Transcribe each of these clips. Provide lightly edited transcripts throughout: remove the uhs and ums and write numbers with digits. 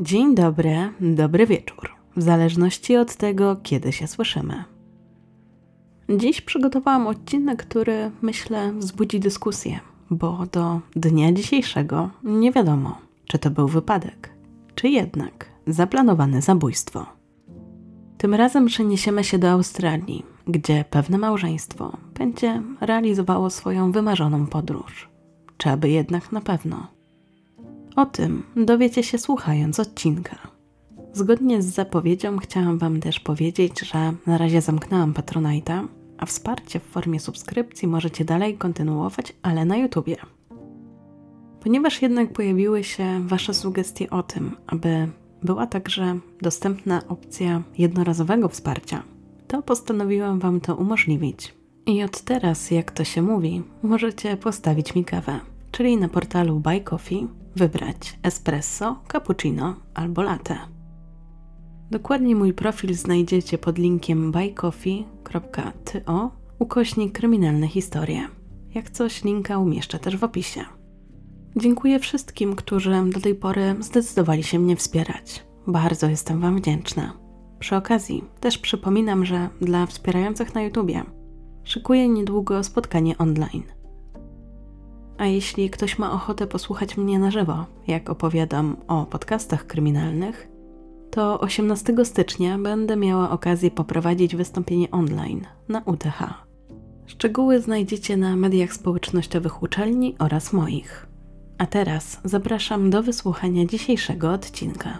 Dzień dobry, dobry wieczór, w zależności od tego, kiedy się słyszymy. Dziś przygotowałam odcinek, który, myślę, wzbudzi dyskusję, bo do dnia dzisiejszego nie wiadomo, czy to był wypadek, czy jednak zaplanowane zabójstwo. Tym razem przeniesiemy się do Australii, gdzie pewne małżeństwo będzie realizowało swoją wymarzoną podróż. Czy aby jednak na pewno? O tym dowiecie się słuchając odcinka. Zgodnie z zapowiedzią chciałam Wam też powiedzieć, że na razie zamknęłam Patronite'a, a wsparcie w formie subskrypcji możecie dalej kontynuować, ale na YouTubie. Ponieważ jednak pojawiły się Wasze sugestie o tym, aby była także dostępna opcja jednorazowego wsparcia, to postanowiłam Wam to umożliwić. I od teraz, jak to się mówi, możecie postawić mi kawę, czyli na portalu Buy Coffee wybrać espresso, cappuccino albo latte. Dokładnie mój profil znajdziecie pod linkiem buycoffee.to/kryminalne historie. Jak coś, linka umieszczę też w opisie. Dziękuję wszystkim, którzy do tej pory zdecydowali się mnie wspierać. Bardzo jestem Wam wdzięczna. Przy okazji też przypominam, że dla wspierających na YouTubie szykuję niedługo spotkanie online. A jeśli ktoś ma ochotę posłuchać mnie na żywo, jak opowiadam o podcastach kryminalnych, to 18 stycznia będę miała okazję poprowadzić wystąpienie online na UTH. Szczegóły znajdziecie na mediach społecznościowych uczelni oraz moich. A teraz zapraszam do wysłuchania dzisiejszego odcinka.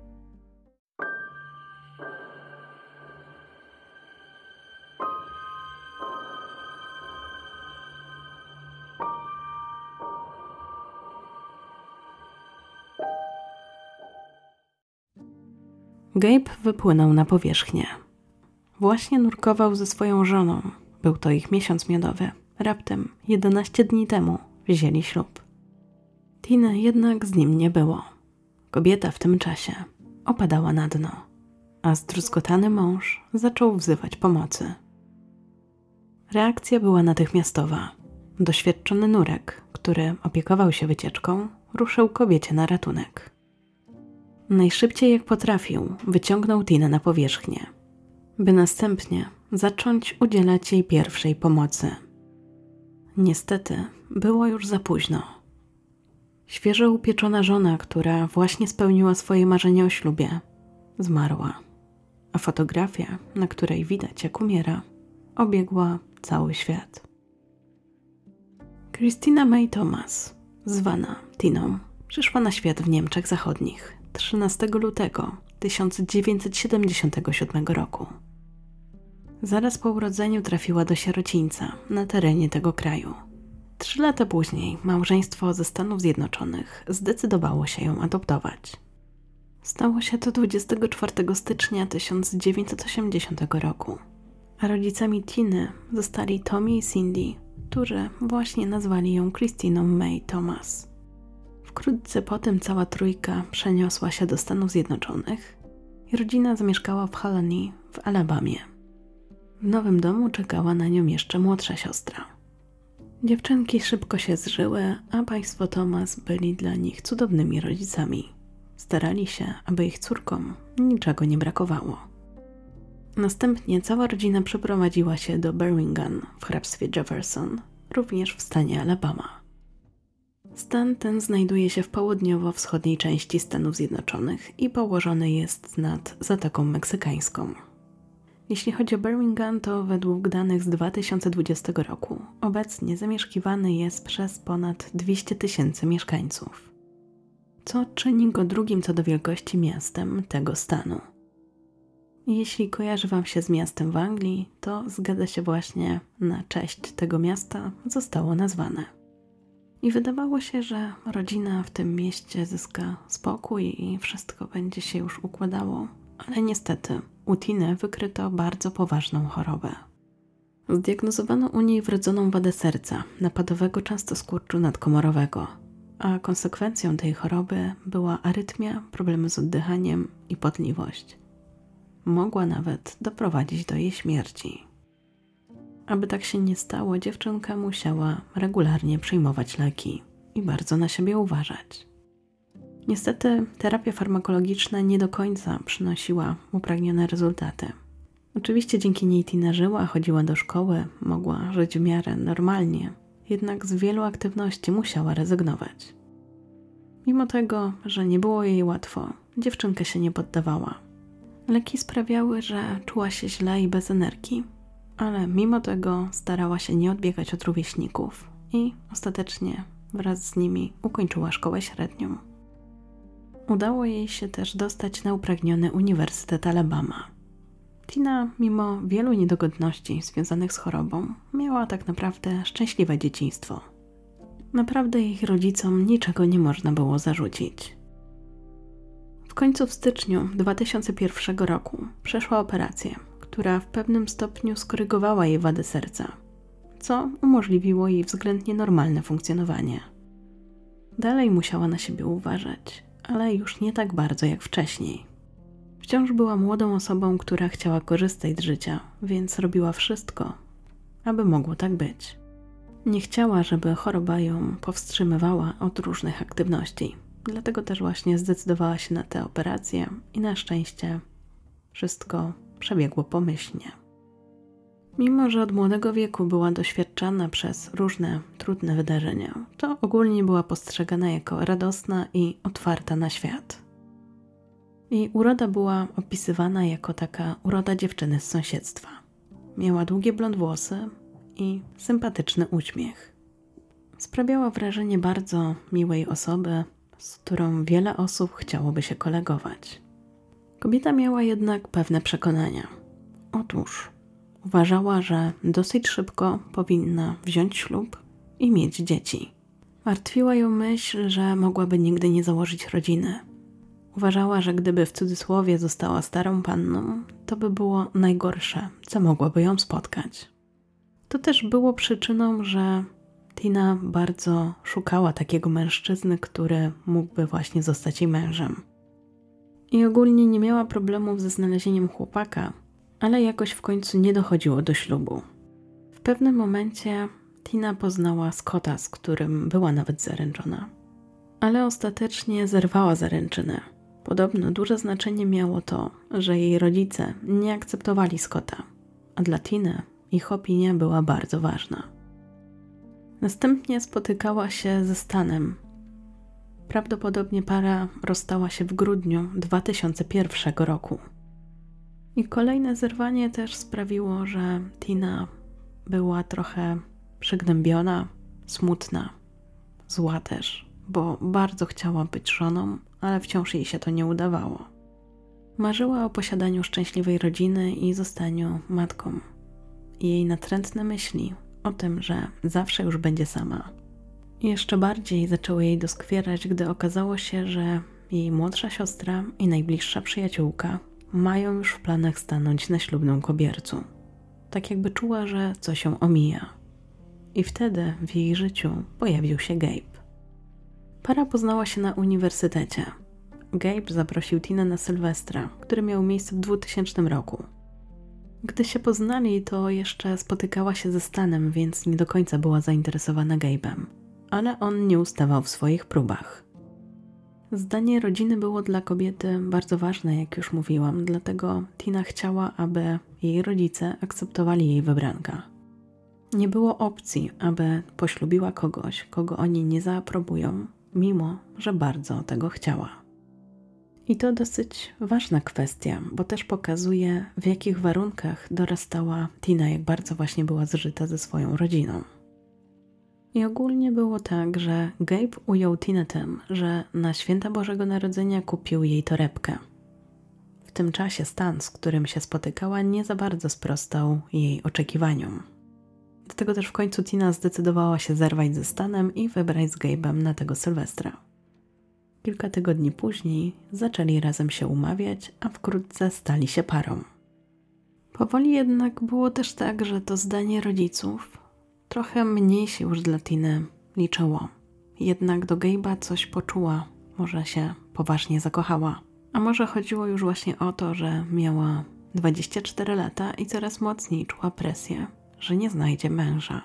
Gabe wypłynął na powierzchnię. Właśnie nurkował ze swoją żoną. Był to ich miesiąc miodowy. Raptem 11 dni temu wzięli ślub. Tiny jednak z nim nie było. Kobieta w tym czasie opadała na dno, a zdruzgotany mąż zaczął wzywać pomocy. Reakcja była natychmiastowa. Doświadczony nurek, który opiekował się wycieczką, ruszył kobiecie na ratunek. Najszybciej jak potrafił, wyciągnął Tinę na powierzchnię, by następnie zacząć udzielać jej pierwszej pomocy. Niestety, było już za późno. Świeżo upieczona żona, która właśnie spełniła swoje marzenie o ślubie, zmarła, a fotografia, na której widać jak umiera, obiegła cały świat. Christina May Thomas, zwana Tiną, przyszła na świat w Niemczech Zachodnich 13 lutego 1977 roku. Zaraz po urodzeniu trafiła do sierocińca na terenie tego kraju. 3 lata później małżeństwo ze Stanów Zjednoczonych zdecydowało się ją adoptować. Stało się to 24 stycznia 1980 roku, a rodzicami Tiny zostali Tommy i Cindy, którzy właśnie nazwali ją Christiną May Thomas. Wkrótce potem cała trójka przeniosła się do Stanów Zjednoczonych i rodzina zamieszkała w Hallowney w Alabamie. W nowym domu czekała na nią jeszcze młodsza siostra. Dziewczynki szybko się zżyły, a państwo Thomas byli dla nich cudownymi rodzicami. Starali się, aby ich córkom niczego nie brakowało. Następnie cała rodzina przeprowadziła się do Birmingham w hrabstwie Jefferson, również w stanie Alabama. Stan ten znajduje się w południowo-wschodniej części Stanów Zjednoczonych i położony jest nad Zatoką Meksykańską. Jeśli chodzi o Birmingham, to według danych z 2020 roku obecnie zamieszkiwany jest przez ponad 200 000 mieszkańców, co czyni go drugim co do wielkości miastem tego stanu. Jeśli kojarzy Wam się z miastem w Anglii, to zgadza się właśnie, na cześć tego miasta zostało nazwane. I wydawało się, że rodzina w tym mieście zyska spokój i wszystko będzie się już układało, ale niestety u Tiny wykryto bardzo poważną chorobę. Zdiagnozowano u niej wrodzoną wadę serca, napadowego częstoskurczu nadkomorowego, a konsekwencją tej choroby była arytmia, problemy z oddychaniem i potliwość. Mogła nawet doprowadzić do jej śmierci. Aby tak się nie stało, dziewczynka musiała regularnie przyjmować leki i bardzo na siebie uważać. Niestety terapia farmakologiczna nie do końca przynosiła upragnione rezultaty. Oczywiście dzięki niej Tina żyła, chodziła do szkoły, mogła żyć w miarę normalnie, jednak z wielu aktywności musiała rezygnować. Mimo tego, że nie było jej łatwo, dziewczynka się nie poddawała. Leki sprawiały, że czuła się źle i bez energii, ale mimo tego starała się nie odbiegać od rówieśników i ostatecznie wraz z nimi ukończyła szkołę średnią. Udało jej się też dostać na upragniony Uniwersytet Alabama. Tina, mimo wielu niedogodności związanych z chorobą, miała tak naprawdę szczęśliwe dzieciństwo. Naprawdę ich rodzicom niczego nie można było zarzucić. W końcu w styczniu 2001 roku przeszła operację, która w pewnym stopniu skorygowała jej wady serca, co umożliwiło jej względnie normalne funkcjonowanie. Dalej musiała na siebie uważać, ale już nie tak bardzo jak wcześniej. Wciąż była młodą osobą, która chciała korzystać z życia, więc robiła wszystko, aby mogło tak być. Nie chciała, żeby choroba ją powstrzymywała od różnych aktywności. Dlatego też właśnie zdecydowała się na tę operację i na szczęście wszystko przebiegło pomyślnie. Mimo że od młodego wieku była doświadczana przez różne trudne wydarzenia, to ogólnie była postrzegana jako radosna i otwarta na świat. Jej uroda była opisywana jako taka uroda dziewczyny z sąsiedztwa. Miała długie blond włosy i sympatyczny uśmiech. Sprawiała wrażenie bardzo miłej osoby, z którą wiele osób chciałoby się kolegować. Kobieta miała jednak pewne przekonania. Otóż uważała, że dosyć szybko powinna wziąć ślub i mieć dzieci. Martwiła ją myśl, że mogłaby nigdy nie założyć rodziny. Uważała, że gdyby w cudzysłowie została starą panną, to by było najgorsze, co mogłoby ją spotkać. To też było przyczyną, że Tina bardzo szukała takiego mężczyzny, który mógłby właśnie zostać jej mężem. I ogólnie nie miała problemów ze znalezieniem chłopaka, ale jakoś w końcu nie dochodziło do ślubu. W pewnym momencie Tina poznała Scotta, z którym była nawet zaręczona. Ale ostatecznie zerwała zaręczynę. Podobno duże znaczenie miało to, że jej rodzice nie akceptowali Scotta, a dla Tiny ich opinia była bardzo ważna. Następnie spotykała się ze Stanem. Prawdopodobnie para rozstała się w grudniu 2001 roku. I kolejne zerwanie też sprawiło, że Tina była trochę przygnębiona, smutna, zła też, bo bardzo chciała być żoną, ale wciąż jej się to nie udawało. Marzyła o posiadaniu szczęśliwej rodziny i zostaniu matką. I jej natrętne myśli o tym, że zawsze już będzie sama. I jeszcze bardziej zaczęły jej doskwierać, gdy okazało się, że jej młodsza siostra i najbliższa przyjaciółka mają już w planach stanąć na ślubnym kobiercu. Tak jakby czuła, że coś ją omija. I wtedy w jej życiu pojawił się Gabe. Para poznała się na uniwersytecie. Gabe zaprosił Tinę na Sylwestra, który miał miejsce w 2000 roku. Gdy się poznali, to jeszcze spotykała się ze Stanem, więc nie do końca była zainteresowana Gabe'em. Ale on nie ustawał w swoich próbach. Zdanie rodziny było dla kobiety bardzo ważne, jak już mówiłam, dlatego Tina chciała, aby jej rodzice akceptowali jej wybranka. Nie było opcji, aby poślubiła kogoś, kogo oni nie zaaprobują, mimo że bardzo tego chciała. I to dosyć ważna kwestia, bo też pokazuje, w jakich warunkach dorastała Tina, jak bardzo właśnie była zżyta ze swoją rodziną. I ogólnie było tak, że Gabe ujął Tinę tym, że na święta Bożego Narodzenia kupił jej torebkę. W tym czasie Stan, z którym się spotykała, nie za bardzo sprostał jej oczekiwaniom. Dlatego też w końcu Tina zdecydowała się zerwać ze Stanem i wybrać z Gabe'em na tego Sylwestra. Kilka tygodni później zaczęli razem się umawiać, a wkrótce stali się parą. Powoli jednak było też tak, że to zdanie rodziców trochę mniej się już dla Tiny liczyło. Jednak do Gabe'a coś poczuła, może się poważnie zakochała. A może chodziło już właśnie o to, że miała 24 lata i coraz mocniej czuła presję, że nie znajdzie męża.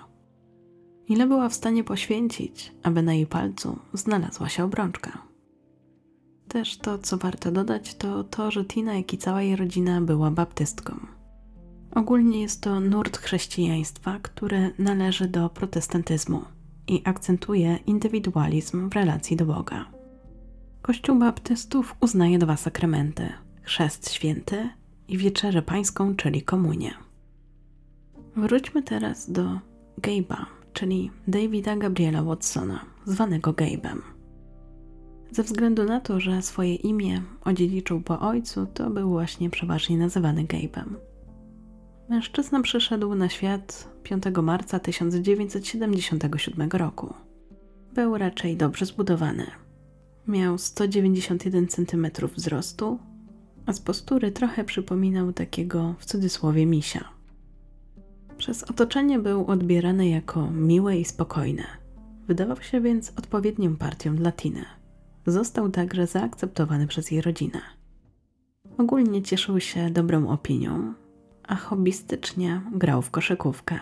Ile była w stanie poświęcić, aby na jej palcu znalazła się obrączka. Też to, co warto dodać, to to, że Tina, jak i cała jej rodzina była baptystką. Ogólnie jest to nurt chrześcijaństwa, który należy do protestantyzmu i akcentuje indywidualizm w relacji do Boga. Kościół baptystów uznaje 2 sakramenty: chrzest święty i wieczerzę pańską, czyli komunię. Wróćmy teraz do Gabe'a, czyli Davida Gabriela Watsona, zwanego Gabe'em. Ze względu na to, że swoje imię odziedziczył po ojcu, to był właśnie przeważnie nazywany Gabe'em. Mężczyzna przyszedł na świat 5 marca 1977 roku. Był raczej dobrze zbudowany. Miał 191 cm wzrostu, a z postury trochę przypominał takiego, w cudzysłowie, misia. Przez otoczenie był odbierany jako miły i spokojny. Wydawał się więc odpowiednią partią dla Tiny. Został także zaakceptowany przez jej rodzinę. Ogólnie cieszył się dobrą opinią, a hobbystycznie grał w koszykówkę.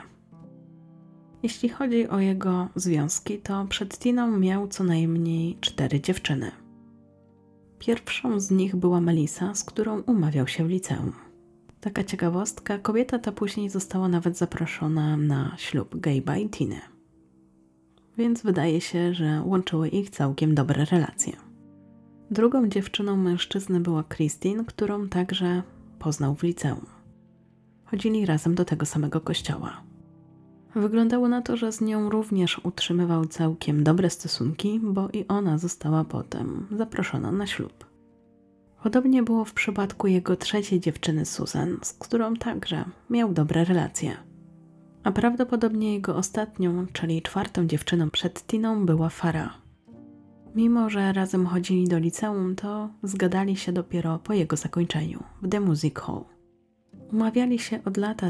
Jeśli chodzi o jego związki, to przed Tiną miał co najmniej 4 dziewczyny. Pierwszą z nich była Melissa, z którą umawiał się w liceum. Taka ciekawostka, kobieta ta później została nawet zaproszona na ślub Gabe'a i Tiny. Więc wydaje się, że łączyły ich całkiem dobre relacje. Drugą dziewczyną mężczyzny była Christine, którą także poznał w liceum. Chodzili razem do tego samego kościoła. Wyglądało na to, że z nią również utrzymywał całkiem dobre stosunki, bo i ona została potem zaproszona na ślub. Podobnie było w przypadku jego trzeciej dziewczyny Susan, z którą także miał dobre relacje. A prawdopodobnie jego ostatnią, czyli 4. dziewczyną przed Tiną była Farah. Mimo że razem chodzili do liceum, to zgadali się dopiero po jego zakończeniu w The Music Hall. Umawiali się od lata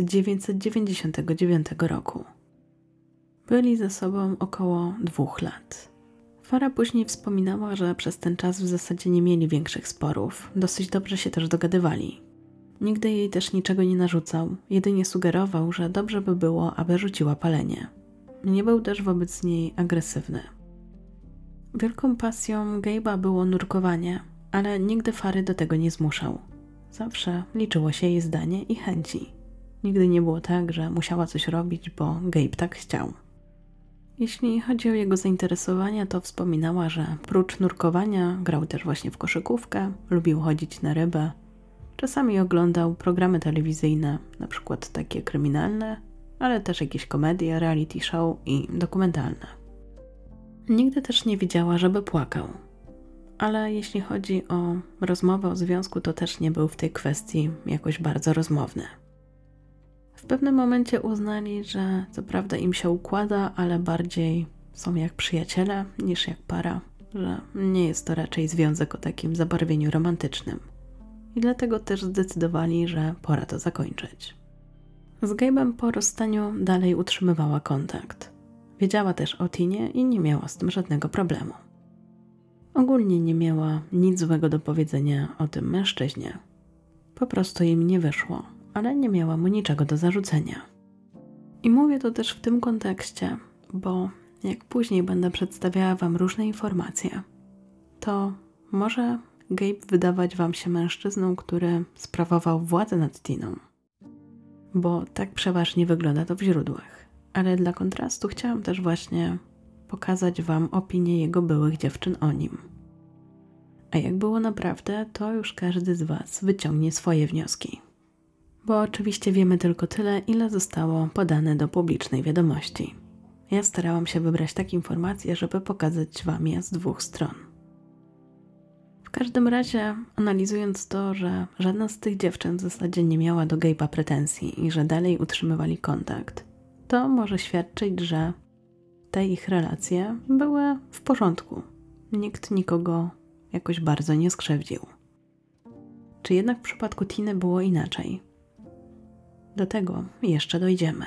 1999 roku. Byli ze sobą około 2 lat. Farah później wspominała, że przez ten czas w zasadzie nie mieli większych sporów, dosyć dobrze się też dogadywali. Nigdy jej też niczego nie narzucał, jedynie sugerował, że dobrze by było, aby rzuciła palenie. Nie był też wobec niej agresywny. Wielką pasją Gabe'a było nurkowanie, ale nigdy Fary do tego nie zmuszał. Zawsze liczyło się jej zdanie i chęci. Nigdy nie było tak, że musiała coś robić, bo Gabe tak chciał. Jeśli chodzi o jego zainteresowania, to wspominała, że prócz nurkowania grał też właśnie w koszykówkę, lubił chodzić na rybę. Czasami oglądał programy telewizyjne, na przykład takie kryminalne, ale też jakieś komedie, reality show i dokumentalne. Nigdy też nie widziała, żeby płakał. Ale jeśli chodzi o rozmowę o związku, to też nie był w tej kwestii jakoś bardzo rozmowny. W pewnym momencie uznali, że co prawda im się układa, ale bardziej są jak przyjaciele niż jak para, że nie jest to raczej związek o takim zabarwieniu romantycznym. I dlatego też zdecydowali, że pora to zakończyć. Z Gabe'em po rozstaniu dalej utrzymywała kontakt. Wiedziała też o Tinie i nie miała z tym żadnego problemu. Ogólnie nie miała nic złego do powiedzenia o tym mężczyźnie. Po prostu im nie wyszło, ale nie miała mu niczego do zarzucenia. I mówię to też w tym kontekście, bo jak później będę przedstawiała Wam różne informacje, to może Gabe wydawać Wam się mężczyzną, który sprawował władzę nad Tiną. Bo tak przeważnie wygląda to w źródłach. Ale dla kontrastu chciałam też właśnie pokazać Wam opinię jego byłych dziewczyn o nim. A jak było naprawdę, to już każdy z Was wyciągnie swoje wnioski. Bo oczywiście wiemy tylko tyle, ile zostało podane do publicznej wiadomości. Ja starałam się wybrać takie informacje, żeby pokazać Wam je z 2 stron. W każdym razie, analizując to, że żadna z tych dziewczyn w zasadzie nie miała do Gabe'a pretensji i że dalej utrzymywali kontakt, to może świadczyć, że te ich relacje były w porządku. Nikt nikogo jakoś bardzo nie skrzywdził. Czy jednak w przypadku Tiny było inaczej? Do tego jeszcze dojdziemy.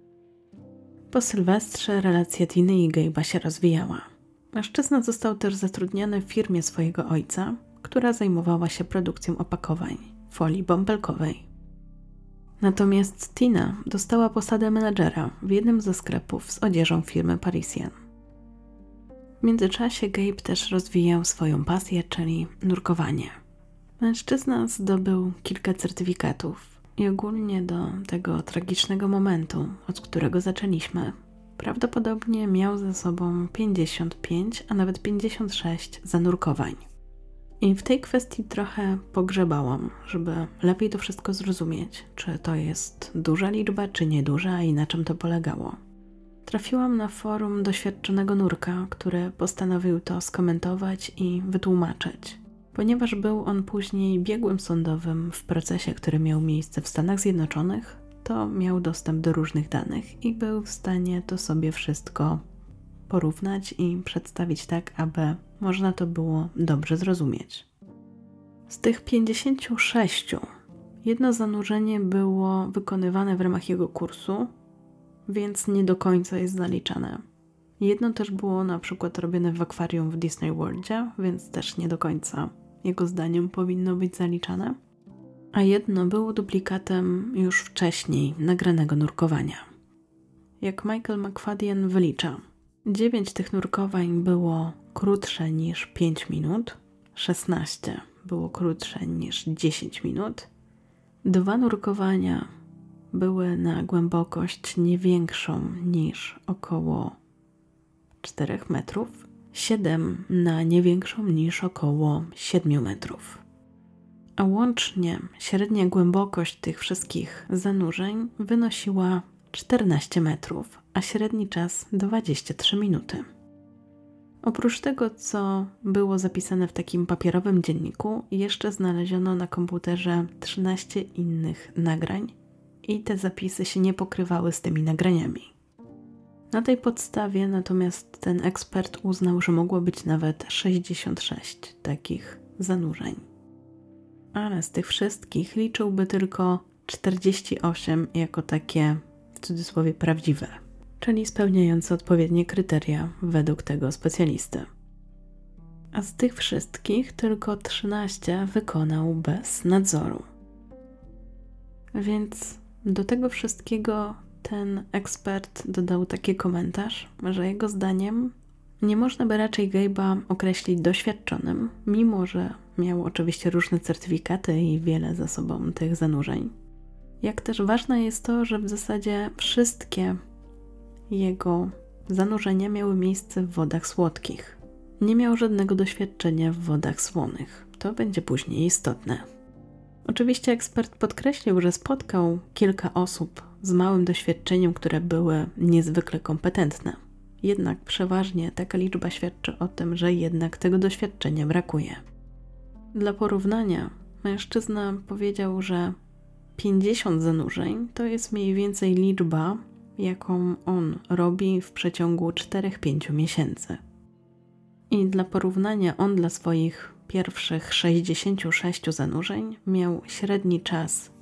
Po Sylwestrze relacja Tiny i Gabe'a się rozwijała. Mężczyzna został też zatrudniony w firmie swojego ojca, która zajmowała się produkcją opakowań, folii bąbelkowej. Natomiast Tina dostała posadę menadżera w jednym ze sklepów z odzieżą firmy Parisian. W międzyczasie Gabe też rozwijał swoją pasję, czyli nurkowanie. Mężczyzna zdobył kilka certyfikatów i ogólnie do tego tragicznego momentu, od którego zaczęliśmy, prawdopodobnie miał za sobą 55, a nawet 56 zanurkowań. I w tej kwestii trochę pogrzebałam, żeby lepiej to wszystko zrozumieć, czy to jest duża liczba, czy nieduża i na czym to polegało. Trafiłam na forum doświadczonego nurka, który postanowił to skomentować i wytłumaczyć. Ponieważ był on później biegłym sądowym w procesie, który miał miejsce w Stanach Zjednoczonych, to miał dostęp do różnych danych i był w stanie to sobie wszystko porównać i przedstawić tak, aby można to było dobrze zrozumieć. Z tych 56 jedno zanurzenie było wykonywane w ramach jego kursu, więc nie do końca jest zaliczane. Jedno też było na przykład robione w akwarium w Disney Worldzie, więc też nie do końca jego zdaniem powinno być zaliczane. A jedno było duplikatem już wcześniej nagranego nurkowania. Jak Michael McFadden wylicza, 9 tych nurkowań było krótsze niż 5 minut, 16 było krótsze niż 10 minut, 2 nurkowania były na głębokość nie większą niż około 4 metrów, 7 na nie większą niż około 7 metrów. A łącznie średnia głębokość tych wszystkich zanurzeń wynosiła 14 metrów, a średni czas 23 minuty. Oprócz tego, co było zapisane w takim papierowym dzienniku, jeszcze znaleziono na komputerze 13 innych nagrań i te zapisy się nie pokrywały z tymi nagraniami. Na tej podstawie natomiast ten ekspert uznał, że mogło być nawet 66 takich zanurzeń. Ale z tych wszystkich liczyłby tylko 48 jako takie, w cudzysłowie, prawdziwe, czyli spełniające odpowiednie kryteria według tego specjalisty. A z tych wszystkich tylko 13 wykonał bez nadzoru. Więc do tego wszystkiego ten ekspert dodał taki komentarz, że jego zdaniem nie można by raczej Gabe'a określić doświadczonym, mimo że miał oczywiście różne certyfikaty i wiele za sobą tych zanurzeń. Jak też ważne jest to, że w zasadzie wszystkie jego zanurzenia miały miejsce w wodach słodkich. Nie miał żadnego doświadczenia w wodach słonych. To będzie później istotne. Oczywiście ekspert podkreślił, że spotkał kilka osób z małym doświadczeniem, które były niezwykle kompetentne. Jednak przeważnie taka liczba świadczy o tym, że jednak tego doświadczenia brakuje. Dla porównania, mężczyzna powiedział, że 50 zanurzeń to jest mniej więcej liczba, jaką on robi w przeciągu 4-5 miesięcy. I dla porównania on dla swoich pierwszych 66 zanurzeń miał średni czas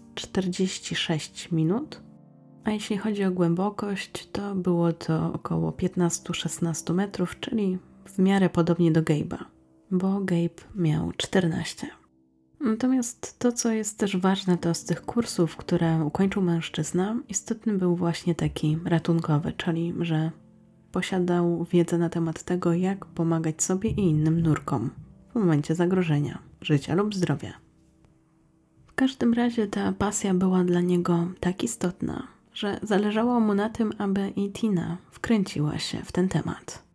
46 minut, a jeśli chodzi o głębokość, to było to około 15-16 metrów, czyli w miarę podobnie do Gabe'a, bo Gabe miał 14. Natomiast to, co jest też ważne, to z tych kursów, które ukończył mężczyzna, istotny był właśnie taki ratunkowy, czyli że posiadał wiedzę na temat tego, jak pomagać sobie i innym nurkom w momencie zagrożenia życia lub zdrowia. W każdym razie ta pasja była dla niego tak istotna, że zależało mu na tym, aby i Tina wkręciła się w ten temat.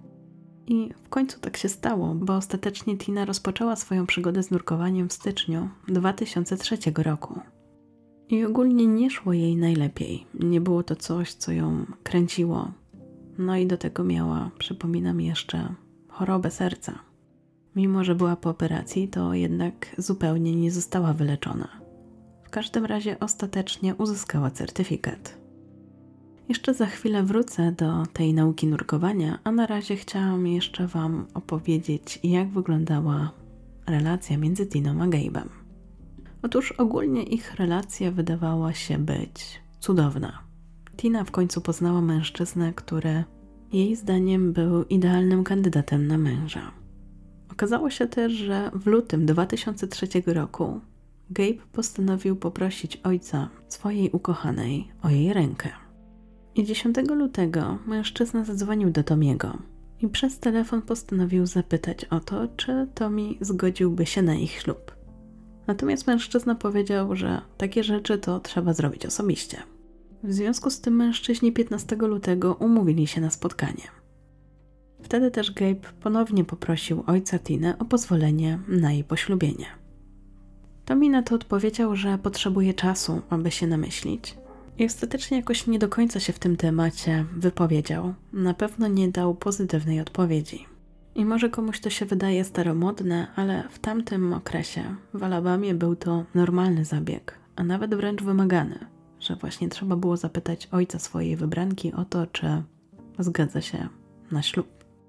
I w końcu tak się stało, bo ostatecznie Tina rozpoczęła swoją przygodę z nurkowaniem w styczniu 2003 roku. I ogólnie nie szło jej najlepiej. Nie było to coś, co ją kręciło. No i do tego miała, przypominam jeszcze, chorobę serca. Mimo że była po operacji, to jednak zupełnie nie została wyleczona. W każdym razie ostatecznie uzyskała certyfikat. Jeszcze za chwilę wrócę do tej nauki nurkowania, a na razie chciałam jeszcze Wam opowiedzieć, jak wyglądała relacja między Tiną a Gabe'em. Otóż ogólnie ich relacja wydawała się być cudowna. Tina w końcu poznała mężczyznę, który jej zdaniem był idealnym kandydatem na męża. Okazało się też, że w lutym 2003 roku Gabe postanowił poprosić ojca swojej ukochanej o jej rękę. I 10 lutego mężczyzna zadzwonił do Tomiego i przez telefon postanowił zapytać o to, czy Tommy zgodziłby się na ich ślub. Natomiast mężczyzna powiedział, że takie rzeczy to trzeba zrobić osobiście. W związku z tym mężczyźni 15 lutego umówili się na spotkanie. Wtedy też Gabe ponownie poprosił ojca Tiny o pozwolenie na jej poślubienie. Tommy na to odpowiedział, że potrzebuje czasu, aby się namyślić i ostatecznie jakoś nie do końca się w tym temacie wypowiedział. Na pewno nie dał pozytywnej odpowiedzi. I może komuś to się wydaje staromodne, ale w tamtym okresie w Alabamie był to normalny zabieg, a nawet wręcz wymagany, że właśnie trzeba było zapytać ojca swojej wybranki o to, czy zgadza się na ślub.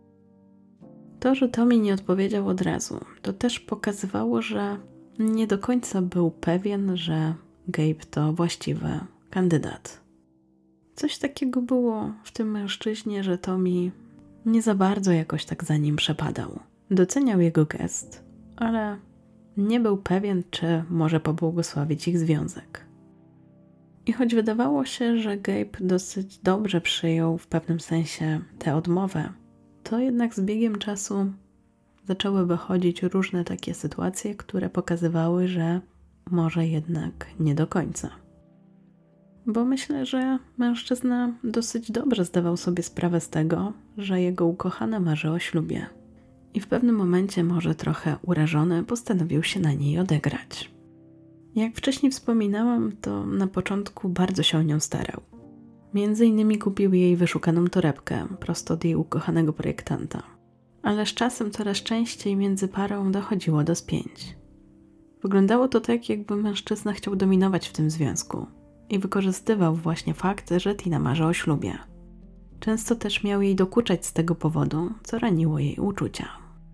To, że Tommy nie odpowiedział od razu, to też pokazywało, że nie do końca był pewien, że Gabe to właściwy kandydat. Coś takiego było w tym mężczyźnie, że Tommy nie za bardzo jakoś tak za nim przepadał. Doceniał jego gest, ale nie był pewien, czy może pobłogosławić ich związek. I choć wydawało się, że Gabe dosyć dobrze przyjął w pewnym sensie tę odmowę, to jednak z biegiem czasu zaczęły wychodzić różne takie sytuacje, które pokazywały, że może jednak nie do końca. Bo myślę, że mężczyzna dosyć dobrze zdawał sobie sprawę z tego, że jego ukochana marzy o ślubie. I w pewnym momencie, może trochę urażony, postanowił się na niej odegrać. Jak wcześniej wspominałam, to na początku bardzo się o nią starał. Między innymi kupił jej wyszukaną torebkę prosto od jej ukochanego projektanta. Ale z czasem coraz częściej między parą dochodziło do spięć. Wyglądało to tak, jakby mężczyzna chciał dominować w tym związku i wykorzystywał właśnie fakt, że Tina marzy o ślubie. Często też miał jej dokuczać z tego powodu, co raniło jej uczucia.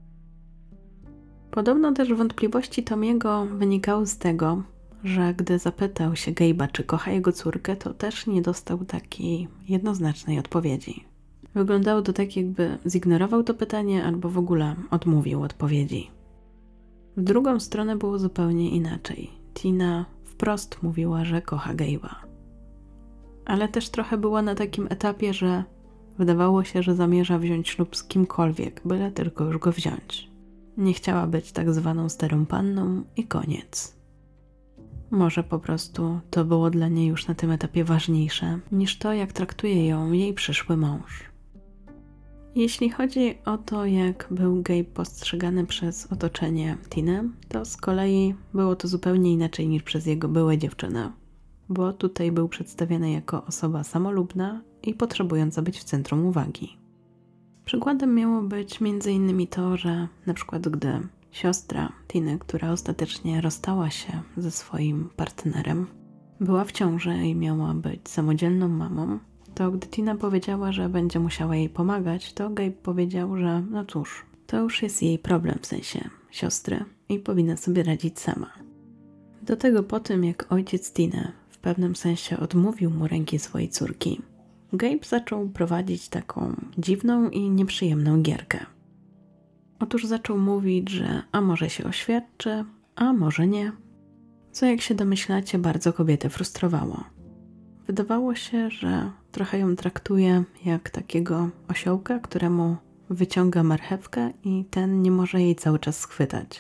Podobno też wątpliwości Tomiego wynikały z tego, że gdy zapytał się Gabe'a, czy kocha jego córkę, to też nie dostał takiej jednoznacznej odpowiedzi. Wyglądało to tak, jakby zignorował to pytanie albo w ogóle odmówił odpowiedzi. W drugą stronę było zupełnie inaczej. Tina wprost mówiła, że kocha Gabe'a. Ale też trochę była na takim etapie, że wydawało się, że zamierza wziąć ślub z kimkolwiek, byle tylko już go wziąć. Nie chciała być tak zwaną starą panną i koniec. Może po prostu to było dla niej już na tym etapie ważniejsze niż to, jak traktuje ją jej przyszły mąż. Jeśli chodzi o to, jak był Gabe postrzegany przez otoczenie Tiny, to z kolei było to zupełnie inaczej niż przez jego byłe dziewczyny, bo tutaj był przedstawiany jako osoba samolubna i potrzebująca być w centrum uwagi. Przykładem miało być m.in. to, że na przykład gdy siostra Tiny, która ostatecznie rozstała się ze swoim partnerem, była w ciąży i miała być samodzielną mamą, to gdy Tina powiedziała, że będzie musiała jej pomagać, to Gabe powiedział, że no cóż, to już jest jej problem, w sensie siostry, i powinna sobie radzić sama. Do tego po tym, jak ojciec Tiny w pewnym sensie odmówił mu ręki swojej córki, Gabe zaczął prowadzić taką dziwną i nieprzyjemną gierkę. Otóż zaczął mówić, że a może się oświadczy, a może nie, co jak się domyślacie bardzo kobietę frustrowało. Wydawało się, że trochę ją traktuje jak takiego osiołka, któremu wyciąga marchewkę i ten nie może jej cały czas schwytać.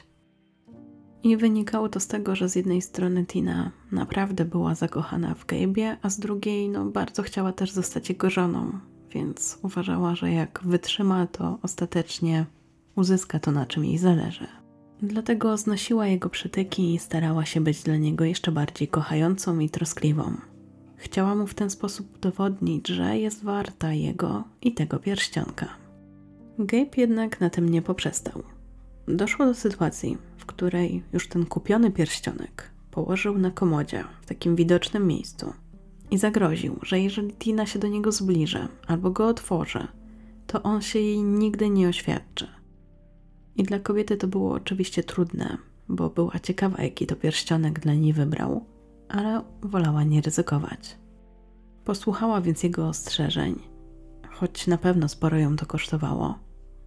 I wynikało to z tego, że z jednej strony Tina naprawdę była zakochana w Gabe'ie, a z drugiej bardzo chciała też zostać jego żoną, więc uważała, że jak wytrzyma, to ostatecznie uzyska to, na czym jej zależy. Dlatego znosiła jego przytyki i starała się być dla niego jeszcze bardziej kochającą i troskliwą. Chciała mu w ten sposób udowodnić, że jest warta jego i tego pierścionka. Gabe jednak na tym nie poprzestał. Doszło do sytuacji, w której już ten kupiony pierścionek położył na komodzie w takim widocznym miejscu i zagroził, że jeżeli Tina się do niego zbliży albo go otworzy, to on się jej nigdy nie oświadczy. I dla kobiety to było oczywiście trudne, bo była ciekawa, jaki to pierścionek dla niej wybrał, ale wolała nie ryzykować. Posłuchała więc jego ostrzeżeń, choć na pewno sporo ją to kosztowało,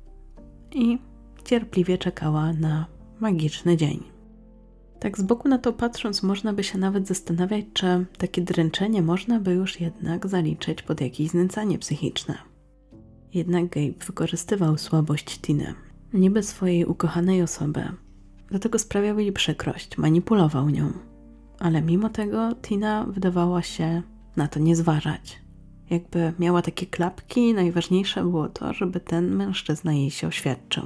i cierpliwie czekała na magiczny dzień. Tak z boku na to patrząc, można by się nawet zastanawiać, czy takie dręczenie można by już jednak zaliczyć pod jakieś znęcanie psychiczne. Jednak Gabe wykorzystywał słabość Tiny, niby swojej ukochanej osoby. Do tego sprawiał jej przykrość, manipulował nią. Ale mimo tego Tina wydawała się na to nie zważać. Jakby miała takie klapki, najważniejsze było to, żeby ten mężczyzna jej się oświadczył.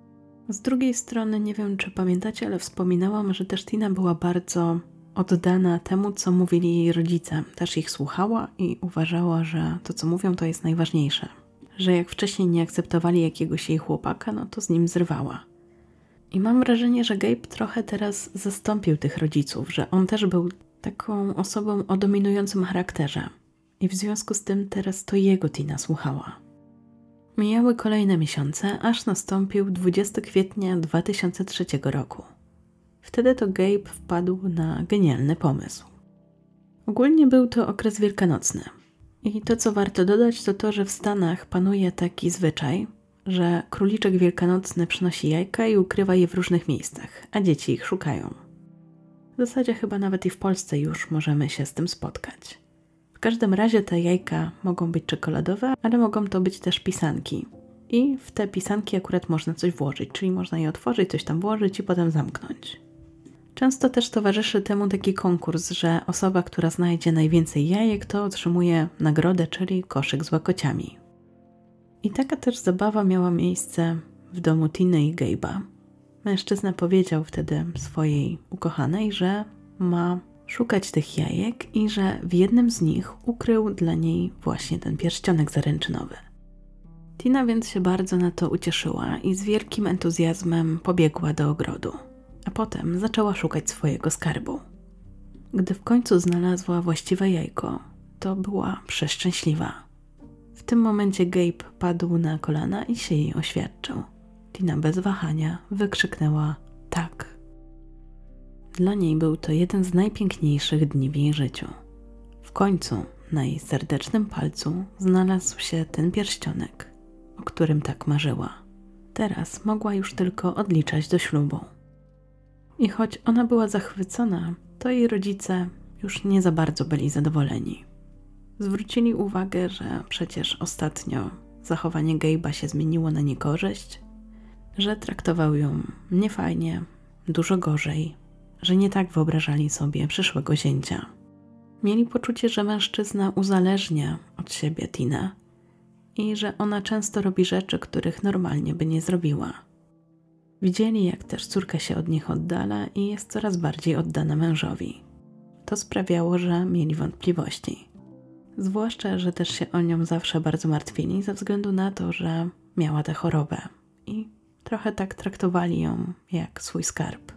Z drugiej strony, nie wiem czy pamiętacie, ale wspominałam, że też Tina była bardzo oddana temu, co mówili jej rodzice. Też ich słuchała i uważała, że to, co mówią, to jest najważniejsze. Że jak wcześniej nie akceptowali jakiegoś jej chłopaka, no to z nim zrywała. I mam wrażenie, że Gabe trochę teraz zastąpił tych rodziców, że on też był taką osobą o dominującym charakterze. I w związku z tym teraz to jego Tina słuchała. Mijały kolejne miesiące, aż nastąpił 20 kwietnia 2003 roku. Wtedy to Gabe wpadł na genialny pomysł. Ogólnie był to okres wielkanocny. I to, co warto dodać, to to, że w Stanach panuje taki zwyczaj, że króliczek wielkanocny przynosi jajka i ukrywa je w różnych miejscach, a dzieci ich szukają. W zasadzie chyba nawet i w Polsce już możemy się z tym spotkać. W każdym razie te jajka mogą być czekoladowe, ale mogą to być też pisanki. I w te pisanki akurat można coś włożyć, czyli można je otworzyć, coś tam włożyć i potem zamknąć. Często też towarzyszy temu taki konkurs, że osoba, która znajdzie najwięcej jajek, to otrzymuje nagrodę, czyli koszyk z łakociami. I taka też zabawa miała miejsce w domu Tiny i Gabe'a. Mężczyzna powiedział wtedy swojej ukochanej, że ma szukać tych jajek i że w jednym z nich ukrył dla niej właśnie ten pierścionek zaręczynowy. Tina więc się bardzo na to ucieszyła i z wielkim entuzjazmem pobiegła do ogrodu, a potem zaczęła szukać swojego skarbu. Gdy w końcu znalazła właściwe jajko, to była przeszczęśliwa. W tym momencie Gabe padł na kolana i się jej oświadczył. Tina bez wahania wykrzyknęła tak. Dla niej był to jeden z najpiękniejszych dni w jej życiu. W końcu na jej serdecznym palcu znalazł się ten pierścionek, o którym tak marzyła. Teraz mogła już tylko odliczać do ślubu. I choć ona była zachwycona, to jej rodzice już nie za bardzo byli zadowoleni. Zwrócili uwagę, że przecież ostatnio zachowanie Gabe'a się zmieniło na niekorzyść, że traktował ją niefajnie, dużo gorzej, że nie tak wyobrażali sobie przyszłego zięcia. Mieli poczucie, że mężczyzna uzależnia od siebie Tinę i że ona często robi rzeczy, których normalnie by nie zrobiła. Widzieli, jak też córka się od nich oddala i jest coraz bardziej oddana mężowi. To sprawiało, że mieli wątpliwości. Zwłaszcza, że też się o nią zawsze bardzo martwili ze względu na to, że miała tę chorobę i trochę tak traktowali ją jak swój skarb.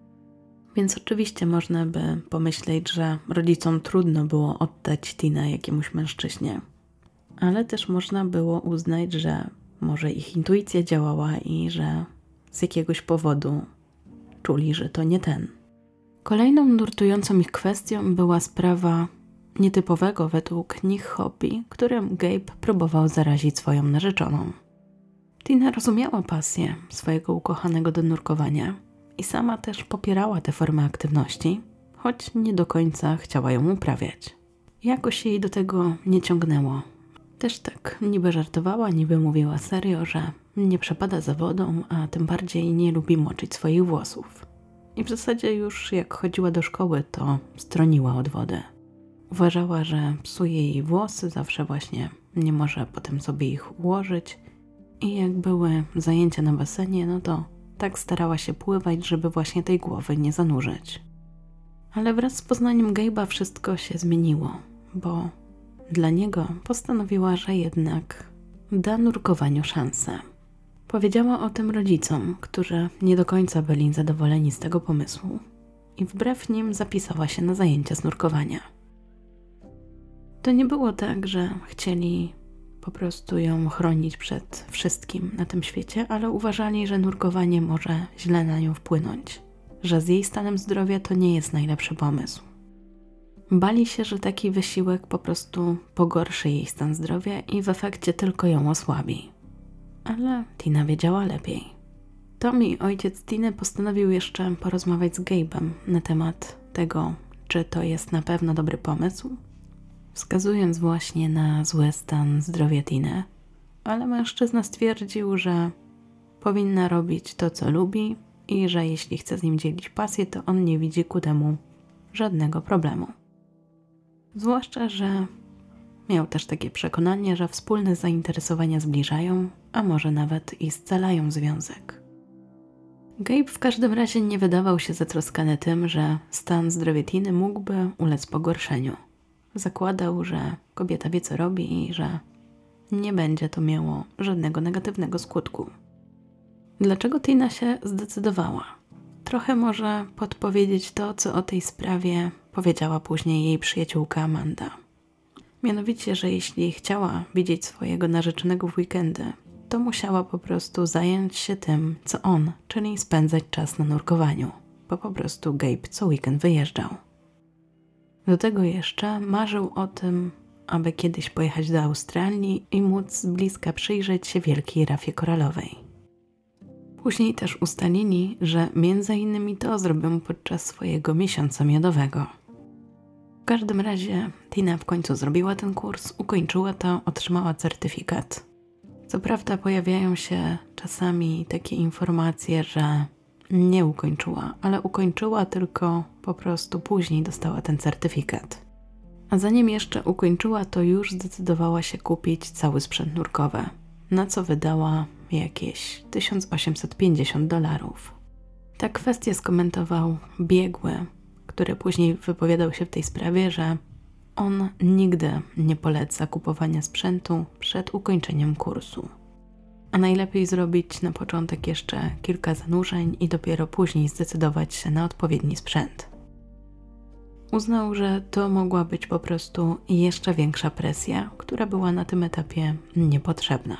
Więc oczywiście można by pomyśleć, że rodzicom trudno było oddać Tinę jakiemuś mężczyźnie, ale też można było uznać, że może ich intuicja działała i że z jakiegoś powodu czuli, że to nie ten. Kolejną nurtującą ich kwestią była sprawa nietypowego według nich hobby, którym Gabe próbował zarazić swoją narzeczoną. Tina rozumiała pasję swojego ukochanego do nurkowania i sama też popierała tę formę aktywności, choć nie do końca chciała ją uprawiać. Jakoś jej do tego nie ciągnęło. Też tak niby żartowała, niby mówiła serio, że nie przepada za wodą, a tym bardziej nie lubi moczyć swoich włosów. I w zasadzie już jak chodziła do szkoły, to stroniła od wody. Uważała, że psuje jej włosy, zawsze właśnie nie może potem sobie ich ułożyć. I jak były zajęcia na basenie, no to tak starała się pływać, żeby właśnie tej głowy nie zanurzyć. Ale wraz z poznaniem Gabe'a wszystko się zmieniło, bo dla niego postanowiła, że jednak da nurkowaniu szansę. Powiedziała o tym rodzicom, którzy nie do końca byli zadowoleni z tego pomysłu i wbrew nim zapisała się na zajęcia z nurkowania. To nie było tak, że chcieli po prostu ją chronić przed wszystkim na tym świecie, ale uważali, że nurkowanie może źle na nią wpłynąć, że z jej stanem zdrowia to nie jest najlepszy pomysł. Bali się, że taki wysiłek po prostu pogorszy jej stan zdrowia i w efekcie tylko ją osłabi. Ale Tina wiedziała lepiej. Tommy, ojciec Tiny, postanowił jeszcze porozmawiać z Gabe'em na temat tego, czy to jest na pewno dobry pomysł, wskazując właśnie na zły stan zdrowia Tiny ale mężczyzna stwierdził, że powinna robić to, co lubi i że jeśli chce z nim dzielić pasję, to on nie widzi ku temu żadnego problemu. Zwłaszcza, że miał też takie przekonanie, że wspólne zainteresowania zbliżają, a może nawet i scalają związek. Gabe w każdym razie nie wydawał się zatroskany tym, że stan zdrowia Tiny mógłby ulec pogorszeniu. Zakładał, że kobieta wie, co robi i że nie będzie to miało żadnego negatywnego skutku. Dlaczego Tina się zdecydowała? Trochę może podpowiedzieć to, co o tej sprawie powiedziała później jej przyjaciółka Amanda. Mianowicie, że jeśli chciała widzieć swojego narzeczonego w weekendy, to musiała po prostu zająć się tym, co on, czyli spędzać czas na nurkowaniu, bo po prostu Gabe co weekend wyjeżdżał. Do tego jeszcze marzył o tym, aby kiedyś pojechać do Australii i móc z bliska przyjrzeć się wielkiej rafie koralowej. Później też ustalili, że między innymi to zrobią podczas swojego miesiąca miodowego. W każdym razie Tina w końcu zrobiła ten kurs, ukończyła to, otrzymała certyfikat. Co prawda pojawiają się czasami takie informacje, że nie ukończyła, ale ukończyła, tylko po prostu później dostała ten certyfikat. A zanim jeszcze ukończyła, to już zdecydowała się kupić cały sprzęt nurkowy, na co wydała jakieś $1850. Ta kwestia skomentował biegły, który później wypowiadał się w tej sprawie, że on nigdy nie poleca kupowania sprzętu przed ukończeniem kursu. A najlepiej zrobić na początek jeszcze kilka zanurzeń i dopiero później zdecydować się na odpowiedni sprzęt. Uznał, że to mogła być po prostu jeszcze większa presja, która była na tym etapie niepotrzebna.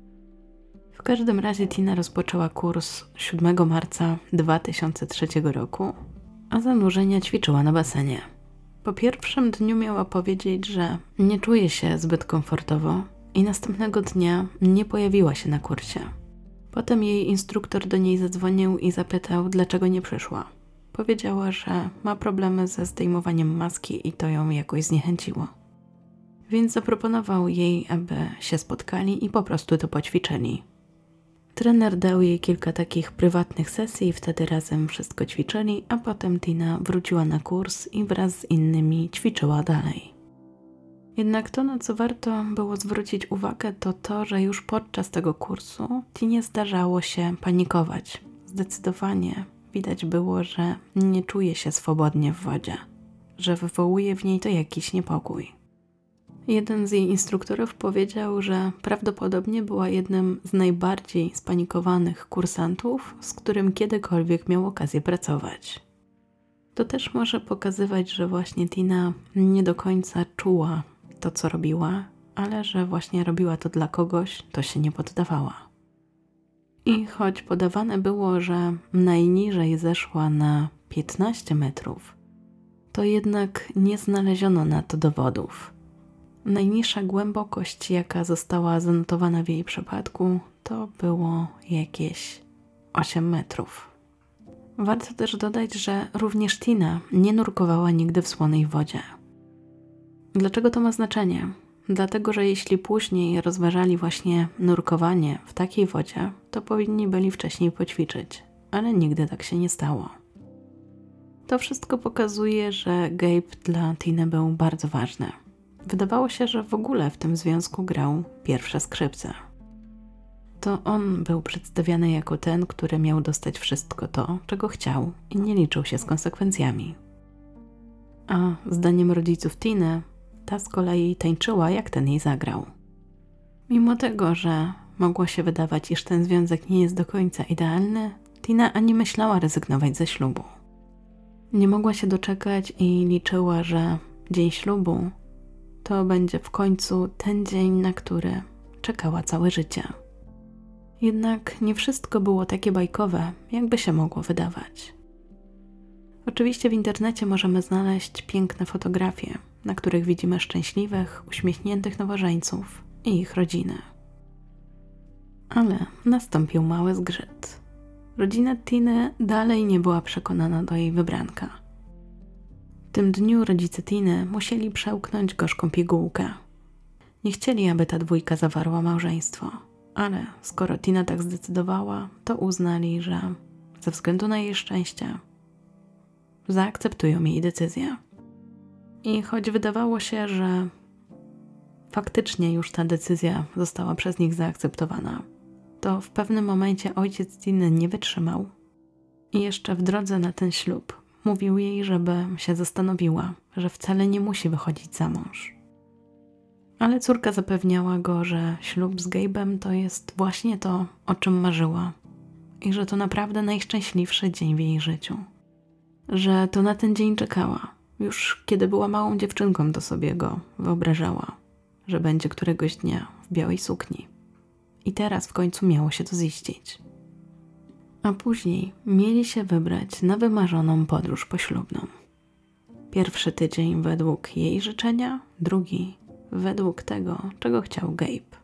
W każdym razie Tina rozpoczęła kurs 7 marca 2003 roku, a zanurzenia ćwiczyła na basenie. Po pierwszym dniu miała powiedzieć, że nie czuje się zbyt komfortowo i następnego dnia nie pojawiła się na kursie. Potem jej instruktor do niej zadzwonił i zapytał, dlaczego nie przyszła. Powiedziała, że ma problemy ze zdejmowaniem maski i to ją jakoś zniechęciło. Więc zaproponował jej, aby się spotkali i po prostu to poćwiczyli. Trener dał jej kilka takich prywatnych sesji i wtedy razem wszystko ćwiczyli, a potem Tina wróciła na kurs i wraz z innymi ćwiczyła dalej. Jednak to, na co warto było zwrócić uwagę, to to, że już podczas tego kursu Tinie zdarzało się panikować. Zdecydowanie widać było, że nie czuje się swobodnie w wodzie, że wywołuje w niej to jakiś niepokój. Jeden z jej instruktorów powiedział, że prawdopodobnie była jednym z najbardziej spanikowanych kursantów, z którym kiedykolwiek miał okazję pracować. To też może pokazywać, że właśnie Tina nie do końca czuła to, co robiła, ale że właśnie robiła to dla kogoś, to się nie poddawała. I choć podawane było, że najniżej zeszła na 15 metrów, to jednak nie znaleziono na to dowodów. Najniższa głębokość, jaka została zanotowana w jej przypadku, to było jakieś 8 metrów. Warto też dodać, że również Tina nie nurkowała nigdy w słonej wodzie. Dlaczego to ma znaczenie? Dlatego, że jeśli później rozważali właśnie nurkowanie w takiej wodzie, to powinni byli wcześniej poćwiczyć, ale nigdy tak się nie stało. To wszystko pokazuje, że Gabe dla Tiny był bardzo ważny. Wydawało się, że w ogóle w tym związku grał pierwsze skrzypce. To on był przedstawiany jako ten, który miał dostać wszystko to, czego chciał i nie liczył się z konsekwencjami. A zdaniem rodziców Tiny, ta z kolei tańczyła, jak ten jej zagrał. Mimo tego, że mogło się wydawać, iż ten związek nie jest do końca idealny, Tina ani myślała rezygnować ze ślubu. Nie mogła się doczekać i liczyła, że dzień ślubu to będzie w końcu ten dzień, na który czekała całe życie. Jednak nie wszystko było takie bajkowe, jakby się mogło wydawać. Oczywiście w internecie możemy znaleźć piękne fotografie, na których widzimy szczęśliwych, uśmiechniętych nowożeńców i ich rodziny. Ale nastąpił mały zgrzyt. Rodzina Tiny dalej nie była przekonana do jej wybranka. W tym dniu rodzice Tiny musieli przełknąć gorzką pigułkę. Nie chcieli, aby ta dwójka zawarła małżeństwo, ale skoro Tina tak zdecydowała, to uznali, że ze względu na jej szczęście zaakceptują jej decyzję. I choć wydawało się, że faktycznie już ta decyzja została przez nich zaakceptowana, to w pewnym momencie ojciec Tiny nie wytrzymał i jeszcze w drodze na ten ślub mówił jej, żeby się zastanowiła, że wcale nie musi wychodzić za mąż. Ale córka zapewniała go, że ślub z Gabe'em to jest właśnie to, o czym marzyła i że to naprawdę najszczęśliwszy dzień w jej życiu. Że to na ten dzień czekała. Już kiedy była małą dziewczynką, to sobie go wyobrażała, że będzie któregoś dnia w białej sukni. I teraz w końcu miało się to ziścić. A później mieli się wybrać na wymarzoną podróż poślubną. Pierwszy tydzień według jej życzenia, drugi według tego, czego chciał Gabe.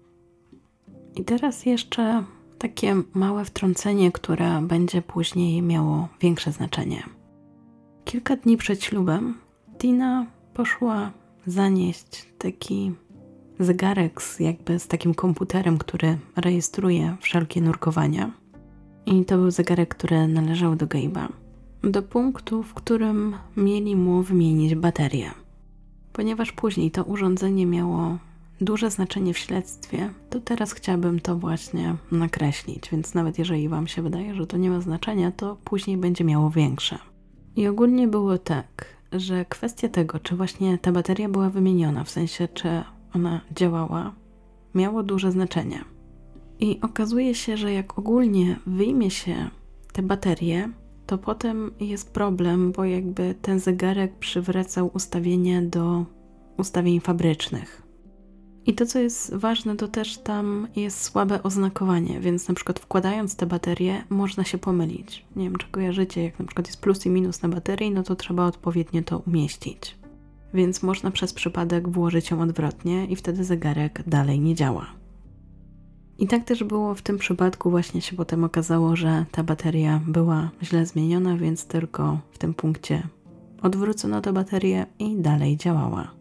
I teraz jeszcze takie małe wtrącenie, które będzie później miało większe znaczenie. Kilka dni przed ślubem Tina poszła zanieść taki zegarek z takim komputerem, który rejestruje wszelkie nurkowania. I to był zegarek, który należał do Gabe'a. Do punktu, w którym mieli mu wymienić baterię. Ponieważ później to urządzenie miało duże znaczenie w śledztwie, to teraz chciałabym to właśnie nakreślić, więc nawet jeżeli wam się wydaje, że to nie ma znaczenia, to później będzie miało większe. I ogólnie było tak, że kwestia tego, czy właśnie ta bateria była wymieniona, w sensie czy ona działała, miało duże znaczenie. I okazuje się, że jak ogólnie wyjmie się te baterie, to potem jest problem, bo jakby ten zegarek przywracał ustawienie do ustawień fabrycznych. I to, co jest ważne, to też tam jest słabe oznakowanie, więc na przykład wkładając te baterie można się pomylić. Nie wiem, czy kojarzycie, jak na przykład jest plus i minus na baterii, no to trzeba odpowiednio to umieścić. Więc można przez przypadek włożyć ją odwrotnie i wtedy zegarek dalej nie działa. I tak też było w tym przypadku, właśnie się potem okazało, że ta bateria była źle zmieniona, więc tylko w tym punkcie odwrócono tę baterię i dalej działała.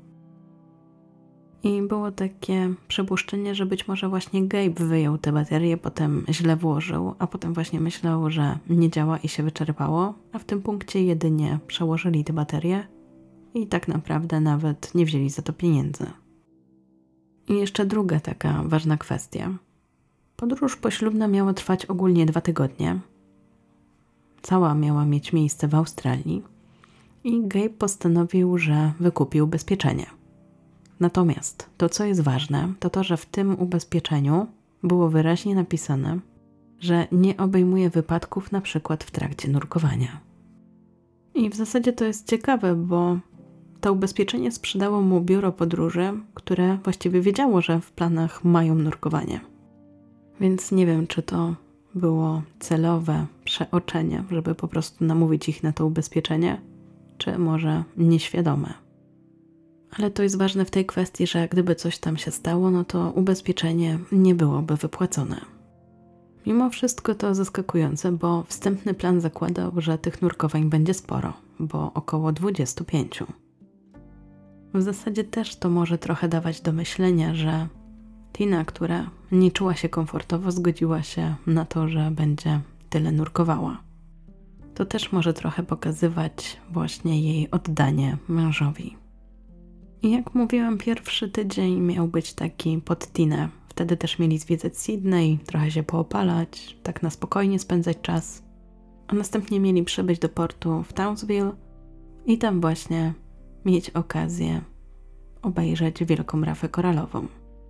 I było takie przypuszczenie, że być może właśnie Gabe wyjął tę baterię, potem źle włożył, a potem właśnie myślał, że nie działa i się wyczerpało, a w tym punkcie jedynie przełożyli tę baterię i tak naprawdę nawet nie wzięli za to pieniędzy. I jeszcze druga taka ważna kwestia. Podróż poślubna miała trwać ogólnie 2 tygodnie. Cała miała mieć miejsce w Australii i Gabe postanowił, że wykupił ubezpieczenie. Natomiast to, co jest ważne, to to, że w tym ubezpieczeniu było wyraźnie napisane, że nie obejmuje wypadków na przykład w trakcie nurkowania. I w zasadzie to jest ciekawe, bo to ubezpieczenie sprzedało mu biuro podróży, które właściwie wiedziało, że w planach mają nurkowanie. Więc nie wiem, czy to było celowe przeoczenie, żeby po prostu namówić ich na to ubezpieczenie, czy może nieświadome. Ale to jest ważne w tej kwestii, że gdyby coś tam się stało, no to ubezpieczenie nie byłoby wypłacone. Mimo wszystko to zaskakujące, bo wstępny plan zakładał, że tych nurkowań będzie sporo, bo około 25. W zasadzie też to może trochę dawać do myślenia, że Tina, która nie czuła się komfortowo, zgodziła się na to, że będzie tyle nurkowała. To też może trochę pokazywać właśnie jej oddanie mężowi. I jak mówiłam, pierwszy tydzień miał być taki pod Tinę. Wtedy też mieli zwiedzać Sydney, trochę się poopalać, tak na spokojnie spędzać czas. A następnie mieli przybyć do portu w Townsville i tam właśnie mieć okazję obejrzeć wielką rafę koralową.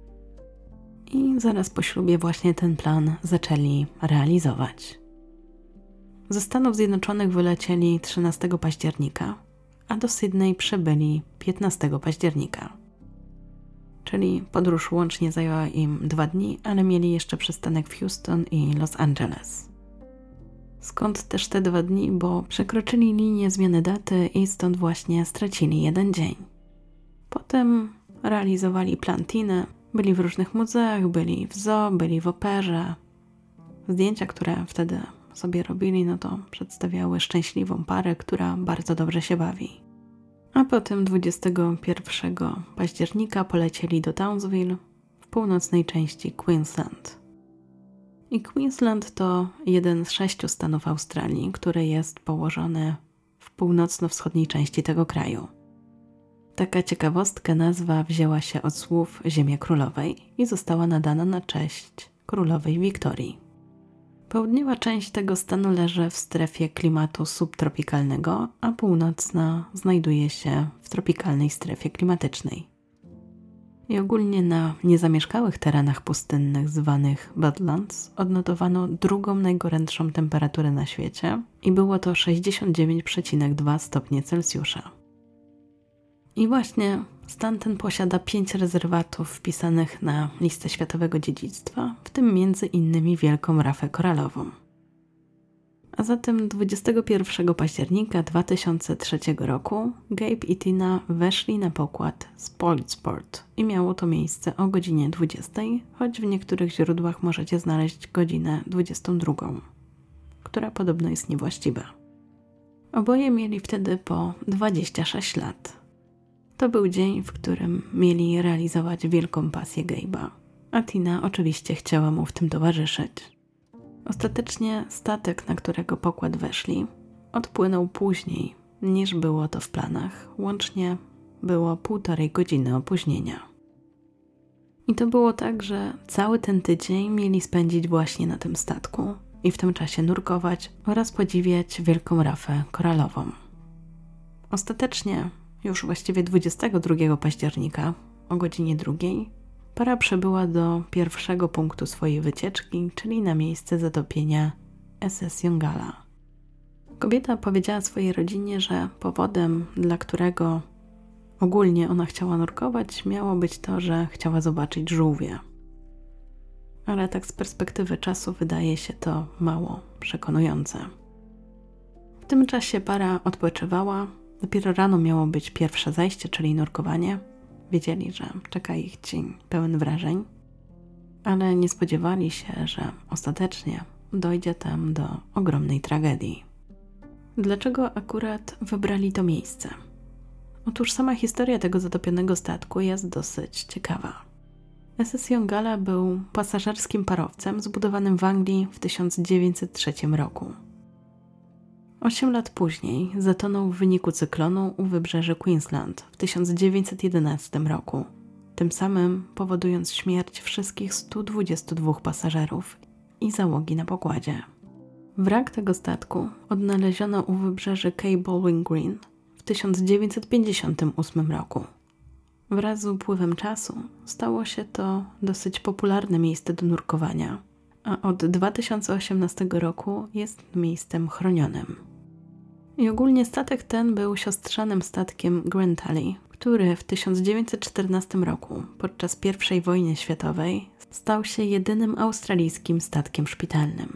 I zaraz po ślubie właśnie ten plan zaczęli realizować. Ze Stanów Zjednoczonych wylecieli 13 października, a do Sydney przybyli 15 października. Czyli podróż łącznie zajęła im 2 dni, ale mieli jeszcze przystanek w Houston i Los Angeles. Skąd też te 2 dni, bo przekroczyli linię zmiany daty i stąd właśnie stracili 1 dzień. Potem realizowali plan Tiny, byli w różnych muzeach, byli w zoo, byli w operze. Zdjęcia, które wtedy sobie robili, no to przedstawiały szczęśliwą parę, która bardzo dobrze się bawi. A potem 21 października polecieli do Townsville w północnej części Queensland. I Queensland to jeden z 6 stanów Australii, który jest położony w północno-wschodniej części tego kraju. Taka ciekawostka, nazwa wzięła się od słów Ziemia Królowej i została nadana na cześć królowej Wiktorii. Południowa część tego stanu leży w strefie klimatu subtropikalnego, a północna znajduje się w tropikalnej strefie klimatycznej. I ogólnie na niezamieszkałych terenach pustynnych zwanych Badlands odnotowano drugą najgorętszą temperaturę na świecie i było to 69,2 stopnie Celsjusza. I właśnie stan ten posiada 5 rezerwatów wpisanych na listę światowego dziedzictwa, w tym między innymi Wielką Rafę Koralową. A zatem 21 października 2003 roku Gabe i Tina weszli na pokład Spoiled Sport i miało to miejsce o godzinie 20, choć w niektórych źródłach możecie znaleźć godzinę 22, która podobno jest niewłaściwa. Oboje mieli wtedy po 26 lat. To był dzień, w którym mieli realizować wielką pasję Gabe'a, a Tina oczywiście chciała mu w tym towarzyszyć. Ostatecznie statek, na którego pokład weszli, odpłynął później niż było to w planach. Łącznie było 1,5 godziny opóźnienia. I to było tak, że cały ten tydzień mieli spędzić właśnie na tym statku i w tym czasie nurkować oraz podziwiać Wielką Rafę Koralową. Ostatecznie już właściwie 22 października o godzinie 2 para przybyła do pierwszego punktu swojej wycieczki, czyli na miejsce zatopienia SS Yongala. Kobieta powiedziała swojej rodzinie, że powodem, dla którego ogólnie ona chciała nurkować, miało być to, że chciała zobaczyć żółwie. Ale tak z perspektywy czasu wydaje się to mało przekonujące. W tym czasie para odpoczywała. Dopiero rano miało być pierwsze zajście, czyli nurkowanie. Wiedzieli, że czeka ich dzień pełen wrażeń, ale nie spodziewali się, że ostatecznie dojdzie tam do ogromnej tragedii. Dlaczego akurat wybrali to miejsce? Otóż sama historia tego zatopionego statku jest dosyć ciekawa. SS Yongala był pasażerskim parowcem zbudowanym w Anglii w 1903 roku. 8 lat później zatonął w wyniku cyklonu u wybrzeży Queensland w 1911 roku, tym samym powodując śmierć wszystkich 122 pasażerów i załogi na pokładzie. Wrak tego statku odnaleziono u wybrzeży Cape Bowling Green w 1958 roku. Wraz z upływem czasu stało się to dosyć popularne miejsce do nurkowania, a od 2018 roku jest miejscem chronionym. I ogólnie statek ten był siostrzanym statkiem Grand Tally, który w 1914 roku podczas I wojny światowej stał się jedynym australijskim statkiem szpitalnym.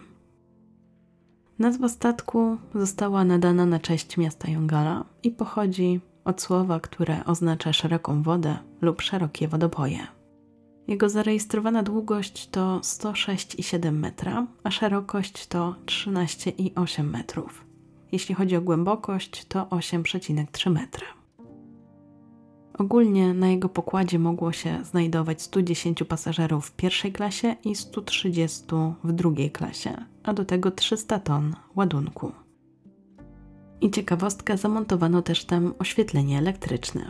Nazwa statku została nadana na cześć miasta Yongala i pochodzi od słowa, które oznacza szeroką wodę lub szerokie wodopoje. Jego zarejestrowana długość to 106,7 metra, a szerokość to 13,8 metrów. Jeśli chodzi o głębokość, to 8,3 metra. Ogólnie na jego pokładzie mogło się znajdować 110 pasażerów w pierwszej klasie i 130 w drugiej klasie, a do tego 300 ton ładunku. I ciekawostka, zamontowano też tam oświetlenie elektryczne.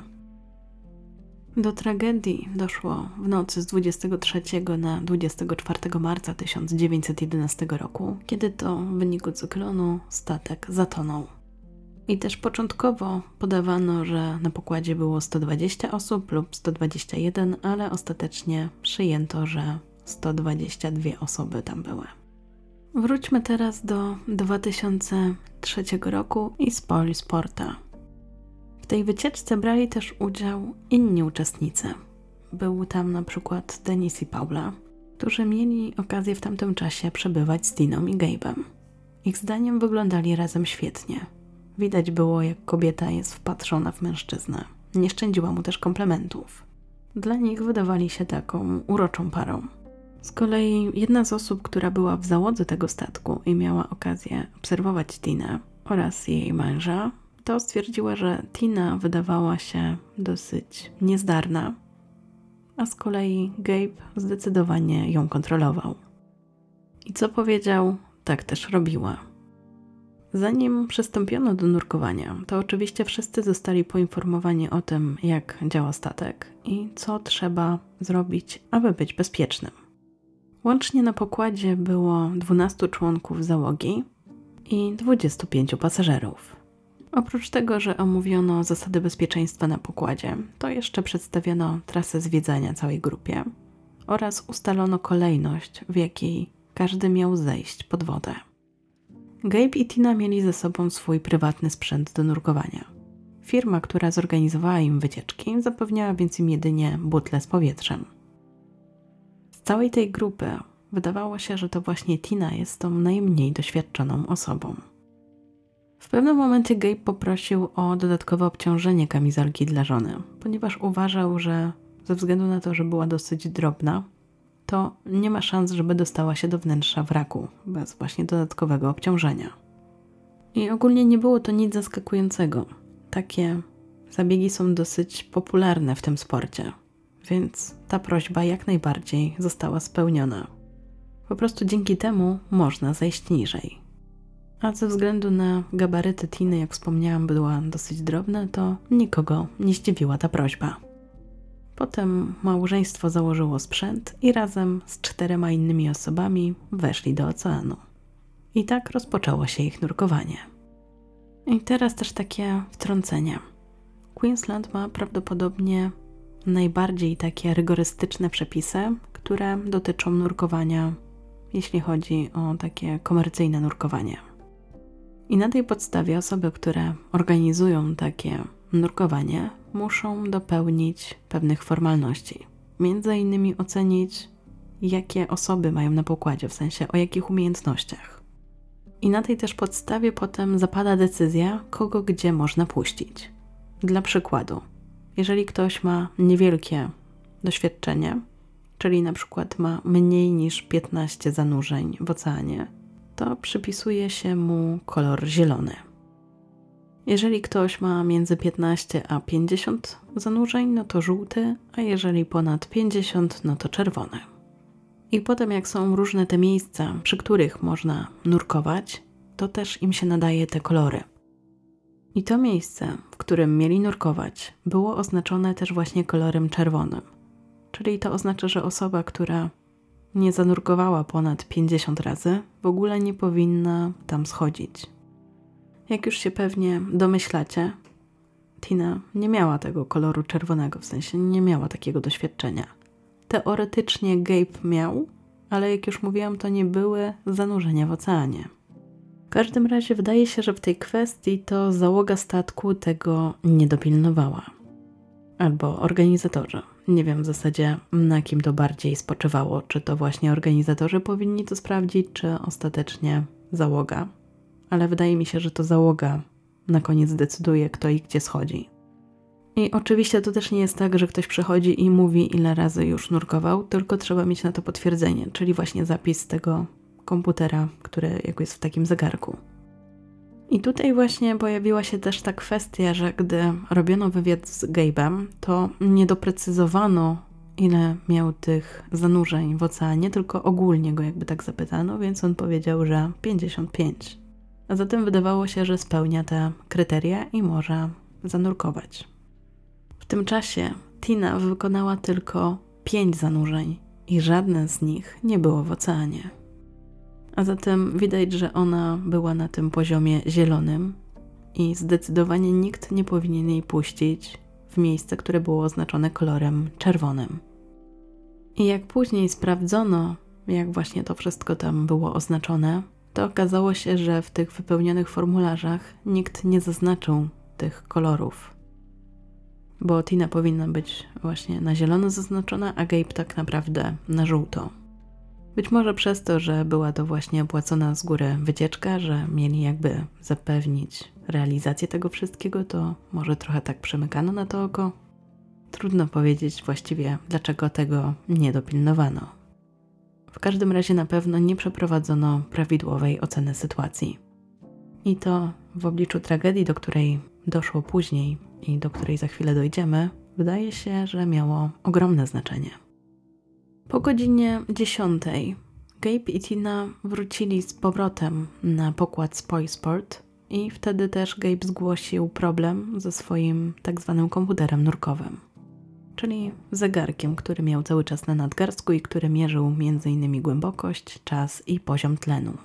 Do tragedii doszło w nocy z 23 na 24 marca 1911 roku, kiedy to w wyniku cyklonu statek zatonął. I też początkowo podawano, że na pokładzie było 120 osób lub 121, ale ostatecznie przyjęto, że 122 osoby tam były. Wróćmy teraz do 2003 roku i Spoiled Sporta. W tej wycieczce brali też udział inni uczestnicy. Był tam na przykład Denis i Paula, którzy mieli okazję w tamtym czasie przebywać z Tiną i Gabe'em. Ich zdaniem wyglądali razem świetnie. Widać było, jak kobieta jest wpatrzona w mężczyznę. Nie szczędziła mu też komplementów. Dla nich wydawali się taką uroczą parą. Z kolei jedna z osób, która była w załodze tego statku i miała okazję obserwować Tinę oraz jej męża, to stwierdziła, że Tina wydawała się dosyć niezdarna, a z kolei Gabe zdecydowanie ją kontrolował. I co powiedział, tak też robiła. Zanim przystąpiono do nurkowania, to oczywiście wszyscy zostali poinformowani o tym, jak działa statek i co trzeba zrobić, aby być bezpiecznym. Łącznie na pokładzie było 12 członków załogi i 25 pasażerów. Oprócz tego, że omówiono zasady bezpieczeństwa na pokładzie, to jeszcze przedstawiono trasę zwiedzania całej grupie oraz ustalono kolejność, w jakiej każdy miał zejść pod wodę. Gabe i Tina mieli ze sobą swój prywatny sprzęt do nurkowania. Firma, która zorganizowała im wycieczki, zapewniała więc im jedynie butle z powietrzem. Z całej tej grupy wydawało się, że to właśnie Tina jest tą najmniej doświadczoną osobą. W pewnym momencie Gabe poprosił o dodatkowe obciążenie kamizelki dla żony, ponieważ uważał, że ze względu na to, że była dosyć drobna, to nie ma szans, żeby dostała się do wnętrza wraku bez właśnie dodatkowego obciążenia. I ogólnie nie było to nic zaskakującego. Takie zabiegi są dosyć popularne w tym sporcie, więc ta prośba jak najbardziej została spełniona. Po prostu dzięki temu można zejść niżej. A ze względu na gabaryty Tiny, jak wspomniałam, była dosyć drobna, to nikogo nie zdziwiła ta prośba. Potem małżeństwo założyło sprzęt i razem z 4 innymi osobami weszli do oceanu. I tak rozpoczęło się ich nurkowanie. I teraz też takie wtrącenie. Queensland ma prawdopodobnie najbardziej takie rygorystyczne przepisy, które dotyczą nurkowania, jeśli chodzi o takie komercyjne nurkowanie. I na tej podstawie osoby, które organizują takie nurkowanie, muszą dopełnić pewnych formalności. Między innymi ocenić, jakie osoby mają na pokładzie, w sensie o jakich umiejętnościach. I na tej też podstawie potem zapada decyzja, kogo gdzie można puścić. Dla przykładu, jeżeli ktoś ma niewielkie doświadczenie, czyli na przykład ma mniej niż 15 zanurzeń w oceanie, to przypisuje się mu kolor zielony. Jeżeli ktoś ma między 15 a 50 zanurzeń, no to żółty, a jeżeli ponad 50, no to czerwony. I potem jak są różne te miejsca, przy których można nurkować, to też im się nadaje te kolory. I to miejsce, w którym mieli nurkować, było oznaczone też właśnie kolorem czerwonym. Czyli to oznacza, że osoba, która nie zanurkowała ponad 50 razy, w ogóle nie powinna tam schodzić. Jak już się pewnie domyślacie, Tina nie miała tego koloru czerwonego, w sensie nie miała takiego doświadczenia. Teoretycznie Gabe miał, ale jak już mówiłam, to nie były zanurzenia w oceanie. W każdym razie wydaje się, że w tej kwestii to załoga statku tego nie dopilnowała. Albo organizatorzy. Nie wiem w zasadzie, na kim to bardziej spoczywało. Czy to właśnie organizatorzy powinni to sprawdzić, czy ostatecznie załoga. Ale wydaje mi się, że to załoga na koniec decyduje, kto i gdzie schodzi. I oczywiście to też nie jest tak, że ktoś przychodzi i mówi, ile razy już nurkował, tylko trzeba mieć na to potwierdzenie, czyli właśnie zapis z tego komputera, który jest w takim zegarku. I tutaj właśnie pojawiła się też ta kwestia, że gdy robiono wywiad z Gabe'em, to nie doprecyzowano, ile miał tych zanurzeń w oceanie, tylko ogólnie go jakby tak zapytano, więc on powiedział, że 55. A zatem wydawało się, że spełnia te kryteria i może zanurkować. W tym czasie Tina wykonała tylko 5 zanurzeń i żadne z nich nie było w oceanie. A zatem widać, że ona była na tym poziomie zielonym i zdecydowanie nikt nie powinien jej puścić w miejsce, które było oznaczone kolorem czerwonym. I jak później sprawdzono, jak właśnie to wszystko tam było oznaczone, to okazało się, że w tych wypełnionych formularzach nikt nie zaznaczył tych kolorów. Bo Tina powinna być właśnie na zielono zaznaczona, a Gabe tak naprawdę na żółto. Być może przez to, że była to właśnie opłacona z góry wycieczka, że mieli jakby zapewnić realizację tego wszystkiego, to może trochę tak przymykano na to oko. Trudno powiedzieć właściwie, dlaczego tego nie dopilnowano. W każdym razie na pewno nie przeprowadzono prawidłowej oceny sytuacji. I to w obliczu tragedii, do której doszło później i do której za chwilę dojdziemy, wydaje się, że miało ogromne znaczenie. Po godzinie 10 Gabe i Tina wrócili z powrotem na pokład Spoilsport i wtedy też Gabe zgłosił problem ze swoim tak zwanym komputerem nurkowym, czyli zegarkiem, który miał cały czas na nadgarstku i który mierzył m.in. głębokość, czas i poziom tlenu.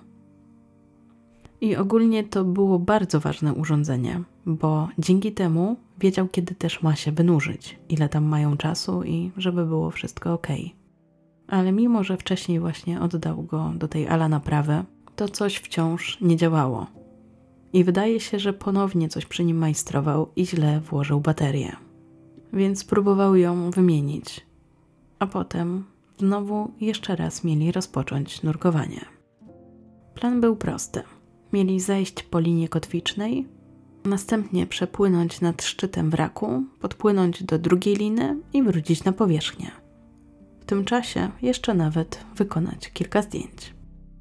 I ogólnie to było bardzo ważne urządzenie, bo dzięki temu wiedział, kiedy też ma się wynurzyć, ile tam mają czasu i żeby było wszystko ok. Ale mimo, że wcześniej właśnie oddał go do tej ala naprawy, to coś wciąż nie działało. I wydaje się, że ponownie coś przy nim majstrował i źle włożył baterię. Więc próbował ją wymienić. A potem znowu jeszcze raz mieli rozpocząć nurkowanie. Plan był prosty. Mieli zejść po linii kotwicznej, następnie przepłynąć nad szczytem wraku, podpłynąć do drugiej liny i wrócić na powierzchnię. W tym czasie jeszcze nawet wykonać kilka zdjęć.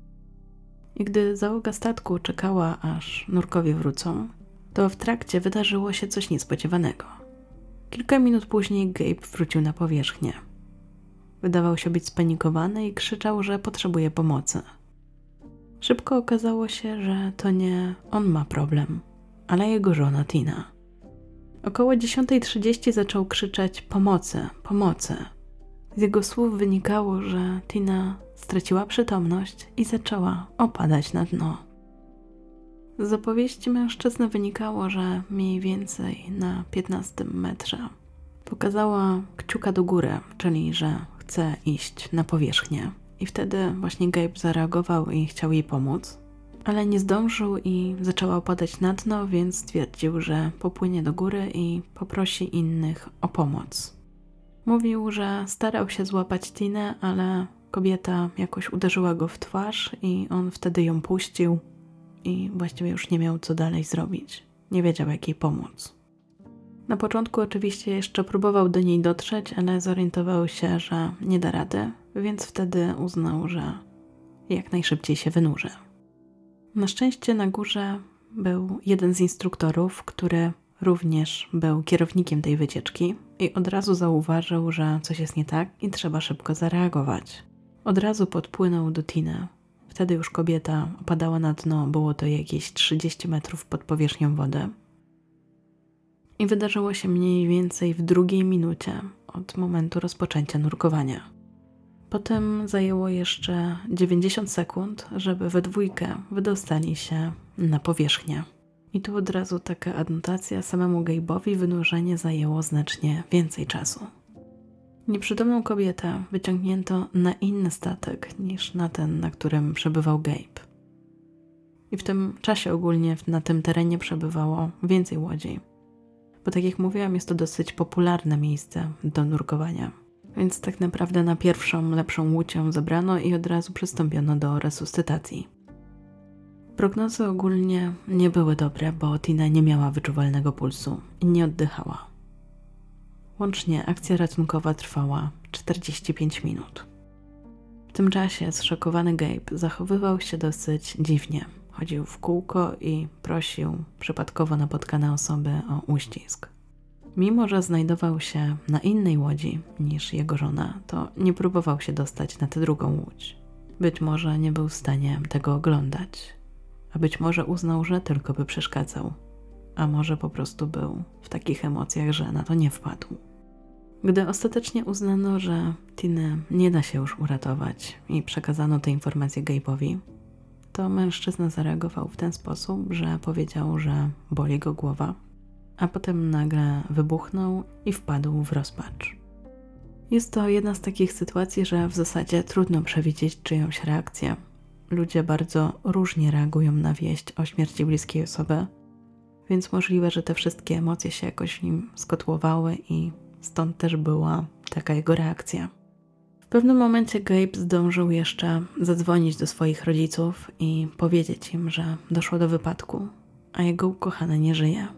I gdy załoga statku czekała, aż nurkowie wrócą, to w trakcie wydarzyło się coś niespodziewanego. Kilka minut później Gabe wrócił na powierzchnię. Wydawał się być spanikowany i krzyczał, że potrzebuje pomocy. Szybko okazało się, że to nie on ma problem, ale jego żona Tina. Około 10:30 zaczął krzyczeć pomocy, pomocy. Z jego słów wynikało, że Tina straciła przytomność i zaczęła opadać na dno. Z opowieści mężczyzny wynikało, że mniej więcej na 15 metrze pokazała kciuka do góry, czyli że chce iść na powierzchnię. I wtedy właśnie Gabe zareagował i chciał jej pomóc, ale nie zdążył i zaczęła opadać na dno, więc stwierdził, że popłynie do góry i poprosi innych o pomoc. Mówił, że starał się złapać Tinę, ale kobieta jakoś uderzyła go w twarz i on wtedy ją puścił i właściwie już nie miał co dalej zrobić. Nie wiedział, jak jej pomóc. Na początku oczywiście jeszcze próbował do niej dotrzeć, ale zorientował się, że nie da rady, więc wtedy uznał, że jak najszybciej się wynurzy. Na szczęście na górze był jeden z instruktorów, który również był kierownikiem tej wycieczki i od razu zauważył, że coś jest nie tak i trzeba szybko zareagować. Od razu podpłynął do Tiny. Wtedy już kobieta opadała na dno, było to jakieś 30 metrów pod powierzchnią wody. I wydarzyło się mniej więcej w 2 minucie od momentu rozpoczęcia nurkowania. Potem zajęło jeszcze 90 sekund, żeby we dwójkę wydostali się na powierzchnię. I tu od razu taka adnotacja, samemu Gabe'owi wynurzenie zajęło znacznie więcej czasu. Nieprzytomną kobietę wyciągnięto na inny statek niż na ten, na którym przebywał Gabe. I w tym czasie ogólnie na tym terenie przebywało więcej łodzi. Bo tak jak mówiłam, jest to dosyć popularne miejsce do nurkowania. Więc tak naprawdę na pierwszą, lepszą łódź ją zabrano i od razu przystąpiono do resuscytacji. Prognozy ogólnie nie były dobre, bo Tina nie miała wyczuwalnego pulsu i nie oddychała. Łącznie akcja ratunkowa trwała 45 minut. W tym czasie zszokowany Gabe zachowywał się dosyć dziwnie. Chodził w kółko i prosił przypadkowo napotkane osoby o uścisk. Mimo że znajdował się na innej łodzi niż jego żona, to nie próbował się dostać na tę drugą łódź. Być może nie był w stanie tego oglądać, a być może uznał, że tylko by przeszkadzał, a może po prostu był w takich emocjach, że na to nie wpadł. Gdy ostatecznie uznano, że Tiny nie da się już uratować i przekazano tę informację Gabe'owi, to mężczyzna zareagował w ten sposób, że powiedział, że boli go głowa, a potem nagle wybuchnął i wpadł w rozpacz. Jest to jedna z takich sytuacji, że w zasadzie trudno przewidzieć czyjąś reakcję. Ludzie bardzo różnie reagują na wieść o śmierci bliskiej osoby, więc możliwe, że te wszystkie emocje się jakoś w nim skotłowały i stąd też była taka jego reakcja. W pewnym momencie Gabe zdążył jeszcze zadzwonić do swoich rodziców i powiedzieć im, że doszło do wypadku, a jego ukochana nie żyje.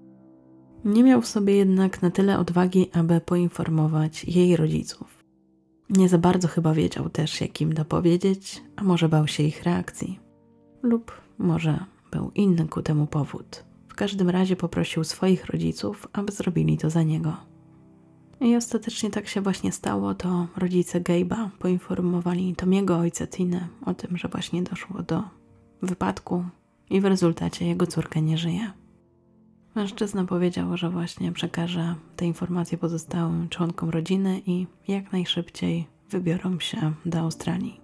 Nie miał w sobie jednak na tyle odwagi, aby poinformować jej rodziców. Nie za bardzo chyba wiedział też, jak im dopowiedzieć, a może bał się ich reakcji. Lub może był inny ku temu powód. W W każdym razie poprosił swoich rodziców, aby zrobili to za niego. I ostatecznie tak się właśnie stało, to rodzice Gabe'a poinformowali Tomiego, ojca Tiny, o tym, że właśnie doszło do wypadku i w rezultacie jego córka nie żyje. Mężczyzna powiedział, że właśnie przekaże te informacje pozostałym członkom rodziny i jak najszybciej wybiorą się do Australii.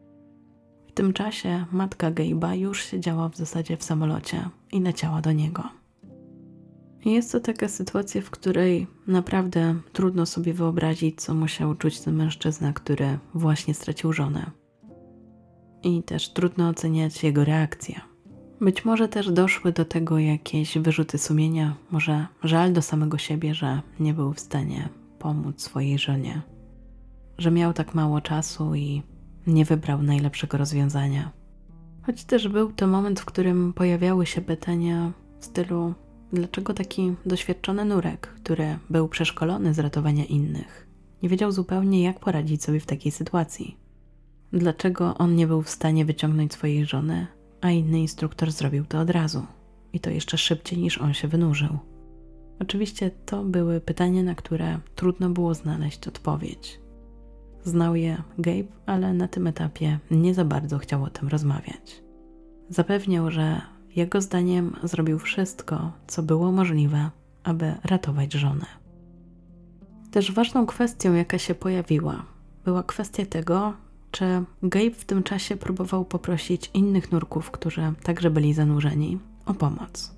W tym czasie matka Gabe'a już siedziała w zasadzie w samolocie i leciała do niego. Jest to taka sytuacja, w której naprawdę trudno sobie wyobrazić, co musiał czuć ten mężczyzna, który właśnie stracił żonę. I też trudno oceniać jego reakcję. Być może też doszły do tego jakieś wyrzuty sumienia, może żal do samego siebie, że nie był w stanie pomóc swojej żonie, że miał tak mało czasu i nie wybrał najlepszego rozwiązania. Choć też był to moment, w którym pojawiały się pytania w stylu: dlaczego taki doświadczony nurek, który był przeszkolony z ratowania innych, nie wiedział zupełnie, jak poradzić sobie w takiej sytuacji? Dlaczego on nie był w stanie wyciągnąć swojej żony, a inny instruktor zrobił to od razu i to jeszcze szybciej niż on się wynurzył? Oczywiście to były pytania, na które trudno było znaleźć odpowiedź. Znał je Gabe, ale na tym etapie nie za bardzo chciał o tym rozmawiać. Zapewniał, że jego zdaniem zrobił wszystko, co było możliwe, aby ratować żonę. Też ważną kwestią, jaka się pojawiła, była kwestia tego, czy Gabe w tym czasie próbował poprosić innych nurków, którzy także byli zanurzeni, o pomoc.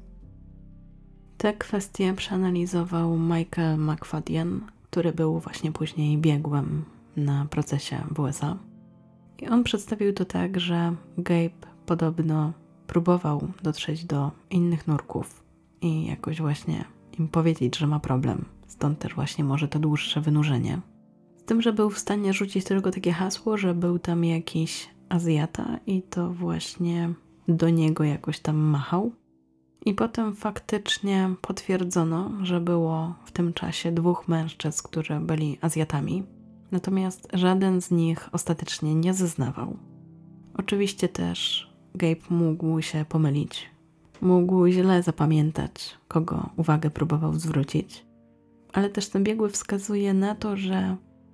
Tę kwestię przeanalizował Michael McFadden, który był właśnie później biegłym na procesie w USA. I on przedstawił to tak, że Gabe podobno próbował dotrzeć do innych nurków i jakoś właśnie im powiedzieć, że ma problem. Stąd też właśnie może to dłuższe wynurzenie. Z tym, że był w stanie rzucić tylko takie hasło, że był tam jakiś Azjata i to właśnie do niego jakoś tam machał. I potem faktycznie potwierdzono, że było w tym czasie 2 mężczyzn, którzy byli Azjatami. Natomiast żaden z nich ostatecznie nie zeznawał. Oczywiście też Gabe mógł się pomylić. Mógł źle zapamiętać, kogo uwagę próbował zwrócić. Ale też ten biegły wskazuje na to, że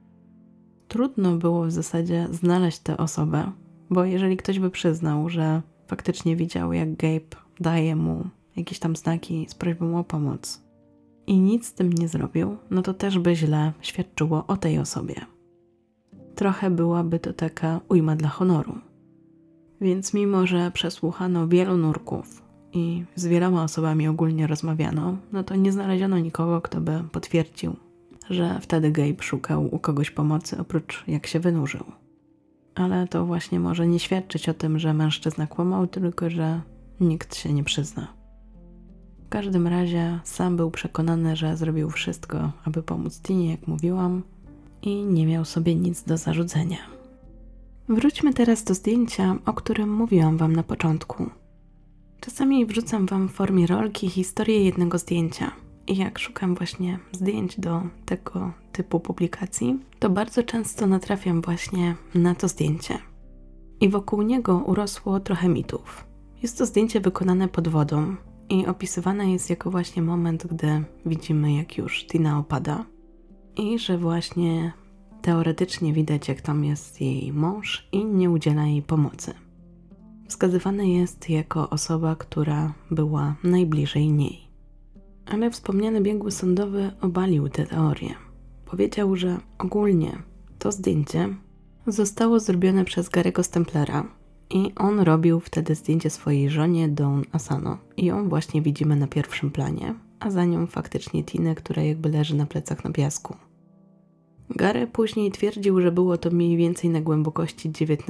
trudno było w zasadzie znaleźć tę osobę, bo jeżeli ktoś by przyznał, że faktycznie widział, jak Gabe daje mu jakieś tam znaki z prośbą o pomoc i nic z tym nie zrobił, no to też by źle świadczyło o tej osobie. Trochę byłaby to taka ujma dla honoru. Więc mimo, że przesłuchano wielu nurków i z wieloma osobami ogólnie rozmawiano, no to nie znaleziono nikogo, kto by potwierdził, że wtedy Gabe szukał u kogoś pomocy, oprócz jak się wynurzył. Ale to właśnie może nie świadczyć o tym, że mężczyzna kłamał, tylko że nikt się nie przyzna. W każdym razie sam był przekonany, że zrobił wszystko, aby pomóc Tinie, jak mówiłam, i nie miał sobie nic do zarzucenia. Wróćmy teraz do zdjęcia, o którym mówiłam Wam na początku. Czasami wrzucam Wam w formie rolki historię jednego zdjęcia i jak szukam właśnie zdjęć do tego typu publikacji, to bardzo często natrafiam właśnie na to zdjęcie. I wokół niego urosło trochę mitów. Jest to zdjęcie wykonane pod wodą i opisywane jest jako właśnie moment, gdy widzimy, jak już Tina opada i że właśnie teoretycznie widać, jak tam jest jej mąż i nie udziela jej pomocy. Wskazywany jest jako osoba, która była najbliżej niej. Ale wspomniany biegły sądowy obalił tę teorię. Powiedział, że ogólnie to zdjęcie zostało zrobione przez Gary'ego Stemplera i on robił wtedy zdjęcie swojej żonie Dawn Asano i ją właśnie widzimy na pierwszym planie, a za nią faktycznie Tinę, która jakby leży na plecach na piasku. Gary później twierdził, że było to mniej więcej na głębokości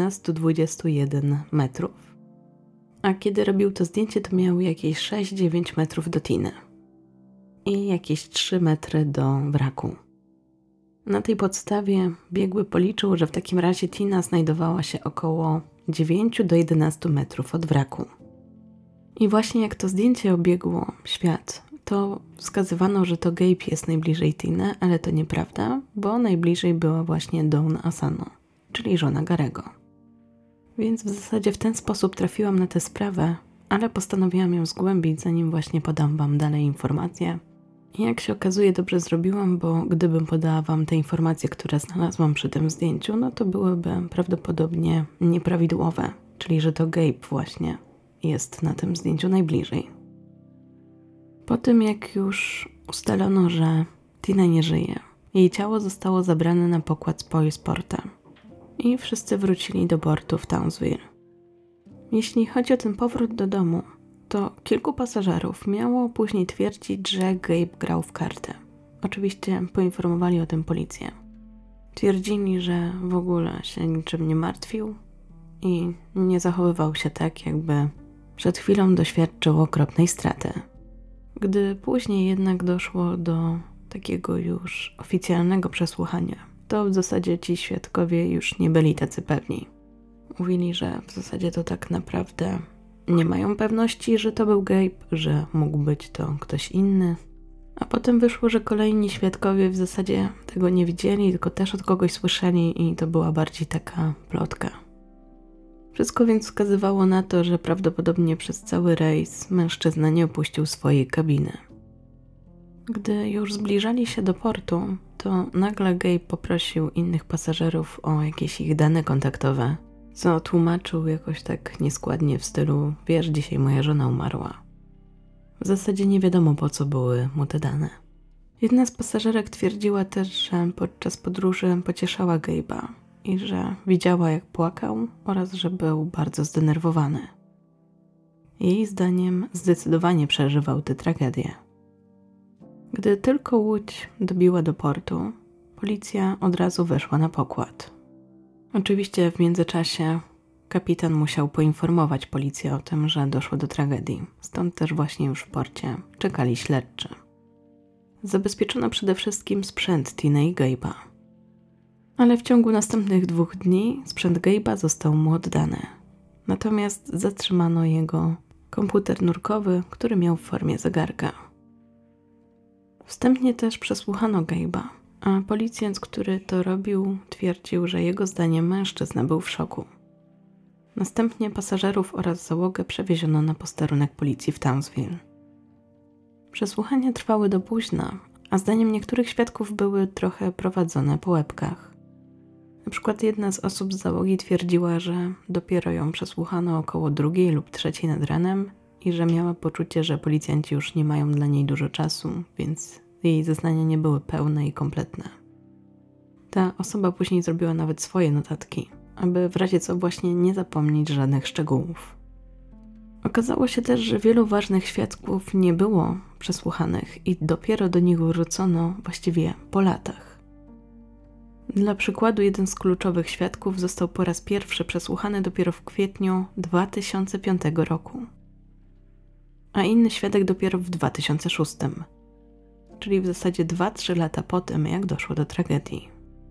19-21 metrów. A kiedy robił to zdjęcie, to miał jakieś 6-9 metrów do Tiny i jakieś 3 metry do wraku. Na tej podstawie biegły policzył, że w takim razie Tina znajdowała się około 9-11 metrów od wraku. I właśnie jak to zdjęcie obiegło świat, to wskazywano, że to Gabe jest najbliżej Tiny, ale to nieprawda, bo najbliżej była właśnie Dawn Asano, czyli żona Gary'ego. Więc w zasadzie w ten sposób trafiłam na tę sprawę ale postanowiłam ją zgłębić, zanim właśnie podam wam dalej informacje. I jak się okazuje, dobrze zrobiłam, bo gdybym podała wam te informacje, które znalazłam przy tym zdjęciu, no to byłyby prawdopodobnie nieprawidłowe, czyli że to Gabe właśnie jest na tym zdjęciu najbliżej. Po tym, jak już ustalono, że Tina nie żyje, jej ciało zostało zabrane na pokład z polisportem i wszyscy wrócili do portu w Townsville. Jeśli chodzi o ten powrót do domu, to kilku pasażerów miało później twierdzić, że Gabe grał w karty. Oczywiście poinformowali o tym policję. Twierdzili, że w ogóle się niczym nie martwił i nie zachowywał się tak, jakby przed chwilą doświadczył okropnej straty. Gdy później jednak doszło do takiego już oficjalnego przesłuchania, to w zasadzie ci świadkowie już nie byli tacy pewni. Mówili, że w zasadzie to tak naprawdę nie mają pewności, że to był Gabe, że mógł być to ktoś inny. A potem wyszło, że kolejni świadkowie w zasadzie tego nie widzieli, tylko też od kogoś słyszeli i to była bardziej taka plotka. Wszystko więc wskazywało na to, że prawdopodobnie przez cały rejs mężczyzna nie opuścił swojej kabiny. Gdy już zbliżali się do portu, to nagle Gabe poprosił innych pasażerów o jakieś ich dane kontaktowe, co tłumaczył jakoś tak nieskładnie w stylu: wiesz, dzisiaj moja żona umarła. W zasadzie nie wiadomo, po co były mu te dane. Jedna z pasażerek twierdziła też, że podczas podróży pocieszała Gabe'a i że widziała, jak płakał oraz że był bardzo zdenerwowany. Jej zdaniem zdecydowanie przeżywał tę tragedię. Gdy tylko łódź dobiła do portu, policja od razu weszła na pokład. Oczywiście w międzyczasie kapitan musiał poinformować policję o tym, że doszło do tragedii. Stąd też właśnie już w porcie czekali śledczy. Zabezpieczono przede wszystkim sprzęt Tiny i Gabe'a. Ale w ciągu następnych 2 dni sprzęt Gabe'a został mu oddany. Natomiast zatrzymano jego komputer nurkowy, który miał w formie zegarka. Wstępnie też przesłuchano Gabe'a, a policjant, który to robił, twierdził, że jego zdaniem mężczyzna był w szoku. Następnie pasażerów oraz załogę przewieziono na posterunek policji w Townsville. Przesłuchania trwały do późna, a zdaniem niektórych świadków były trochę prowadzone po łebkach. Na przykład jedna z osób z załogi twierdziła, że dopiero ją przesłuchano około 2 lub 3 nad ranem i że miała poczucie, że policjanci już nie mają dla niej dużo czasu, więc jej zeznania nie były pełne i kompletne. Ta osoba później zrobiła nawet swoje notatki, aby w razie co właśnie nie zapomnieć żadnych szczegółów. Okazało się też, że wielu ważnych świadków nie było przesłuchanych i dopiero do nich wrócono właściwie po latach. Dla przykładu jeden z kluczowych świadków został po raz pierwszy przesłuchany dopiero w kwietniu 2005 roku, a inny świadek dopiero w 2006, czyli w zasadzie 2-3 lata po tym, jak doszło do tragedii.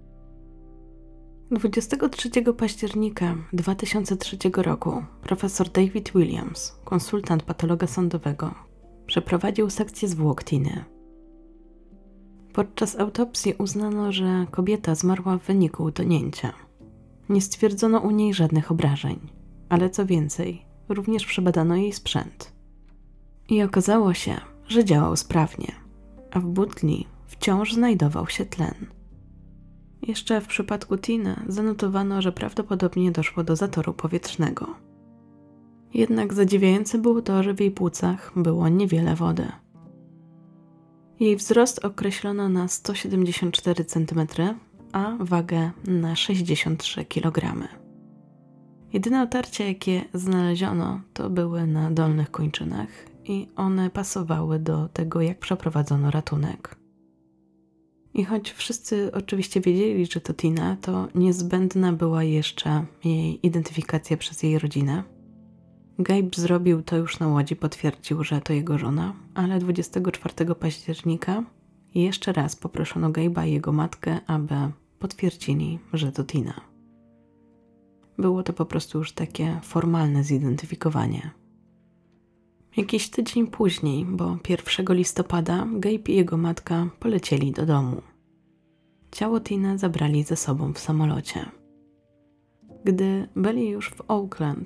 23 października 2003 roku profesor David Williams, konsultant patologa sądowego, przeprowadził sekcję zwłok Tiny. Podczas autopsji uznano, że kobieta zmarła w wyniku utonięcia. Nie stwierdzono u niej żadnych obrażeń, ale co więcej, również przebadano jej sprzęt. I okazało się, że działał sprawnie, a w butli wciąż znajdował się tlen. Jeszcze w przypadku Tiny zanotowano, że prawdopodobnie doszło do zatoru powietrznego. Jednak zadziwiające było to, że w jej płucach było niewiele wody. Jej wzrost określono na 174 cm, a wagę na 63 kg. Jedyne otarcia, jakie znaleziono, to były na dolnych kończynach i one pasowały do tego, jak przeprowadzono ratunek. I choć wszyscy oczywiście wiedzieli, że to Tina, to niezbędna była jeszcze jej identyfikacja przez jej rodzinę. Gabe zrobił to już na łodzi, potwierdził, że to jego żona, ale 24 października jeszcze raz poproszono Gabe'a i jego matkę, aby potwierdzili, że to Tina. Było to po prostu już takie formalne zidentyfikowanie. Jakiś tydzień później, bo 1 listopada, Gabe i jego matka polecieli do domu. Ciało Tiny zabrali ze sobą w samolocie. Gdy byli już w Oakland,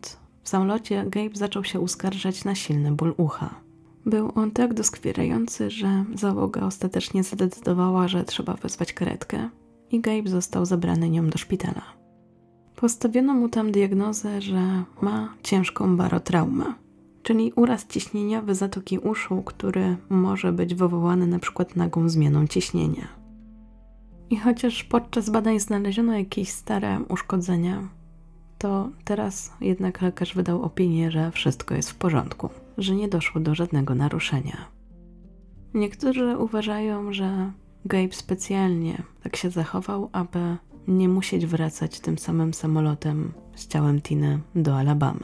W samolocie Gabe zaczął się uskarżać na silny ból ucha. Był on tak doskwierający, że załoga ostatecznie zadecydowała, że trzeba wezwać karetkę i Gabe został zabrany nią do szpitala. Postawiono mu tam diagnozę, że ma ciężką barotraumę, czyli uraz ciśnieniowy zatoki uszu, który może być wywołany np. nagłą zmianą ciśnienia. I chociaż podczas badań znaleziono jakieś stare uszkodzenia, to teraz jednak lekarz wydał opinię, że wszystko jest w porządku, że nie doszło do żadnego naruszenia. Niektórzy uważają, że Gabe specjalnie tak się zachował, aby nie musieć wracać tym samym samolotem z ciałem Tiny do Alabamy,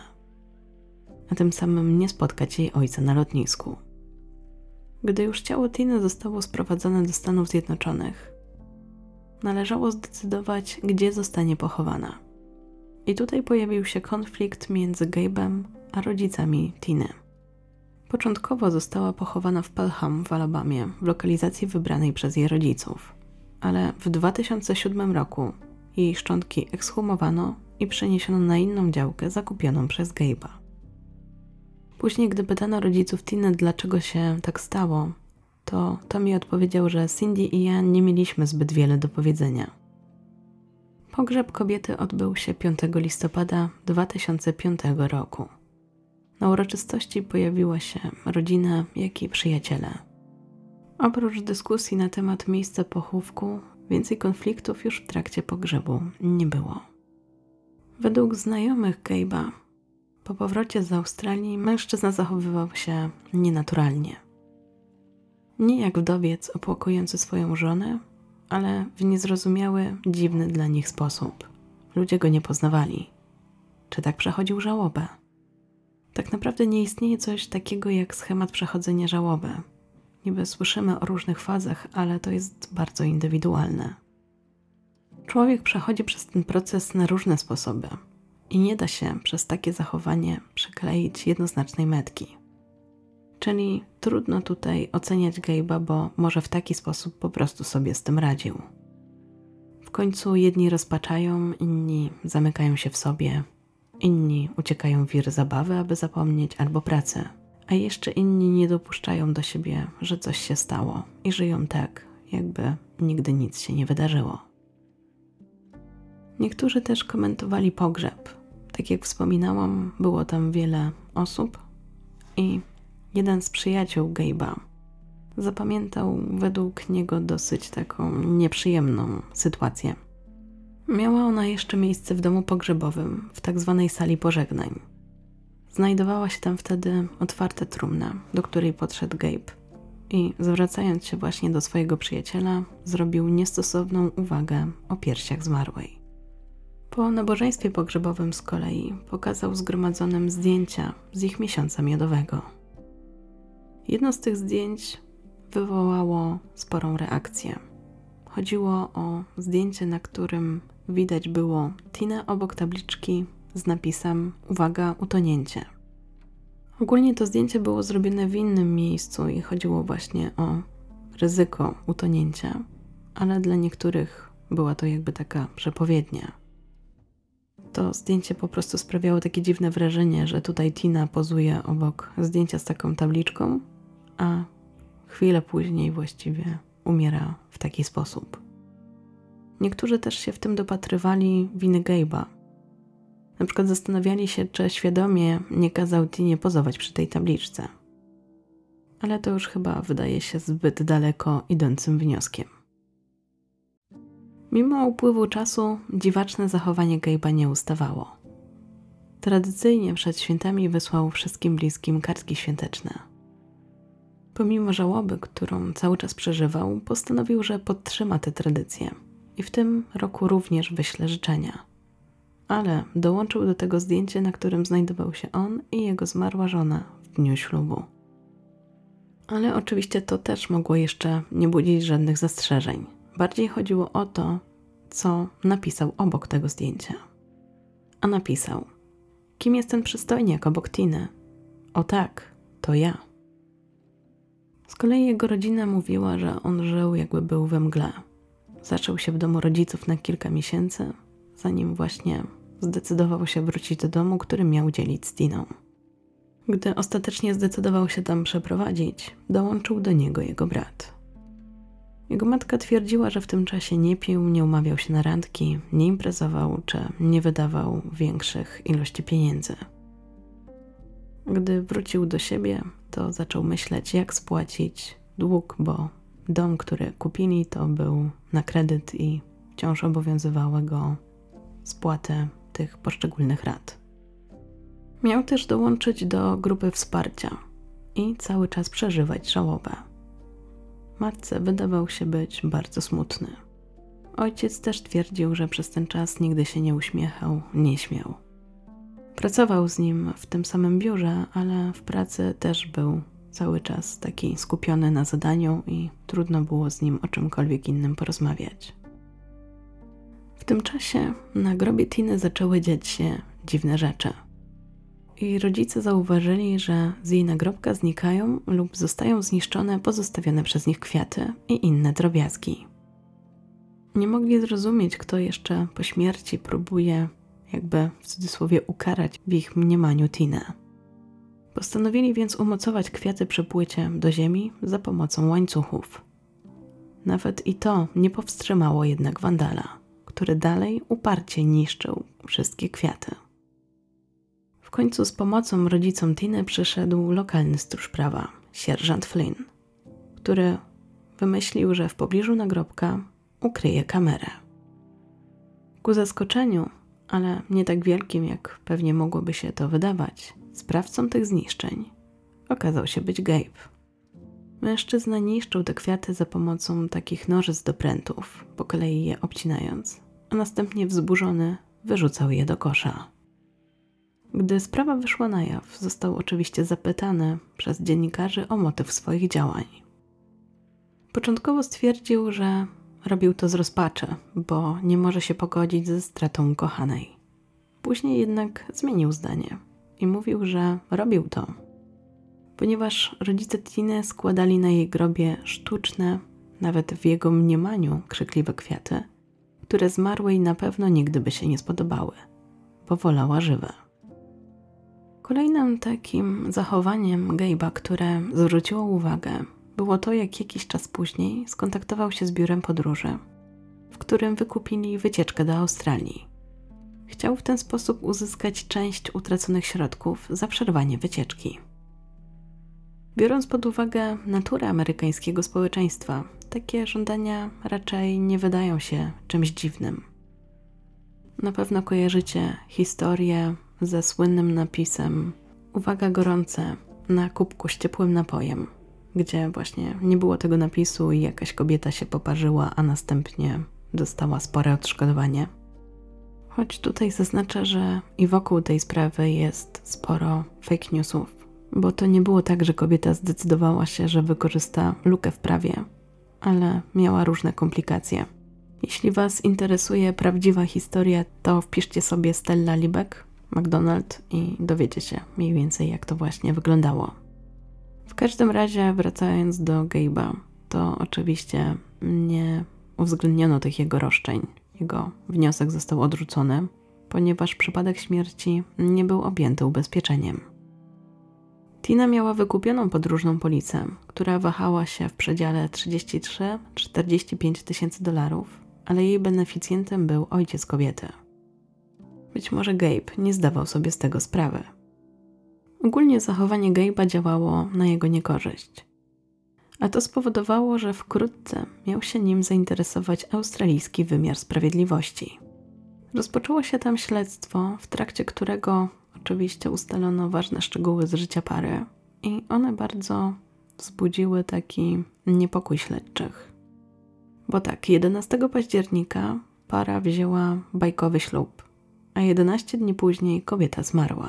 a tym samym nie spotkać jej ojca na lotnisku. Gdy już ciało Tiny zostało sprowadzone do Stanów Zjednoczonych, należało zdecydować, gdzie zostanie pochowana. I tutaj pojawił się konflikt między Gabe'em a rodzicami Tiny. Początkowo została pochowana w Pelham w Alabamie, w lokalizacji wybranej przez jej rodziców, ale w 2007 roku jej szczątki ekshumowano i przeniesiono na inną działkę zakupioną przez Gabe'a. Później, gdy pytano rodziców Tiny, dlaczego się tak stało, to Tommy odpowiedział, że Cindy i ja nie mieliśmy zbyt wiele do powiedzenia. Pogrzeb kobiety odbył się 5 listopada 2005 roku. Na uroczystości pojawiła się rodzina, jak i przyjaciele. Oprócz dyskusji na temat miejsca pochówku, więcej konfliktów już w trakcie pogrzebu nie było. Według znajomych Gabe'a, po powrocie z Australii mężczyzna zachowywał się nienaturalnie. Nie jak wdowiec opłakujący swoją żonę, ale w niezrozumiały, dziwny dla nich sposób. Ludzie go nie poznawali. Czy tak przechodził żałobę? Tak naprawdę nie istnieje coś takiego jak schemat przechodzenia żałoby. Niby słyszymy o różnych fazach, ale to jest bardzo indywidualne. Człowiek przechodzi przez ten proces na różne sposoby i nie da się przez takie zachowanie przykleić jednoznacznej metki. Czyli trudno tutaj oceniać Gabe'a, bo może w taki sposób po prostu sobie z tym radził. W końcu jedni rozpaczają, inni zamykają się w sobie, inni uciekają w wir zabawy, aby zapomnieć, albo pracy, a jeszcze inni nie dopuszczają do siebie, że coś się stało i żyją tak, jakby nigdy nic się nie wydarzyło. Niektórzy też komentowali pogrzeb. Tak jak wspominałam, było tam wiele osób i jeden z przyjaciół Gabe'a zapamiętał według niego dosyć taką nieprzyjemną sytuację. Miała ona jeszcze miejsce w domu pogrzebowym, w tak zwanej sali pożegnań. Znajdowała się tam wtedy otwarta trumna, do której podszedł Gabe i zwracając się właśnie do swojego przyjaciela, zrobił niestosowną uwagę o piersiach zmarłej. Po nabożeństwie pogrzebowym z kolei pokazał zgromadzonym zdjęcia z ich miesiąca miodowego. Jedno z tych zdjęć wywołało sporą reakcję. Chodziło o zdjęcie, na którym widać było Tinę obok tabliczki z napisem „Uwaga, utonięcie”. Ogólnie to zdjęcie było zrobione w innym miejscu i chodziło właśnie o ryzyko utonięcia, ale dla niektórych była to jakby taka przepowiednia. To zdjęcie po prostu sprawiało takie dziwne wrażenie, że tutaj Tina pozuje obok zdjęcia z taką tabliczką, a chwilę później właściwie umiera w taki sposób. Niektórzy też się w tym dopatrywali winy Gabe'a. Na przykład zastanawiali się, czy świadomie nie kazał Tinie pozować przy tej tabliczce. Ale to już chyba wydaje się zbyt daleko idącym wnioskiem. Mimo upływu czasu dziwaczne zachowanie Gabe'a nie ustawało. Tradycyjnie przed świętami wysłał wszystkim bliskim kartki świąteczne. Pomimo żałoby, którą cały czas przeżywał, postanowił, że podtrzyma tę tradycję i w tym roku również wyśle życzenia. Ale dołączył do tego zdjęcie, na którym znajdował się on i jego zmarła żona w dniu ślubu. Ale oczywiście to też mogło jeszcze nie budzić żadnych zastrzeżeń. Bardziej chodziło o to, co napisał obok tego zdjęcia. A napisał: „Kim jest ten przystojniak obok Tiny? O tak, to ja”. Z kolei jego rodzina mówiła, że on żył jakby był we mgle. Zaczął się w domu rodziców na kilka miesięcy, zanim właśnie zdecydował się wrócić do domu, który miał dzielić z Tiną. Gdy ostatecznie zdecydował się tam przeprowadzić, dołączył do niego jego brat. Jego matka twierdziła, że w tym czasie nie pił, nie umawiał się na randki, nie imprezował czy nie wydawał większych ilości pieniędzy. Gdy wrócił do siebie, to zaczął myśleć, jak spłacić dług, bo dom, który kupili, to był na kredyt i wciąż obowiązywała go spłatę tych poszczególnych rat. Miał też dołączyć do grupy wsparcia i cały czas przeżywać żałobę. Matce wydawał się być bardzo smutny. Ojciec też twierdził, że przez ten czas nigdy się nie uśmiechał, nie śmiał. Pracował z nim w tym samym biurze, ale w pracy też był cały czas taki skupiony na zadaniu i trudno było z nim o czymkolwiek innym porozmawiać. W tym czasie na grobie Tiny zaczęły dziać się dziwne rzeczy. I rodzice zauważyli, że z jej nagrobka znikają lub zostają zniszczone pozostawione przez nich kwiaty i inne drobiazgi. Nie mogli zrozumieć, kto jeszcze po śmierci próbuje, jakby w cudzysłowie, ukarać w ich mniemaniu Tinę. Postanowili więc umocować kwiaty przy płycie do ziemi za pomocą łańcuchów. Nawet i to nie powstrzymało jednak wandala, który dalej uparcie niszczył wszystkie kwiaty. W końcu z pomocą rodzicom Tiny przyszedł lokalny stróż prawa, sierżant Flynn, który wymyślił, że w pobliżu nagrobka ukryje kamerę. Ku zaskoczeniu, ale nie tak wielkim, jak pewnie mogłoby się to wydawać, sprawcą tych zniszczeń okazał się być Gabe. Mężczyzna niszczył te kwiaty za pomocą takich nożyc do prętów, po kolei je obcinając, a następnie wzburzony wyrzucał je do kosza. Gdy sprawa wyszła na jaw, został oczywiście zapytany przez dziennikarzy o motyw swoich działań. Początkowo stwierdził, że robił to z rozpaczy, bo nie może się pogodzić ze stratą ukochanej. Później jednak zmienił zdanie i mówił, że robił to, ponieważ rodzice Tiny składali na jej grobie sztuczne, nawet w jego mniemaniu krzykliwe kwiaty, które zmarłej na pewno nigdy by się nie spodobały, bo wolała żywe. Kolejnym takim zachowaniem Gabe'a, które zwróciło uwagę, było to, jak jakiś czas później skontaktował się z biurem podróży, w którym wykupili wycieczkę do Australii. Chciał w ten sposób uzyskać część utraconych środków za przerwanie wycieczki. Biorąc pod uwagę naturę amerykańskiego społeczeństwa, takie żądania raczej nie wydają się czymś dziwnym. Na pewno kojarzycie historię ze słynnym napisem „Uwaga gorące” na kubku z ciepłym napojem, gdzie właśnie nie było tego napisu i jakaś kobieta się poparzyła, a następnie dostała spore odszkodowanie. Choć tutaj zaznaczę, że i wokół tej sprawy jest sporo fake newsów, bo to nie było tak, że kobieta zdecydowała się, że wykorzysta lukę w prawie, ale miała różne komplikacje. Jeśli Was interesuje prawdziwa historia, to wpiszcie sobie Stella Liebeck, McDonald i dowiecie się mniej więcej, jak to właśnie wyglądało. W każdym razie, wracając do Gabe'a, to oczywiście nie uwzględniono tych jego roszczeń. Jego wniosek został odrzucony, ponieważ przypadek śmierci nie był objęty ubezpieczeniem. Tina miała wykupioną podróżną polisę, która wahała się w przedziale 33–45 tysięcy dolarów, ale jej beneficjentem był ojciec kobiety. Być może Gabe nie zdawał sobie z tego sprawy. Ogólnie zachowanie Gabe'a działało na jego niekorzyść. A to spowodowało, że wkrótce miał się nim zainteresować australijski wymiar sprawiedliwości. Rozpoczęło się tam śledztwo, w trakcie którego oczywiście ustalono ważne szczegóły z życia pary i one bardzo wzbudziły taki niepokój śledczych. Bo tak, 11 października para wzięła bajkowy ślub, a 11 dni później kobieta zmarła.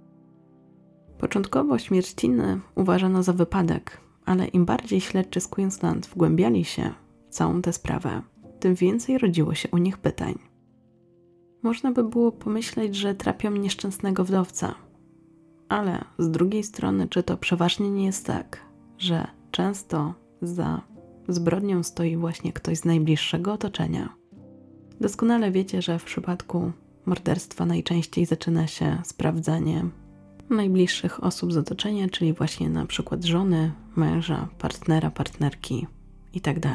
Początkowo śmierć Tiny uważano za wypadek, ale im bardziej śledczy z Queensland wgłębiali się w całą tę sprawę, tym więcej rodziło się u nich pytań. Można by było pomyśleć, że trapią nieszczęsnego wdowca, ale z drugiej strony, czy to przeważnie nie jest tak, że często za zbrodnią stoi właśnie ktoś z najbliższego otoczenia? Doskonale wiecie, że w przypadku morderstwa najczęściej zaczyna się sprawdzanie najbliższych osób z otoczenia, czyli właśnie na przykład żony, męża, partnera, partnerki itd.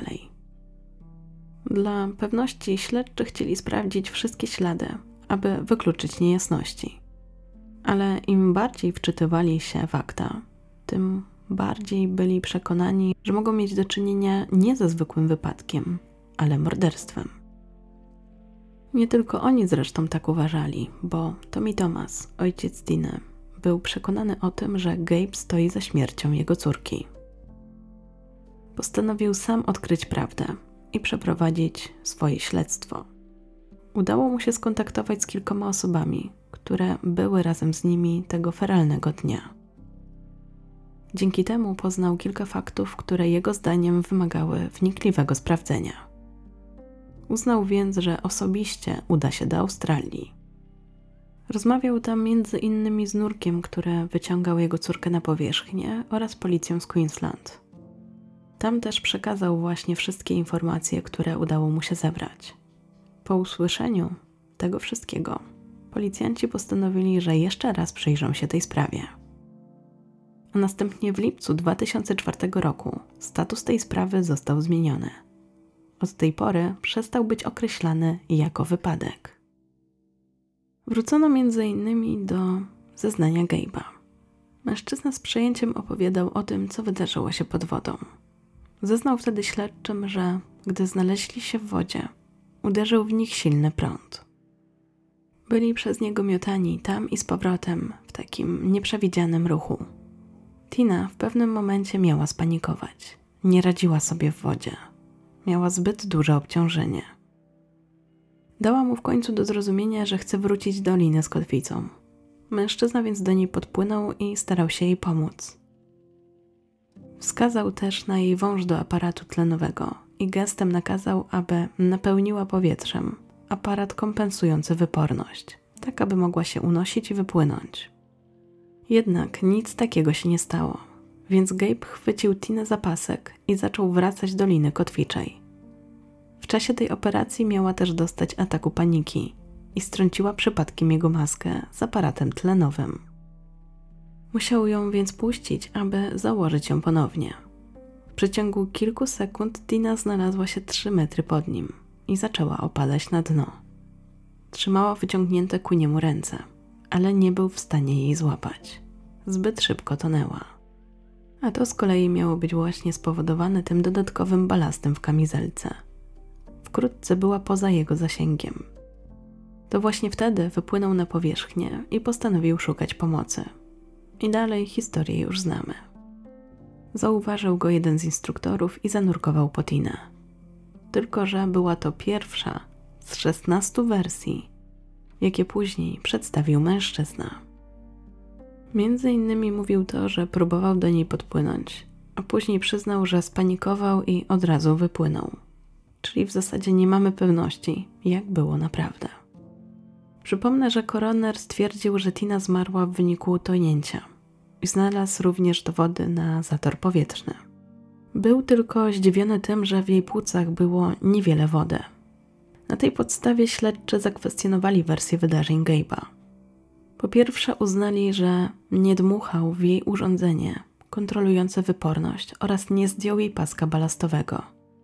Dla pewności śledczy chcieli sprawdzić wszystkie ślady, aby wykluczyć niejasności. Ale im bardziej wczytywali się w akta, tym bardziej byli przekonani, że mogą mieć do czynienia nie ze zwykłym wypadkiem, ale morderstwem. Nie tylko oni zresztą tak uważali, bo Tommy Thomas, ojciec Tiny, był przekonany o tym, że Gabe stoi za śmiercią jego córki. Postanowił sam odkryć prawdę i przeprowadzić swoje śledztwo. Udało mu się skontaktować z kilkoma osobami, które były razem z nimi tego feralnego dnia. Dzięki temu poznał kilka faktów, które jego zdaniem wymagały wnikliwego sprawdzenia. Uznał więc, że osobiście uda się do Australii. Rozmawiał tam między innymi z nurkiem, który wyciągał jego córkę na powierzchnię, oraz policją z Queensland. Tam też przekazał właśnie wszystkie informacje, które udało mu się zebrać. Po usłyszeniu tego wszystkiego, policjanci postanowili, że jeszcze raz przyjrzą się tej sprawie. A następnie w lipcu 2004 roku status tej sprawy został zmieniony. Od tej pory przestał być określany jako wypadek. Wrócono m.in. do zeznania Gabe'a. Mężczyzna z przejęciem opowiadał o tym, co wydarzyło się pod wodą. Zeznał wtedy śledczym, że gdy znaleźli się w wodzie, uderzył w nich silny prąd. Byli przez niego miotani tam i z powrotem w takim nieprzewidzianym ruchu. Tina w pewnym momencie miała spanikować. Nie radziła sobie w wodzie. Miała zbyt duże obciążenie. Dała mu w końcu do zrozumienia, że chce wrócić do liny z kotwicą. Mężczyzna więc do niej podpłynął i starał się jej pomóc. Wskazał też na jej wąż do aparatu tlenowego i gestem nakazał, aby napełniła powietrzem aparat kompensujący wyporność, tak aby mogła się unosić i wypłynąć. Jednak nic takiego się nie stało, więc Gabe chwycił Tinę za pasek i zaczął wracać do liny kotwiczej. W czasie tej operacji miała też dostać ataku paniki i strąciła przypadkiem jego maskę z aparatem tlenowym. Musiał ją więc puścić, aby założyć ją ponownie. W przeciągu kilku sekund Tina znalazła się 3 metry pod nim i zaczęła opadać na dno. Trzymała wyciągnięte ku niemu ręce, ale nie był w stanie jej złapać. Zbyt szybko tonęła. A to z kolei miało być właśnie spowodowane tym dodatkowym balastem w kamizelce. Wkrótce była poza jego zasięgiem. To właśnie wtedy wypłynął na powierzchnię i postanowił szukać pomocy. I dalej historię już znamy. Zauważył go jeden z instruktorów i zanurkował po Tinę. Tylko że była to pierwsza z 16 wersji, jakie później przedstawił mężczyzna. Między innymi mówił to, że próbował do niej podpłynąć, a później przyznał, że spanikował i od razu wypłynął. Czyli w zasadzie nie mamy pewności, jak było naprawdę. Przypomnę, że koroner stwierdził, że Tina zmarła w wyniku utonięcia i znalazł również dowody na zator powietrzny. Był tylko zdziwiony tym, że w jej płucach było niewiele wody. Na tej podstawie śledczy zakwestionowali wersję wydarzeń Gabe'a. Po pierwsze uznali, że nie dmuchał w jej urządzenie kontrolujące wyporność oraz nie zdjął jej paska balastowego.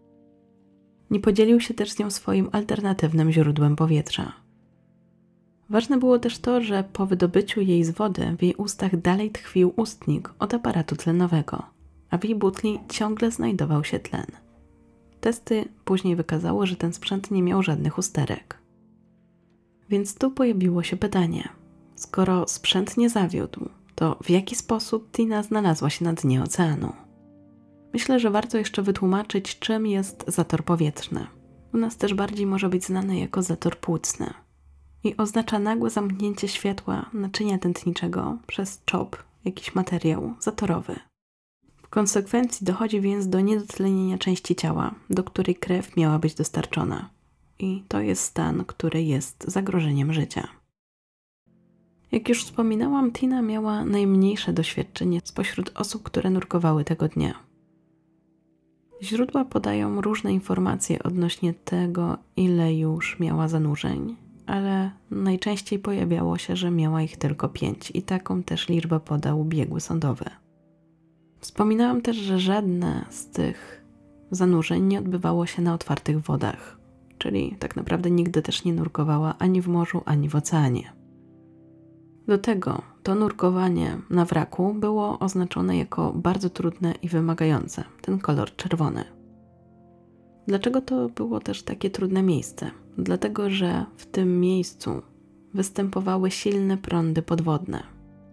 Nie podzielił się też z nią swoim alternatywnym źródłem powietrza. Ważne było też to, że po wydobyciu jej z wody w jej ustach dalej tkwił ustnik od aparatu tlenowego, a w jej butli ciągle znajdował się tlen. Testy później wykazały, że ten sprzęt nie miał żadnych usterek. Więc tu pojawiło się pytanie, skoro sprzęt nie zawiódł, to w jaki sposób Tina znalazła się na dnie oceanu? Myślę, że warto jeszcze wytłumaczyć, czym jest zator powietrzny. U nas też bardziej może być znany jako zator płucny i oznacza nagłe zamknięcie światła naczynia tętniczego przez czop, jakiś materiał zatorowy. W konsekwencji dochodzi więc do niedotlenienia części ciała, do której krew miała być dostarczona. I to jest stan, który jest zagrożeniem życia. Jak już wspominałam, Tina miała najmniejsze doświadczenie spośród osób, które nurkowały tego dnia. Źródła podają różne informacje odnośnie tego, ile już miała zanurzeń, ale najczęściej pojawiało się, że miała ich tylko 5 i taką też liczbę podał biegły sądowy. Wspominałam też, że żadne z tych zanurzeń nie odbywało się na otwartych wodach, czyli tak naprawdę nigdy też nie nurkowała ani w morzu, ani w oceanie. Do tego to nurkowanie na wraku było oznaczone jako bardzo trudne i wymagające, ten kolor czerwony. Dlaczego to było też takie trudne miejsce? Dlatego, że w tym miejscu występowały silne prądy podwodne.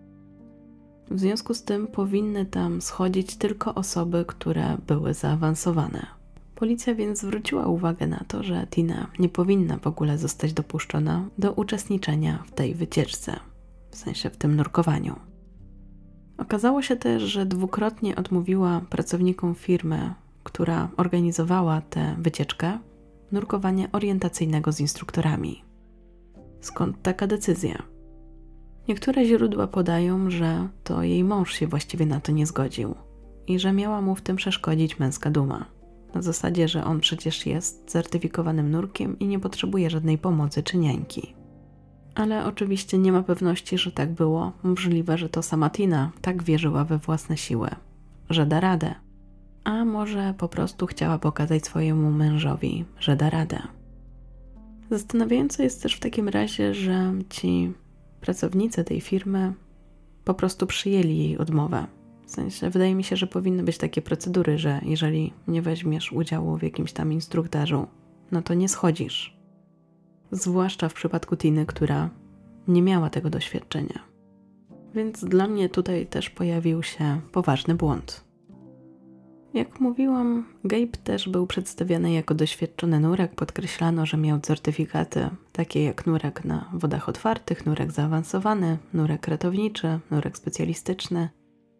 W związku z tym powinny tam schodzić tylko osoby, które były zaawansowane. Policja więc zwróciła uwagę na to, że Tina nie powinna w ogóle zostać dopuszczona do uczestniczenia w tej wycieczce, w sensie w tym nurkowaniu. Okazało się też, że dwukrotnie odmówiła pracownikom firmy, która organizowała tę wycieczkę, nurkowania orientacyjnego z instruktorami. Skąd taka decyzja? Niektóre źródła podają, że to jej mąż się właściwie na to nie zgodził i że miała mu w tym przeszkodzić męska duma. Na zasadzie, że on przecież jest certyfikowanym nurkiem i nie potrzebuje żadnej pomocy czy niańki. Ale oczywiście nie ma pewności, że tak było. Możliwe, że to sama Tina tak wierzyła we własne siły, że da radę. A może po prostu chciała pokazać swojemu mężowi, że da radę. Zastanawiające jest też w takim razie, że ci pracownicy tej firmy po prostu przyjęli jej odmowę. W sensie, wydaje mi się, że powinny być takie procedury, że jeżeli nie weźmiesz udziału w jakimś tam instruktażu, no to nie schodzisz. Zwłaszcza w przypadku Tiny, która nie miała tego doświadczenia. Więc dla mnie tutaj też pojawił się poważny błąd. Jak mówiłam, Gabe też był przedstawiany jako doświadczony nurek. Podkreślano, że miał certyfikaty takie jak nurek na wodach otwartych, nurek zaawansowany, nurek ratowniczy, nurek specjalistyczny.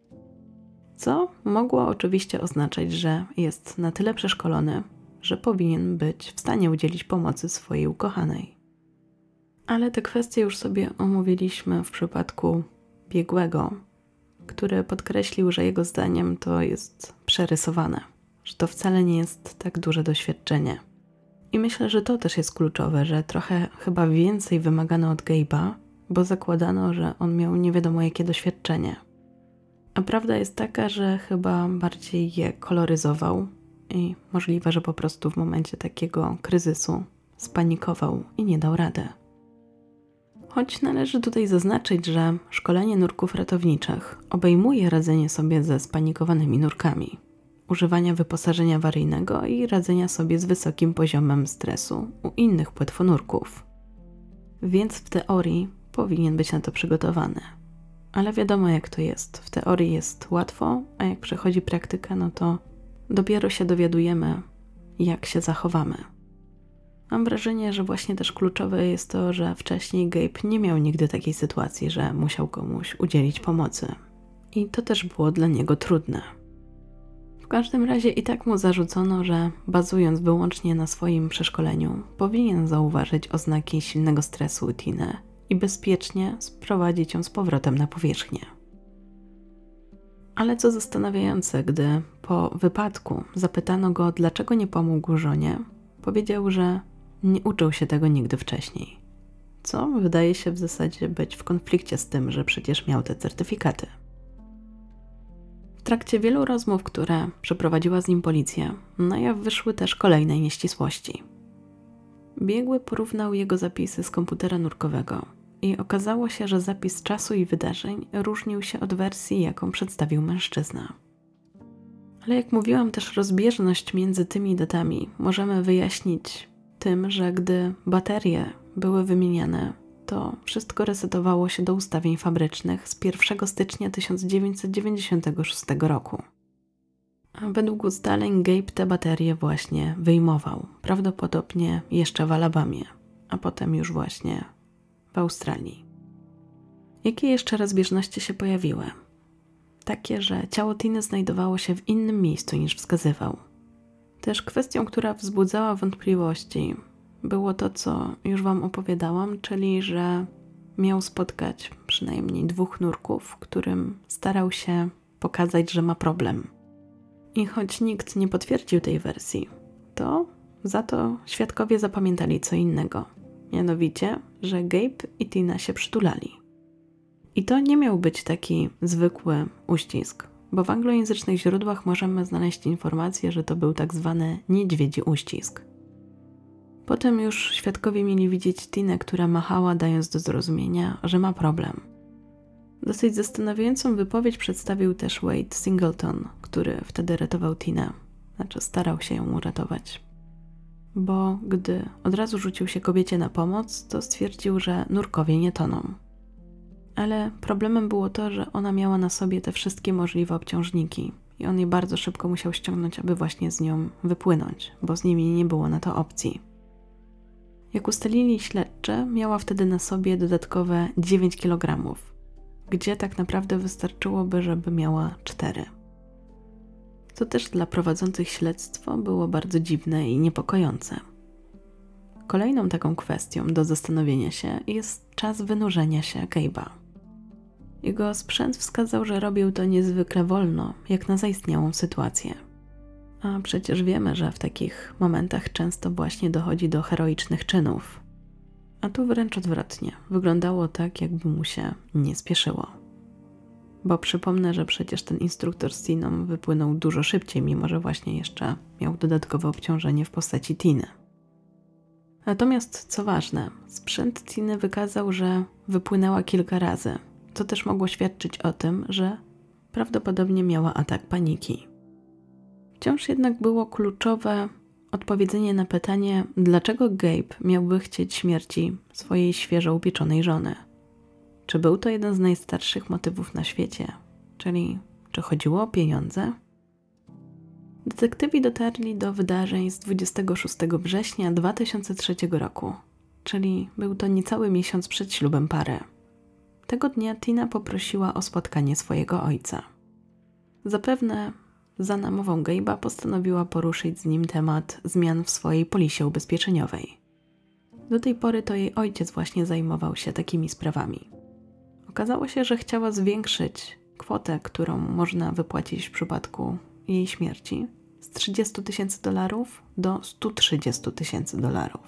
Co mogło oczywiście oznaczać, że jest na tyle przeszkolony, że powinien być w stanie udzielić pomocy swojej ukochanej. Ale te kwestie już sobie omówiliśmy w przypadku biegłego, który podkreślił, że jego zdaniem to jest przerysowane, że to wcale nie jest tak duże doświadczenie. I myślę, że to też jest kluczowe, że trochę chyba więcej wymagano od Gabe'a, bo zakładano, że on miał nie wiadomo jakie doświadczenie. A prawda jest taka, że chyba bardziej je koloryzował i możliwe, że po prostu w momencie takiego kryzysu spanikował i nie dał rady. Choć należy tutaj zaznaczyć, że szkolenie nurków ratowniczych obejmuje radzenie sobie ze spanikowanymi nurkami, używania wyposażenia awaryjnego i radzenia sobie z wysokim poziomem stresu u innych płetwonurków. Więc w teorii powinien być na to przygotowany. Ale wiadomo jak to jest. W teorii jest łatwo, a jak przychodzi praktyka, no to dopiero się dowiadujemy, jak się zachowamy. Mam wrażenie, że właśnie też kluczowe jest to, że wcześniej Gabe nie miał nigdy takiej sytuacji, że musiał komuś udzielić pomocy. I to też było dla niego trudne. W każdym razie i tak mu zarzucono, że bazując wyłącznie na swoim przeszkoleniu, powinien zauważyć oznaki silnego stresu u Tiny i bezpiecznie sprowadzić ją z powrotem na powierzchnię. Ale co zastanawiające, gdy po wypadku zapytano go, dlaczego nie pomógł żonie, powiedział, że nie uczył się tego nigdy wcześniej. Co wydaje się w zasadzie być w konflikcie z tym, że przecież miał te certyfikaty. W trakcie wielu rozmów, które przeprowadziła z nim policja, na jaw wyszły też kolejne nieścisłości. Biegły porównał jego zapisy z komputera nurkowego i okazało się, że zapis czasu i wydarzeń różnił się od wersji, jaką przedstawił mężczyzna. Ale jak mówiłam, też rozbieżność między tymi datami możemy wyjaśnić tym, że gdy baterie były wymieniane, to wszystko resetowało się do ustawień fabrycznych z 1 stycznia 1996 roku. A według ustaleń Gabe te baterie właśnie wyjmował, prawdopodobnie jeszcze w Alabamie, a potem już właśnie w Australii. Jakie jeszcze rozbieżności się pojawiły? Takie, że ciało Tiny znajdowało się w innym miejscu niż wskazywał. Też kwestią, która wzbudzała wątpliwości, było to, co już Wam opowiadałam, czyli że miał spotkać przynajmniej 2 nurków, którym starał się pokazać, że ma problem. I choć nikt nie potwierdził tej wersji, to za to świadkowie zapamiętali co innego. Mianowicie, że Gabe i Tina się przytulali. I to nie miał być taki zwykły uścisk, bo w anglojęzycznych źródłach możemy znaleźć informację, że to był tak zwany niedźwiedzi uścisk. Potem już świadkowie mieli widzieć Tinę, która machała, dając do zrozumienia, że ma problem. Dosyć zastanawiającą wypowiedź przedstawił też Wade Singleton, który wtedy ratował Tinę, starał się ją uratować. Bo gdy od razu rzucił się kobiecie na pomoc, to stwierdził, że nurkowie nie toną. Ale problemem było to, że ona miała na sobie te wszystkie możliwe obciążniki i on je bardzo szybko musiał ściągnąć, aby właśnie z nią wypłynąć, bo z nimi nie było na to opcji. Jak ustalili śledczy, miała wtedy na sobie dodatkowe 9 kg, gdzie tak naprawdę wystarczyłoby, żeby miała 4. To też dla prowadzących śledztwo było bardzo dziwne i niepokojące. Kolejną taką kwestią do zastanowienia się jest czas wynurzenia się Gabe'a. Jego sprzęt wskazał, że robił to niezwykle wolno, jak na zaistniałą sytuację. A przecież wiemy, że w takich momentach często właśnie dochodzi do heroicznych czynów. A tu wręcz odwrotnie. Wyglądało tak, jakby mu się nie spieszyło. Bo przypomnę, że przecież ten instruktor z Tiną wypłynął dużo szybciej, mimo że właśnie jeszcze miał dodatkowe obciążenie w postaci Tiny. Natomiast, co ważne, sprzęt Tiny wykazał, że wypłynęła kilka razy. To też mogło świadczyć o tym, że prawdopodobnie miała atak paniki. Wciąż jednak było kluczowe odpowiedzenie na pytanie, dlaczego Gabe miałby chcieć śmierci swojej świeżo upieczonej żony. Czy był to jeden z najstarszych motywów na świecie? Czyli czy chodziło o pieniądze? Detektywi dotarli do wydarzeń z 26 września 2003 roku, czyli był to niecały miesiąc przed ślubem pary. Tego dnia Tina poprosiła o spotkanie swojego ojca. Zapewne za namową Gabe'a postanowiła poruszyć z nim temat zmian w swojej polisie ubezpieczeniowej. Do tej pory to jej ojciec właśnie zajmował się takimi sprawami. Okazało się, że chciała zwiększyć kwotę, którą można wypłacić w przypadku jej śmierci z $30,000 do $130,000.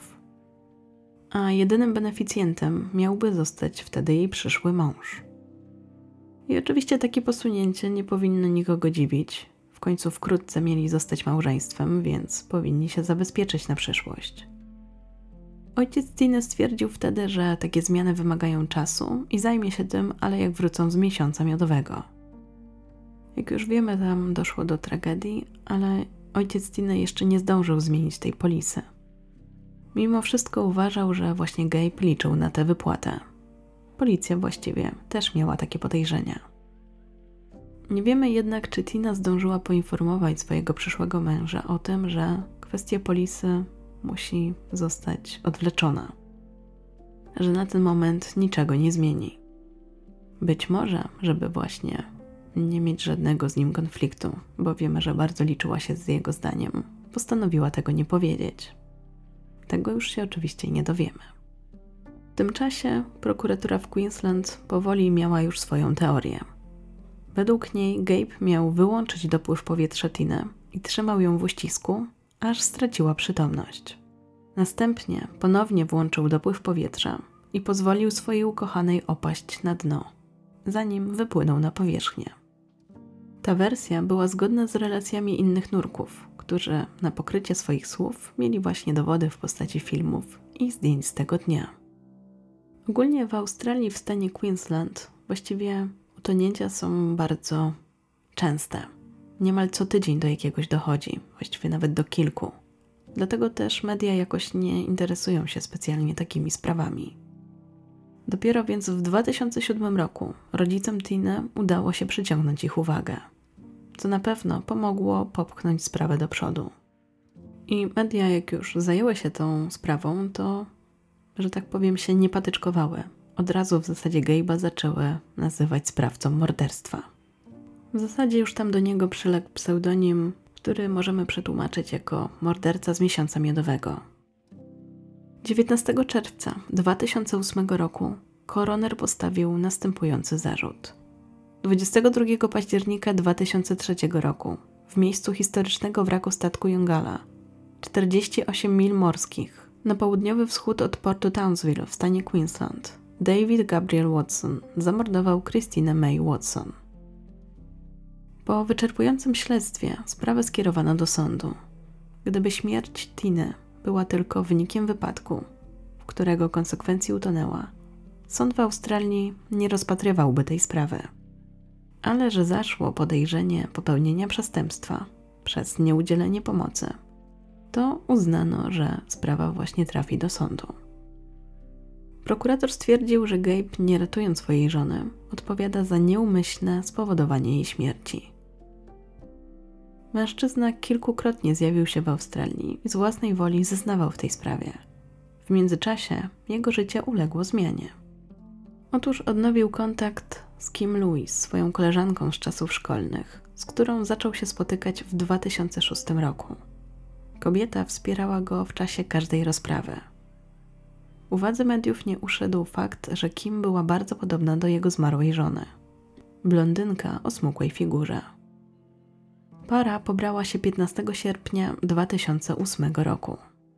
A jedynym beneficjentem miałby zostać wtedy jej przyszły mąż. I oczywiście takie posunięcie nie powinno nikogo dziwić. W końcu wkrótce mieli zostać małżeństwem, więc powinni się zabezpieczyć na przyszłość. Ojciec Tiny stwierdził wtedy, że takie zmiany wymagają czasu i zajmie się tym, ale jak wrócą z miesiąca miodowego. Jak już wiemy, tam doszło do tragedii, ale ojciec Tiny jeszcze nie zdążył zmienić tej polisy. Mimo wszystko uważał, że właśnie Gabe liczył na tę wypłatę. Policja właściwie też miała takie podejrzenia. Nie wiemy jednak, czy Tina zdążyła poinformować swojego przyszłego męża o tym, że kwestia polisy musi zostać odwleczona. Że na ten moment niczego nie zmieni. Być może, żeby właśnie nie mieć żadnego z nim konfliktu, bo wiemy, że bardzo liczyła się z jego zdaniem, postanowiła tego nie powiedzieć. Tego już się oczywiście nie dowiemy. W tym czasie prokuratura w Queensland powoli miała już swoją teorię. Według niej Gabe miał wyłączyć dopływ powietrza Tiny i trzymał ją w uścisku, aż straciła przytomność. Następnie ponownie włączył dopływ powietrza i pozwolił swojej ukochanej opaść na dno, zanim wypłynął na powierzchnię. Ta wersja była zgodna z relacjami innych nurków, którzy na pokrycie swoich słów mieli właśnie dowody w postaci filmów i zdjęć z tego dnia. Ogólnie w Australii w stanie Queensland właściwie utonięcia są bardzo częste. Niemal co tydzień do jakiegoś dochodzi, właściwie nawet do kilku. Dlatego też media jakoś nie interesują się specjalnie takimi sprawami. Dopiero więc w 2007 roku rodzicom Tiny udało się przyciągnąć ich uwagę, co na pewno pomogło popchnąć sprawę do przodu. I media, jak już zajęły się tą sprawą, to, że tak powiem, się nie patyczkowały. Od razu w zasadzie Gabe'a zaczęły nazywać sprawcą morderstwa. W zasadzie już tam do niego przyległ pseudonim, który możemy przetłumaczyć jako morderca z miesiąca miodowego. 19 czerwca 2008 roku koroner postawił następujący zarzut. 22 października 2003 roku w miejscu historycznego wraku statku Yongala, 48 mil morskich Na południowy wschód od portu Townsville w stanie Queensland David Gabriel Watson zamordował Christinę May Watson. Po wyczerpującym śledztwie sprawę skierowano do sądu. Gdyby śmierć Tiny była tylko wynikiem wypadku, w którego konsekwencji utonęła, sąd w Australii nie rozpatrywałby tej sprawy. Ale że zaszło podejrzenie popełnienia przestępstwa przez nieudzielenie pomocy, to uznano, że sprawa właśnie trafi do sądu. Prokurator stwierdził, że Gabe, nie ratując swojej żony, odpowiada za nieumyślne spowodowanie jej śmierci. Mężczyzna kilkukrotnie zjawił się w Australii i z własnej woli zeznawał w tej sprawie. W międzyczasie jego życie uległo zmianie. Otóż odnowił kontakt z Kim Lewis, swoją koleżanką z czasów szkolnych, z którą zaczął się spotykać w 2006 roku. Kobieta wspierała go w czasie każdej rozprawy. Uwadze mediów nie uszedł fakt, że Kim była bardzo podobna do jego zmarłej żony. Blondynka o smukłej figurze. Para pobrała się 15 sierpnia 2008 roku.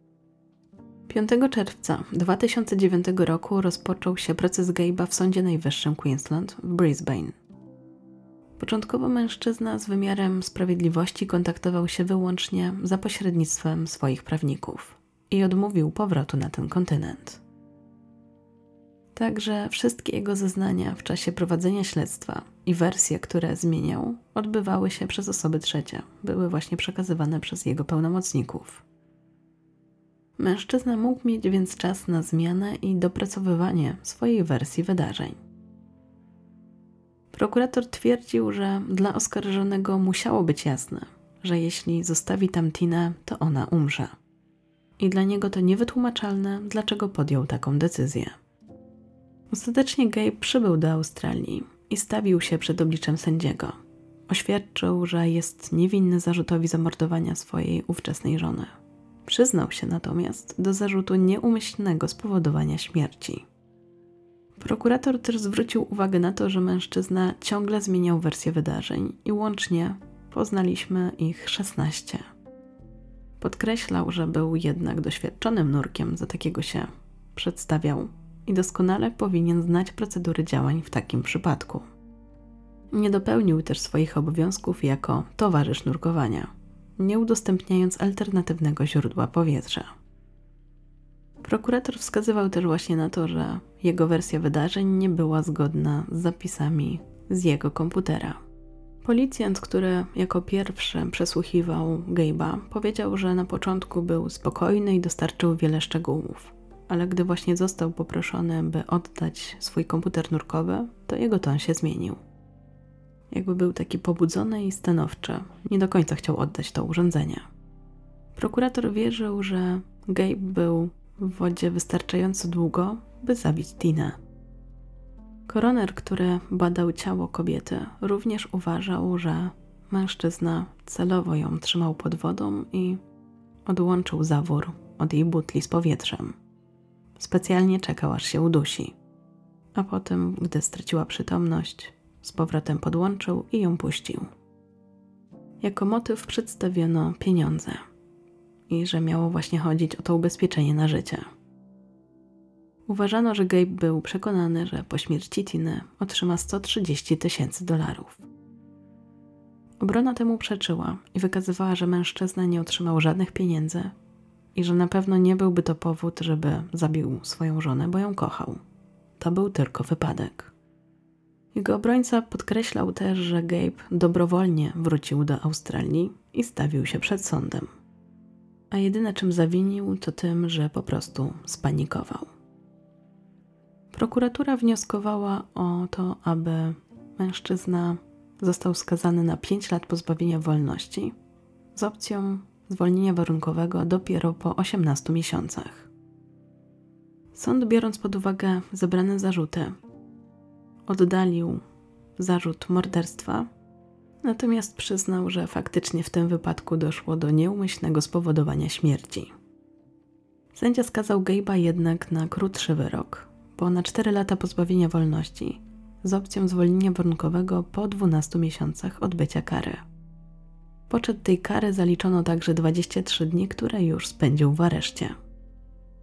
5 czerwca 2009 roku rozpoczął się proces Gabe'a w Sądzie Najwyższym Queensland w Brisbane. Początkowo mężczyzna z wymiarem sprawiedliwości kontaktował się wyłącznie za pośrednictwem swoich prawników i odmówił powrotu na ten kontynent. Także wszystkie jego zeznania w czasie prowadzenia śledztwa i wersje, które zmieniał, odbywały się przez osoby trzecie, były właśnie przekazywane przez jego pełnomocników. Mężczyzna mógł mieć więc czas na zmianę i dopracowywanie swojej wersji wydarzeń. Prokurator twierdził, że dla oskarżonego musiało być jasne, że jeśli zostawi tam Tinę, to ona umrze. I dla niego to niewytłumaczalne, dlaczego podjął taką decyzję. Ostatecznie Gabe przybył do Australii i stawił się przed obliczem sędziego. Oświadczył, że jest niewinny zarzutowi zamordowania swojej ówczesnej żony. Przyznał się natomiast do zarzutu nieumyślnego spowodowania śmierci. Prokurator też zwrócił uwagę na to, że mężczyzna ciągle zmieniał wersję wydarzeń i łącznie poznaliśmy ich 16. Podkreślał, że był jednak doświadczonym nurkiem, za takiego się przedstawiał i doskonale powinien znać procedury działań w takim przypadku. Nie dopełnił też swoich obowiązków jako towarzysz nurkowania, nie udostępniając alternatywnego źródła powietrza. Prokurator wskazywał też właśnie na to, że jego wersja wydarzeń nie była zgodna z zapisami z jego komputera. Policjant, który jako pierwszy przesłuchiwał Gabe'a, powiedział, że na początku był spokojny i dostarczył wiele szczegółów, ale gdy właśnie został poproszony, by oddać swój komputer nurkowy, to jego ton się zmienił. Jakby był taki pobudzony i stanowczy, nie do końca chciał oddać to urządzenie. Prokurator wierzył, że Gabe był w wodzie wystarczająco długo, by zabić Tinę. Koroner, który badał ciało kobiety, również uważał, że mężczyzna celowo ją trzymał pod wodą i odłączył zawór od jej butli z powietrzem. Specjalnie czekał, aż się udusi. A potem, gdy straciła przytomność, z powrotem podłączył i ją puścił. Jako motyw przedstawiono pieniądze i że miało właśnie chodzić o to ubezpieczenie na życie. Uważano, że Gabe był przekonany, że po śmierci Tiny otrzyma $130,000. Obrona temu przeczyła i wykazywała, że mężczyzna nie otrzymał żadnych pieniędzy i że na pewno nie byłby to powód, żeby zabił swoją żonę, bo ją kochał. To był tylko wypadek. Jego obrońca podkreślał też, że Gabe dobrowolnie wrócił do Australii i stawił się przed sądem. A jedyne, czym zawinił, to tym, że po prostu spanikował. Prokuratura wnioskowała o to, aby mężczyzna został skazany na 5 lat pozbawienia wolności z opcją zwolnienia warunkowego dopiero po 18 miesiącach. Sąd, biorąc pod uwagę zebrane zarzuty, oddalił zarzut morderstwa, natomiast przyznał, że faktycznie w tym wypadku doszło do nieumyślnego spowodowania śmierci. Sędzia skazał Gabe'a jednak na krótszy wyrok, bo na 4 lata pozbawienia wolności z opcją zwolnienia warunkowego po 12 miesiącach odbycia kary. Poczet tej kary zaliczono także 23 dni, które już spędził w areszcie.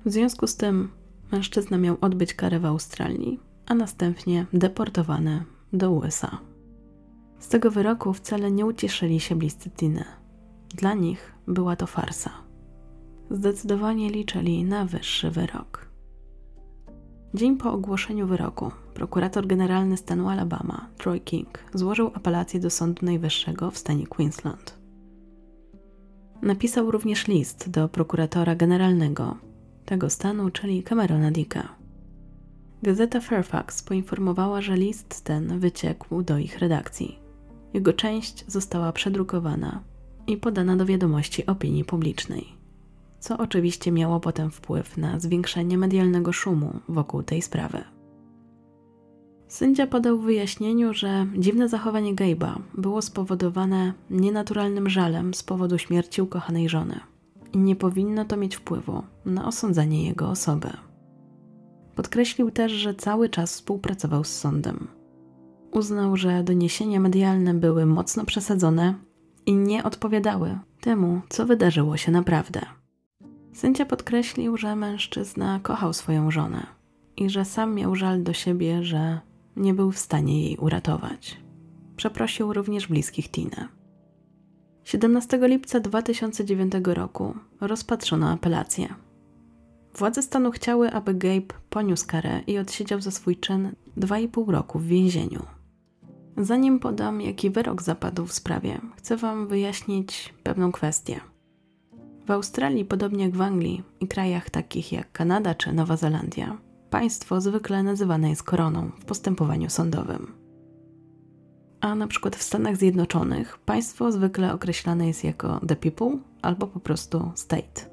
W związku z tym mężczyzna miał odbyć karę w Australii, a następnie deportowany do USA. Z tego wyroku wcale nie ucieszyli się bliscy Tiny. Dla nich była to farsa. Zdecydowanie liczyli na wyższy wyrok. Dzień po ogłoszeniu wyroku prokurator generalny stanu Alabama, Troy King, złożył apelację do Sądu Najwyższego w stanie Queensland. Napisał również list do prokuratora generalnego tego stanu, czyli Camerona Dicka. Gazeta Fairfax poinformowała, że list ten wyciekł do ich redakcji. Jego część została przedrukowana i podana do wiadomości opinii publicznej, co oczywiście miało potem wpływ na zwiększenie medialnego szumu wokół tej sprawy. Sędzia podał w wyjaśnieniu, że dziwne zachowanie Gabe'a było spowodowane nienaturalnym żalem z powodu śmierci ukochanej żony i nie powinno to mieć wpływu na osądzanie jego osoby. Podkreślił też, że cały czas współpracował z sądem. Uznał, że doniesienia medialne były mocno przesadzone i nie odpowiadały temu, co wydarzyło się naprawdę. Sędzia podkreślił, że mężczyzna kochał swoją żonę i że sam miał żal do siebie, że nie był w stanie jej uratować. Przeprosił również bliskich Tiny. 17 lipca 2009 roku rozpatrzono apelację. Władze stanu chciały, aby Gabe poniósł karę i odsiedział za swój czyn 2,5 roku w więzieniu. Zanim podam, jaki wyrok zapadł w sprawie, chcę Wam wyjaśnić pewną kwestię. W Australii, podobnie jak w Anglii i krajach takich jak Kanada czy Nowa Zelandia, państwo zwykle nazywane jest koroną w postępowaniu sądowym. A na przykład w Stanach Zjednoczonych państwo zwykle określane jest jako the people albo po prostu state.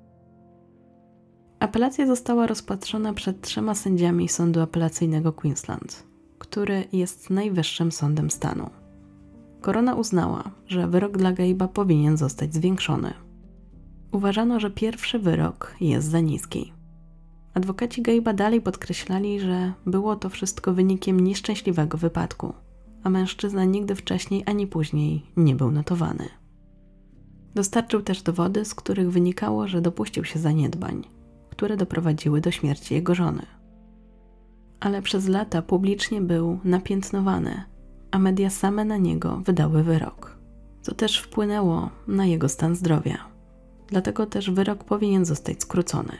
Apelacja została rozpatrzona przed 3 sędziami Sądu Apelacyjnego Queensland, który jest najwyższym sądem stanu. Korona uznała, że wyrok dla Gabe'a powinien zostać zwiększony. Uważano, że pierwszy wyrok jest za niski. Adwokaci Gabe'a dalej podkreślali, że było to wszystko wynikiem nieszczęśliwego wypadku, a mężczyzna nigdy wcześniej ani później nie był notowany. Dostarczył też dowody, z których wynikało, że dopuścił się zaniedbań, które doprowadziły do śmierci jego żony. Ale przez lata publicznie był napiętnowany, a media same na niego wydały wyrok, co też wpłynęło na jego stan zdrowia. Dlatego też wyrok powinien zostać skrócony.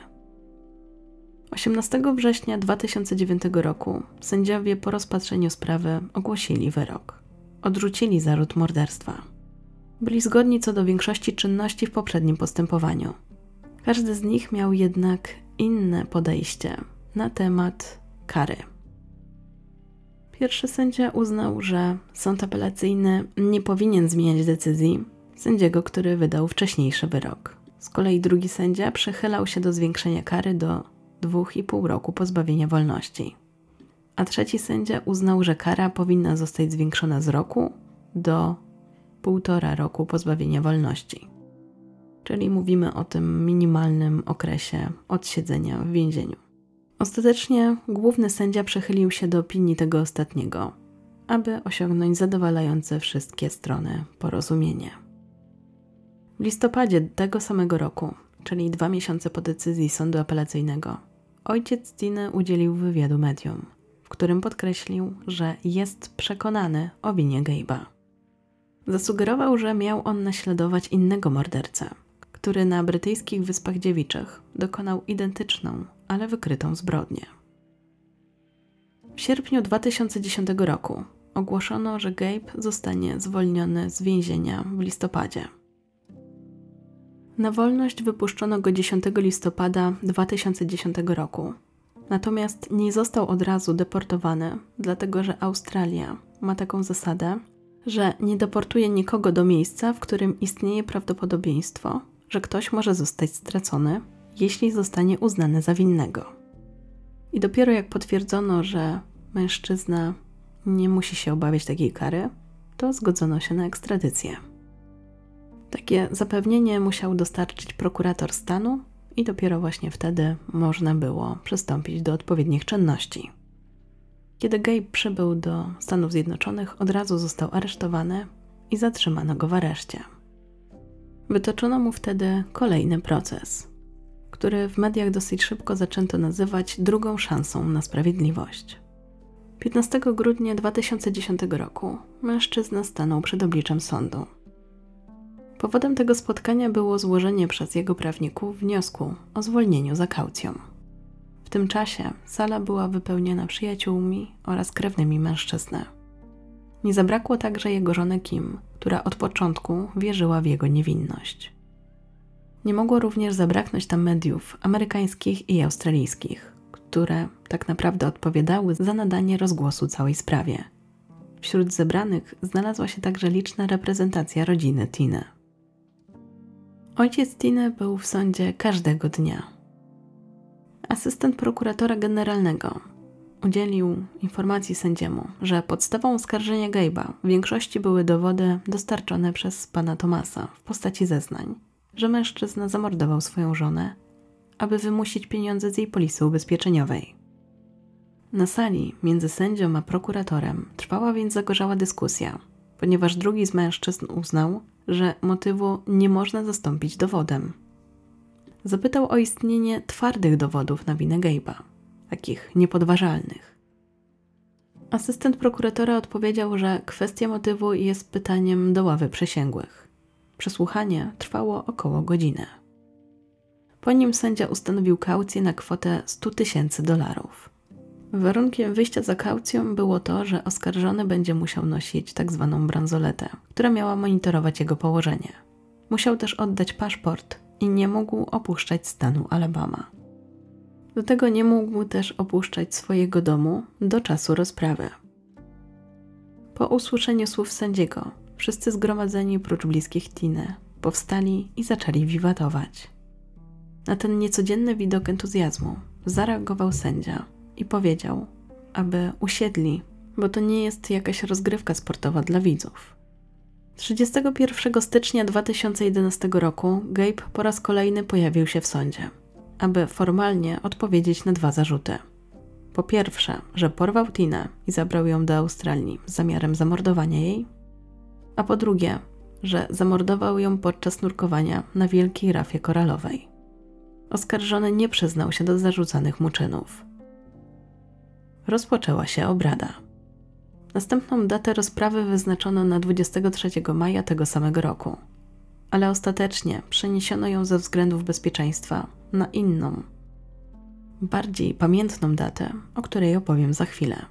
18 września 2009 roku sędziowie po rozpatrzeniu sprawy ogłosili wyrok. Odrzucili zarzut morderstwa. Byli zgodni co do większości czynności w poprzednim postępowaniu. Każdy z nich miał jednak inne podejście na temat kary. Pierwszy sędzia uznał, że sąd apelacyjny nie powinien zmieniać decyzji sędziego, który wydał wcześniejszy wyrok. Z kolei drugi sędzia przychylał się do zwiększenia kary do 2,5 roku pozbawienia wolności. A trzeci sędzia uznał, że kara powinna zostać zwiększona z roku do 1,5 roku pozbawienia wolności. Czyli mówimy o tym minimalnym okresie odsiedzenia w więzieniu. Ostatecznie główny sędzia przychylił się do opinii tego ostatniego, aby osiągnąć zadowalające wszystkie strony porozumienie. W listopadzie tego samego roku, czyli 2 miesiące po decyzji sądu apelacyjnego, ojciec Tiny udzielił wywiadu medium, w którym podkreślił, że jest przekonany o winie Gabe'a. Zasugerował, że miał on naśladować innego mordercę, który na brytyjskich Wyspach Dziewiczych dokonał identyczną, ale wykrytą zbrodnię. W sierpniu 2010 roku ogłoszono, że Gabe zostanie zwolniony z więzienia w listopadzie. Na wolność wypuszczono go 10 listopada 2010 roku, natomiast nie został od razu deportowany, dlatego że Australia ma taką zasadę, że nie deportuje nikogo do miejsca, w którym istnieje prawdopodobieństwo, że ktoś może zostać stracony, jeśli zostanie uznany za winnego. I dopiero jak potwierdzono, że mężczyzna nie musi się obawiać takiej kary, to zgodzono się na ekstradycję. Takie zapewnienie musiał dostarczyć prokurator stanu i dopiero właśnie wtedy można było przystąpić do odpowiednich czynności. Kiedy Gabe przybył do Stanów Zjednoczonych, od razu został aresztowany i zatrzymano go w areszcie. Wytoczono mu wtedy kolejny proces, który w mediach dosyć szybko zaczęto nazywać drugą szansą na sprawiedliwość. 15 grudnia 2010 roku mężczyzna stanął przed obliczem sądu. Powodem tego spotkania było złożenie przez jego prawników wniosku o zwolnieniu za kaucją. W tym czasie sala była wypełniona przyjaciółmi oraz krewnymi mężczyzny. Nie zabrakło także jego żony Kim, która od początku wierzyła w jego niewinność. Nie mogło również zabraknąć tam mediów amerykańskich i australijskich, które tak naprawdę odpowiadały za nadanie rozgłosu całej sprawie. Wśród zebranych znalazła się także liczna reprezentacja rodziny Tiny. Ojciec Tiny był w sądzie każdego dnia. Asystent prokuratora generalnego udzielił informacji sędziemu, że podstawą oskarżenia Gabe'a w większości były dowody dostarczone przez pana Thomasa w postaci zeznań, że mężczyzna zamordował swoją żonę, aby wymusić pieniądze z jej polisy ubezpieczeniowej. Na sali między sędzią a prokuratorem trwała więc zagorzała dyskusja, ponieważ drugi z mężczyzn uznał, że motywu nie można zastąpić dowodem. Zapytał o istnienie twardych dowodów na winę Gabe'a, takich niepodważalnych. Asystent prokuratora odpowiedział, że kwestia motywu jest pytaniem do ławy przysięgłych. Przesłuchanie trwało około godziny. Po nim sędzia ustanowił kaucję na kwotę $100,000. Warunkiem wyjścia za kaucją było to, że oskarżony będzie musiał nosić tzw. bransoletę, która miała monitorować jego położenie. Musiał też oddać paszport i nie mógł opuszczać stanu Alabama. Do tego nie mógł też opuszczać swojego domu do czasu rozprawy. Po usłyszeniu słów sędziego, wszyscy zgromadzeni prócz bliskich Tiny powstali i zaczęli wiwatować. Na ten niecodzienny widok entuzjazmu zareagował sędzia i powiedział, aby usiedli, bo to nie jest jakaś rozgrywka sportowa dla widzów. 31 stycznia 2011 roku Gabe po raz kolejny pojawił się w sądzie, aby formalnie odpowiedzieć na 2 zarzuty. Po pierwsze, że porwał Tinę i zabrał ją do Australii z zamiarem zamordowania jej, a po drugie, że zamordował ją podczas nurkowania na Wielkiej Rafie Koralowej. Oskarżony nie przyznał się do zarzucanych mu czynów. Rozpoczęła się obrada. Następną datę rozprawy wyznaczono na 23 maja tego samego roku, ale ostatecznie przeniesiono ją ze względów bezpieczeństwa na inną, bardziej pamiętną datę, o której opowiem za chwilę.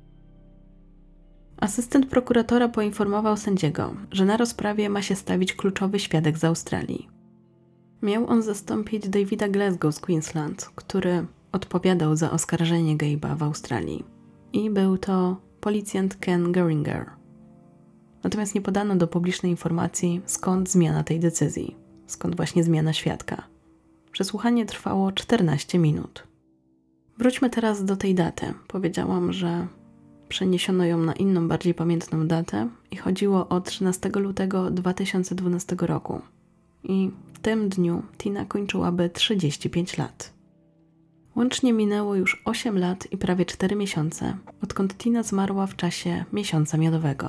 Asystent prokuratora poinformował sędziego, że na rozprawie ma się stawić kluczowy świadek z Australii. Miał on zastąpić Davida Glasgow z Queensland, który odpowiadał za oskarżenie Gabe'a w Australii. I był to policjant Ken Geringer. Natomiast nie podano do publicznej informacji, skąd zmiana tej decyzji, skąd właśnie zmiana świadka. Przesłuchanie trwało 14 minut. Wróćmy teraz do tej daty. Powiedziałam, że przeniesiono ją na inną, bardziej pamiętną datę i chodziło o 13 lutego 2012 roku. I w tym dniu Tina kończyłaby 35 lat. Łącznie minęło już 8 lat i prawie 4 miesiące, odkąd Tina zmarła w czasie miesiąca miodowego.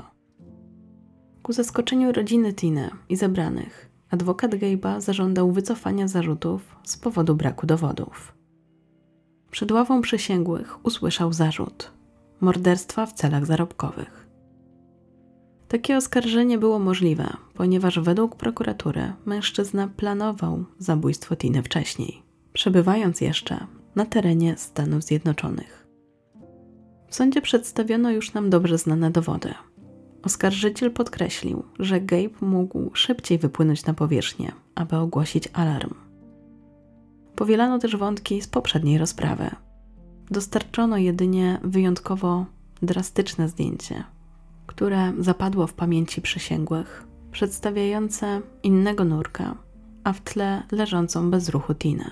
Ku zaskoczeniu rodziny Tiny i zebranych, adwokat Gabe'a zażądał wycofania zarzutów z powodu braku dowodów. Przed ławą przysięgłych usłyszał zarzut morderstwa w celach zarobkowych. Takie oskarżenie było możliwe, ponieważ według prokuratury mężczyzna planował zabójstwo Tiny wcześniej, przebywając jeszcze na terenie Stanów Zjednoczonych. W sądzie przedstawiono już nam dobrze znane dowody. Oskarżyciel podkreślił, że Gabe mógł szybciej wypłynąć na powierzchnię, aby ogłosić alarm. Powielano też wątki z poprzedniej rozprawy. Dostarczono jedynie wyjątkowo drastyczne zdjęcie, które zapadło w pamięci przysięgłych, przedstawiające innego nurka, a w tle leżącą bez ruchu Tinę.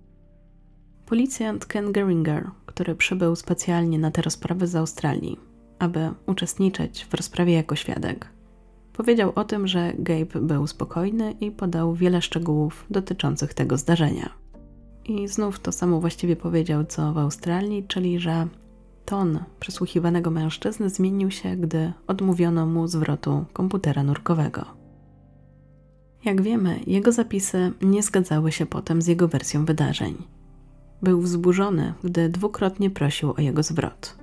Policjant Ken Geringer, który przybył specjalnie na tę rozprawę z Australii, aby uczestniczyć w rozprawie jako świadek, powiedział o tym, że Gabe był spokojny i podał wiele szczegółów dotyczących tego zdarzenia. I znów to samo właściwie powiedział, co w Australii, czyli że ton przesłuchiwanego mężczyzny zmienił się, gdy odmówiono mu zwrotu komputera nurkowego. Jak wiemy, jego zapisy nie zgadzały się potem z jego wersją wydarzeń. Był wzburzony, gdy dwukrotnie prosił o jego zwrot.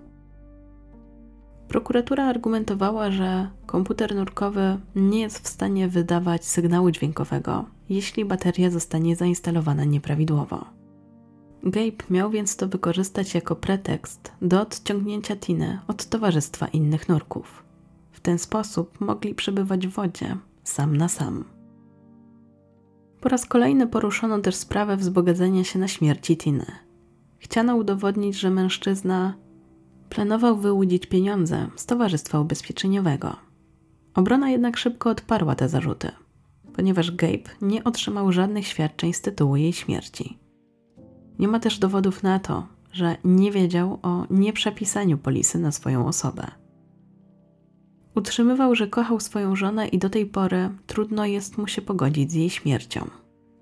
Prokuratura argumentowała, że komputer nurkowy nie jest w stanie wydawać sygnału dźwiękowego, jeśli bateria zostanie zainstalowana nieprawidłowo. Gabe miał więc to wykorzystać jako pretekst do odciągnięcia Tiny od towarzystwa innych nurków. W ten sposób mogli przebywać w wodzie sam na sam. Po raz kolejny poruszono też sprawę wzbogacenia się na śmierci Tiny. Chciano udowodnić, że mężczyzna planował wyłudzić pieniądze z towarzystwa ubezpieczeniowego. Obrona jednak szybko odparła te zarzuty, ponieważ Gabe nie otrzymał żadnych świadczeń z tytułu jej śmierci. Nie ma też dowodów na to, że nie wiedział o nieprzepisaniu polisy na swoją osobę. Utrzymywał, że kochał swoją żonę i do tej pory trudno jest mu się pogodzić z jej śmiercią.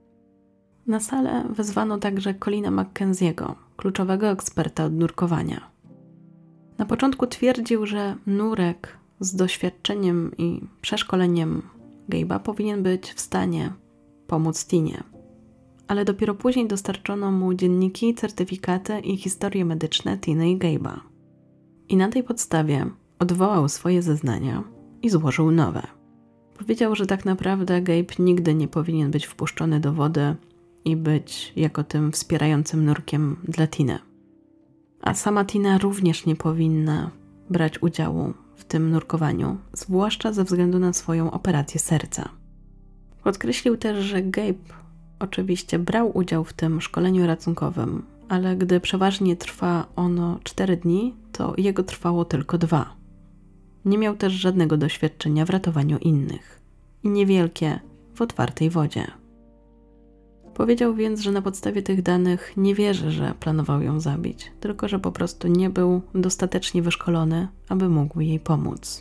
Na salę wezwano także Colina McKenzie'ego, kluczowego eksperta od nurkowania. Na początku twierdził, że nurek z doświadczeniem i przeszkoleniem Gabe'a powinien być w stanie pomóc Tinie, ale dopiero później dostarczono mu dzienniki, certyfikaty i historie medyczne Tiny i Gabe'a. I na tej podstawie odwołał swoje zeznania i złożył nowe. Powiedział, że tak naprawdę Gabe nigdy nie powinien być wpuszczony do wody i być jako tym wspierającym nurkiem dla Tiny. A sama Tina również nie powinna brać udziału w tym nurkowaniu, zwłaszcza ze względu na swoją operację serca. Podkreślił też, że Gabe oczywiście brał udział w tym szkoleniu ratunkowym, ale gdy przeważnie trwa ono 4 dni, to jego trwało tylko 2. Nie miał też żadnego doświadczenia w ratowaniu innych i niewielkie w otwartej wodzie. Powiedział więc, że na podstawie tych danych nie wierzy, że planował ją zabić, tylko że po prostu nie był dostatecznie wyszkolony, aby mógł jej pomóc.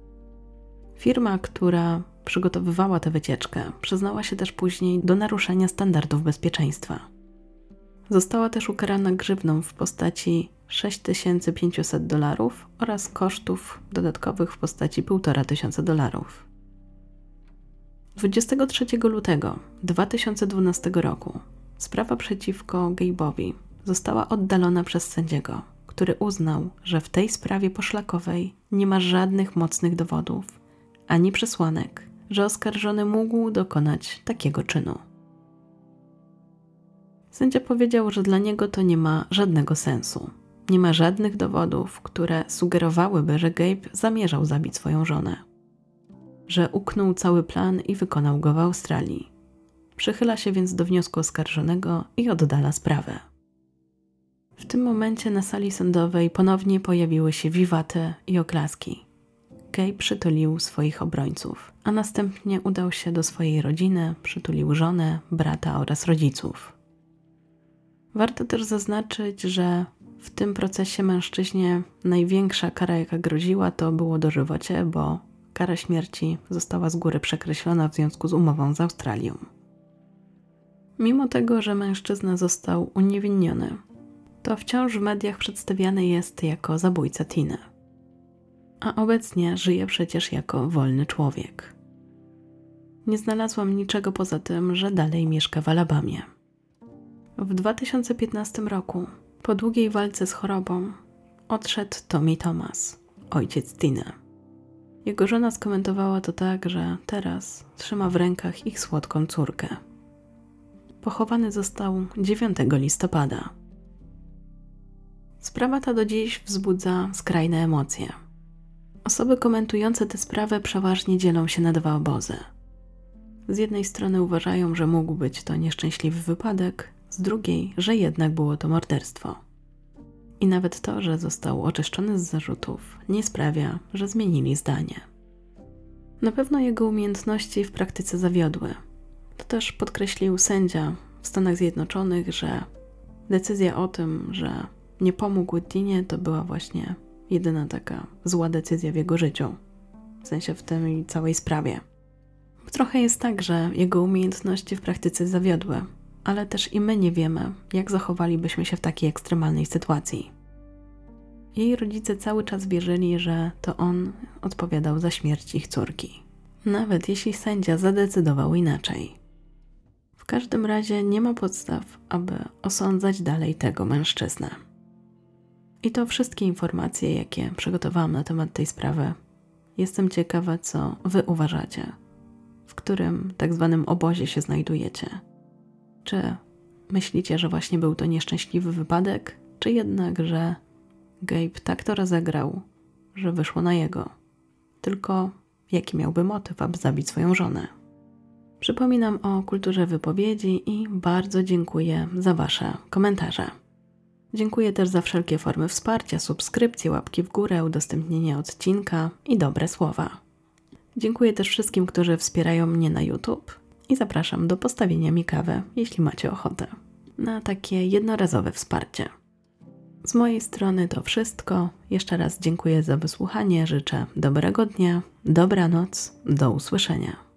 Firma, która przygotowywała tę wycieczkę, przyznała się też później do naruszenia standardów bezpieczeństwa. Została też ukarana grzywną w postaci $6500 oraz kosztów dodatkowych w postaci $1500. 23 lutego 2012 roku sprawa przeciwko Gabe'owi została oddalona przez sędziego, który uznał, że w tej sprawie poszlakowej nie ma żadnych mocnych dowodów, ani przesłanek, że oskarżony mógł dokonać takiego czynu. Sędzia powiedział, że dla niego to nie ma żadnego sensu. Nie ma żadnych dowodów, które sugerowałyby, że Gabe zamierzał zabić swoją żonę. Że uknął cały plan i wykonał go w Australii. Przychyla się więc do wniosku oskarżonego i oddala sprawę. W tym momencie na sali sądowej ponownie pojawiły się wiwaty i oklaski. Gabe przytulił swoich obrońców, a następnie udał się do swojej rodziny, przytulił żonę, brata oraz rodziców. Warto też zaznaczyć, że w tym procesie mężczyźnie największa kara, jaka groziła, to było dożywocie, bo kara śmierci została z góry przekreślona w związku z umową z Australią. Mimo tego, że mężczyzna został uniewinniony, to wciąż w mediach przedstawiany jest jako zabójca Tiny. A obecnie żyje przecież jako wolny człowiek. Nie znalazłam niczego poza tym, że dalej mieszka w Alabamie. W 2015 roku, po długiej walce z chorobą, odszedł Tommy Thomas, ojciec Tiny. Jego żona skomentowała to tak, że teraz trzyma w rękach ich słodką córkę. Pochowany został 9 listopada. Sprawa ta do dziś wzbudza skrajne emocje. Osoby komentujące tę sprawę przeważnie dzielą się na 2 obozy. Z jednej strony uważają, że mógł być to nieszczęśliwy wypadek, z drugiej, że jednak było to morderstwo. I nawet to, że został oczyszczony z zarzutów, nie sprawia, że zmienili zdanie. Na pewno jego umiejętności w praktyce zawiodły. To też podkreślił sędzia w Stanach Zjednoczonych, że decyzja o tym, że nie pomógł Tinie, to była właśnie jedyna taka zła decyzja w jego życiu. W sensie w tej całej sprawie. Trochę jest tak, że jego umiejętności w praktyce zawiodły, ale też i my nie wiemy, jak zachowalibyśmy się w takiej ekstremalnej sytuacji. Jej rodzice cały czas wierzyli, że to on odpowiadał za śmierć ich córki. nawet jeśli sędzia zadecydował inaczej. W każdym razie nie ma podstaw, aby osądzać dalej tego mężczyznę. I to wszystkie informacje, jakie przygotowałam na temat tej sprawy. Jestem ciekawa, co wy uważacie, w którym tak zwanym obozie się znajdujecie. Czy myślicie, że właśnie był to nieszczęśliwy wypadek, czy jednak, że Gabe tak to rozegrał, że wyszło na jego? Tylko jaki miałby motyw, aby zabić swoją żonę? Przypominam o kulturze wypowiedzi i bardzo dziękuję za wasze komentarze. Dziękuję też za wszelkie formy wsparcia, subskrypcje, łapki w górę, udostępnienie odcinka i dobre słowa. Dziękuję też wszystkim, którzy wspierają mnie na YouTube i zapraszam do postawienia mi kawy, jeśli macie ochotę, na takie jednorazowe wsparcie. Z mojej strony to wszystko. Jeszcze raz dziękuję za wysłuchanie, życzę dobrego dnia, dobranoc, do usłyszenia.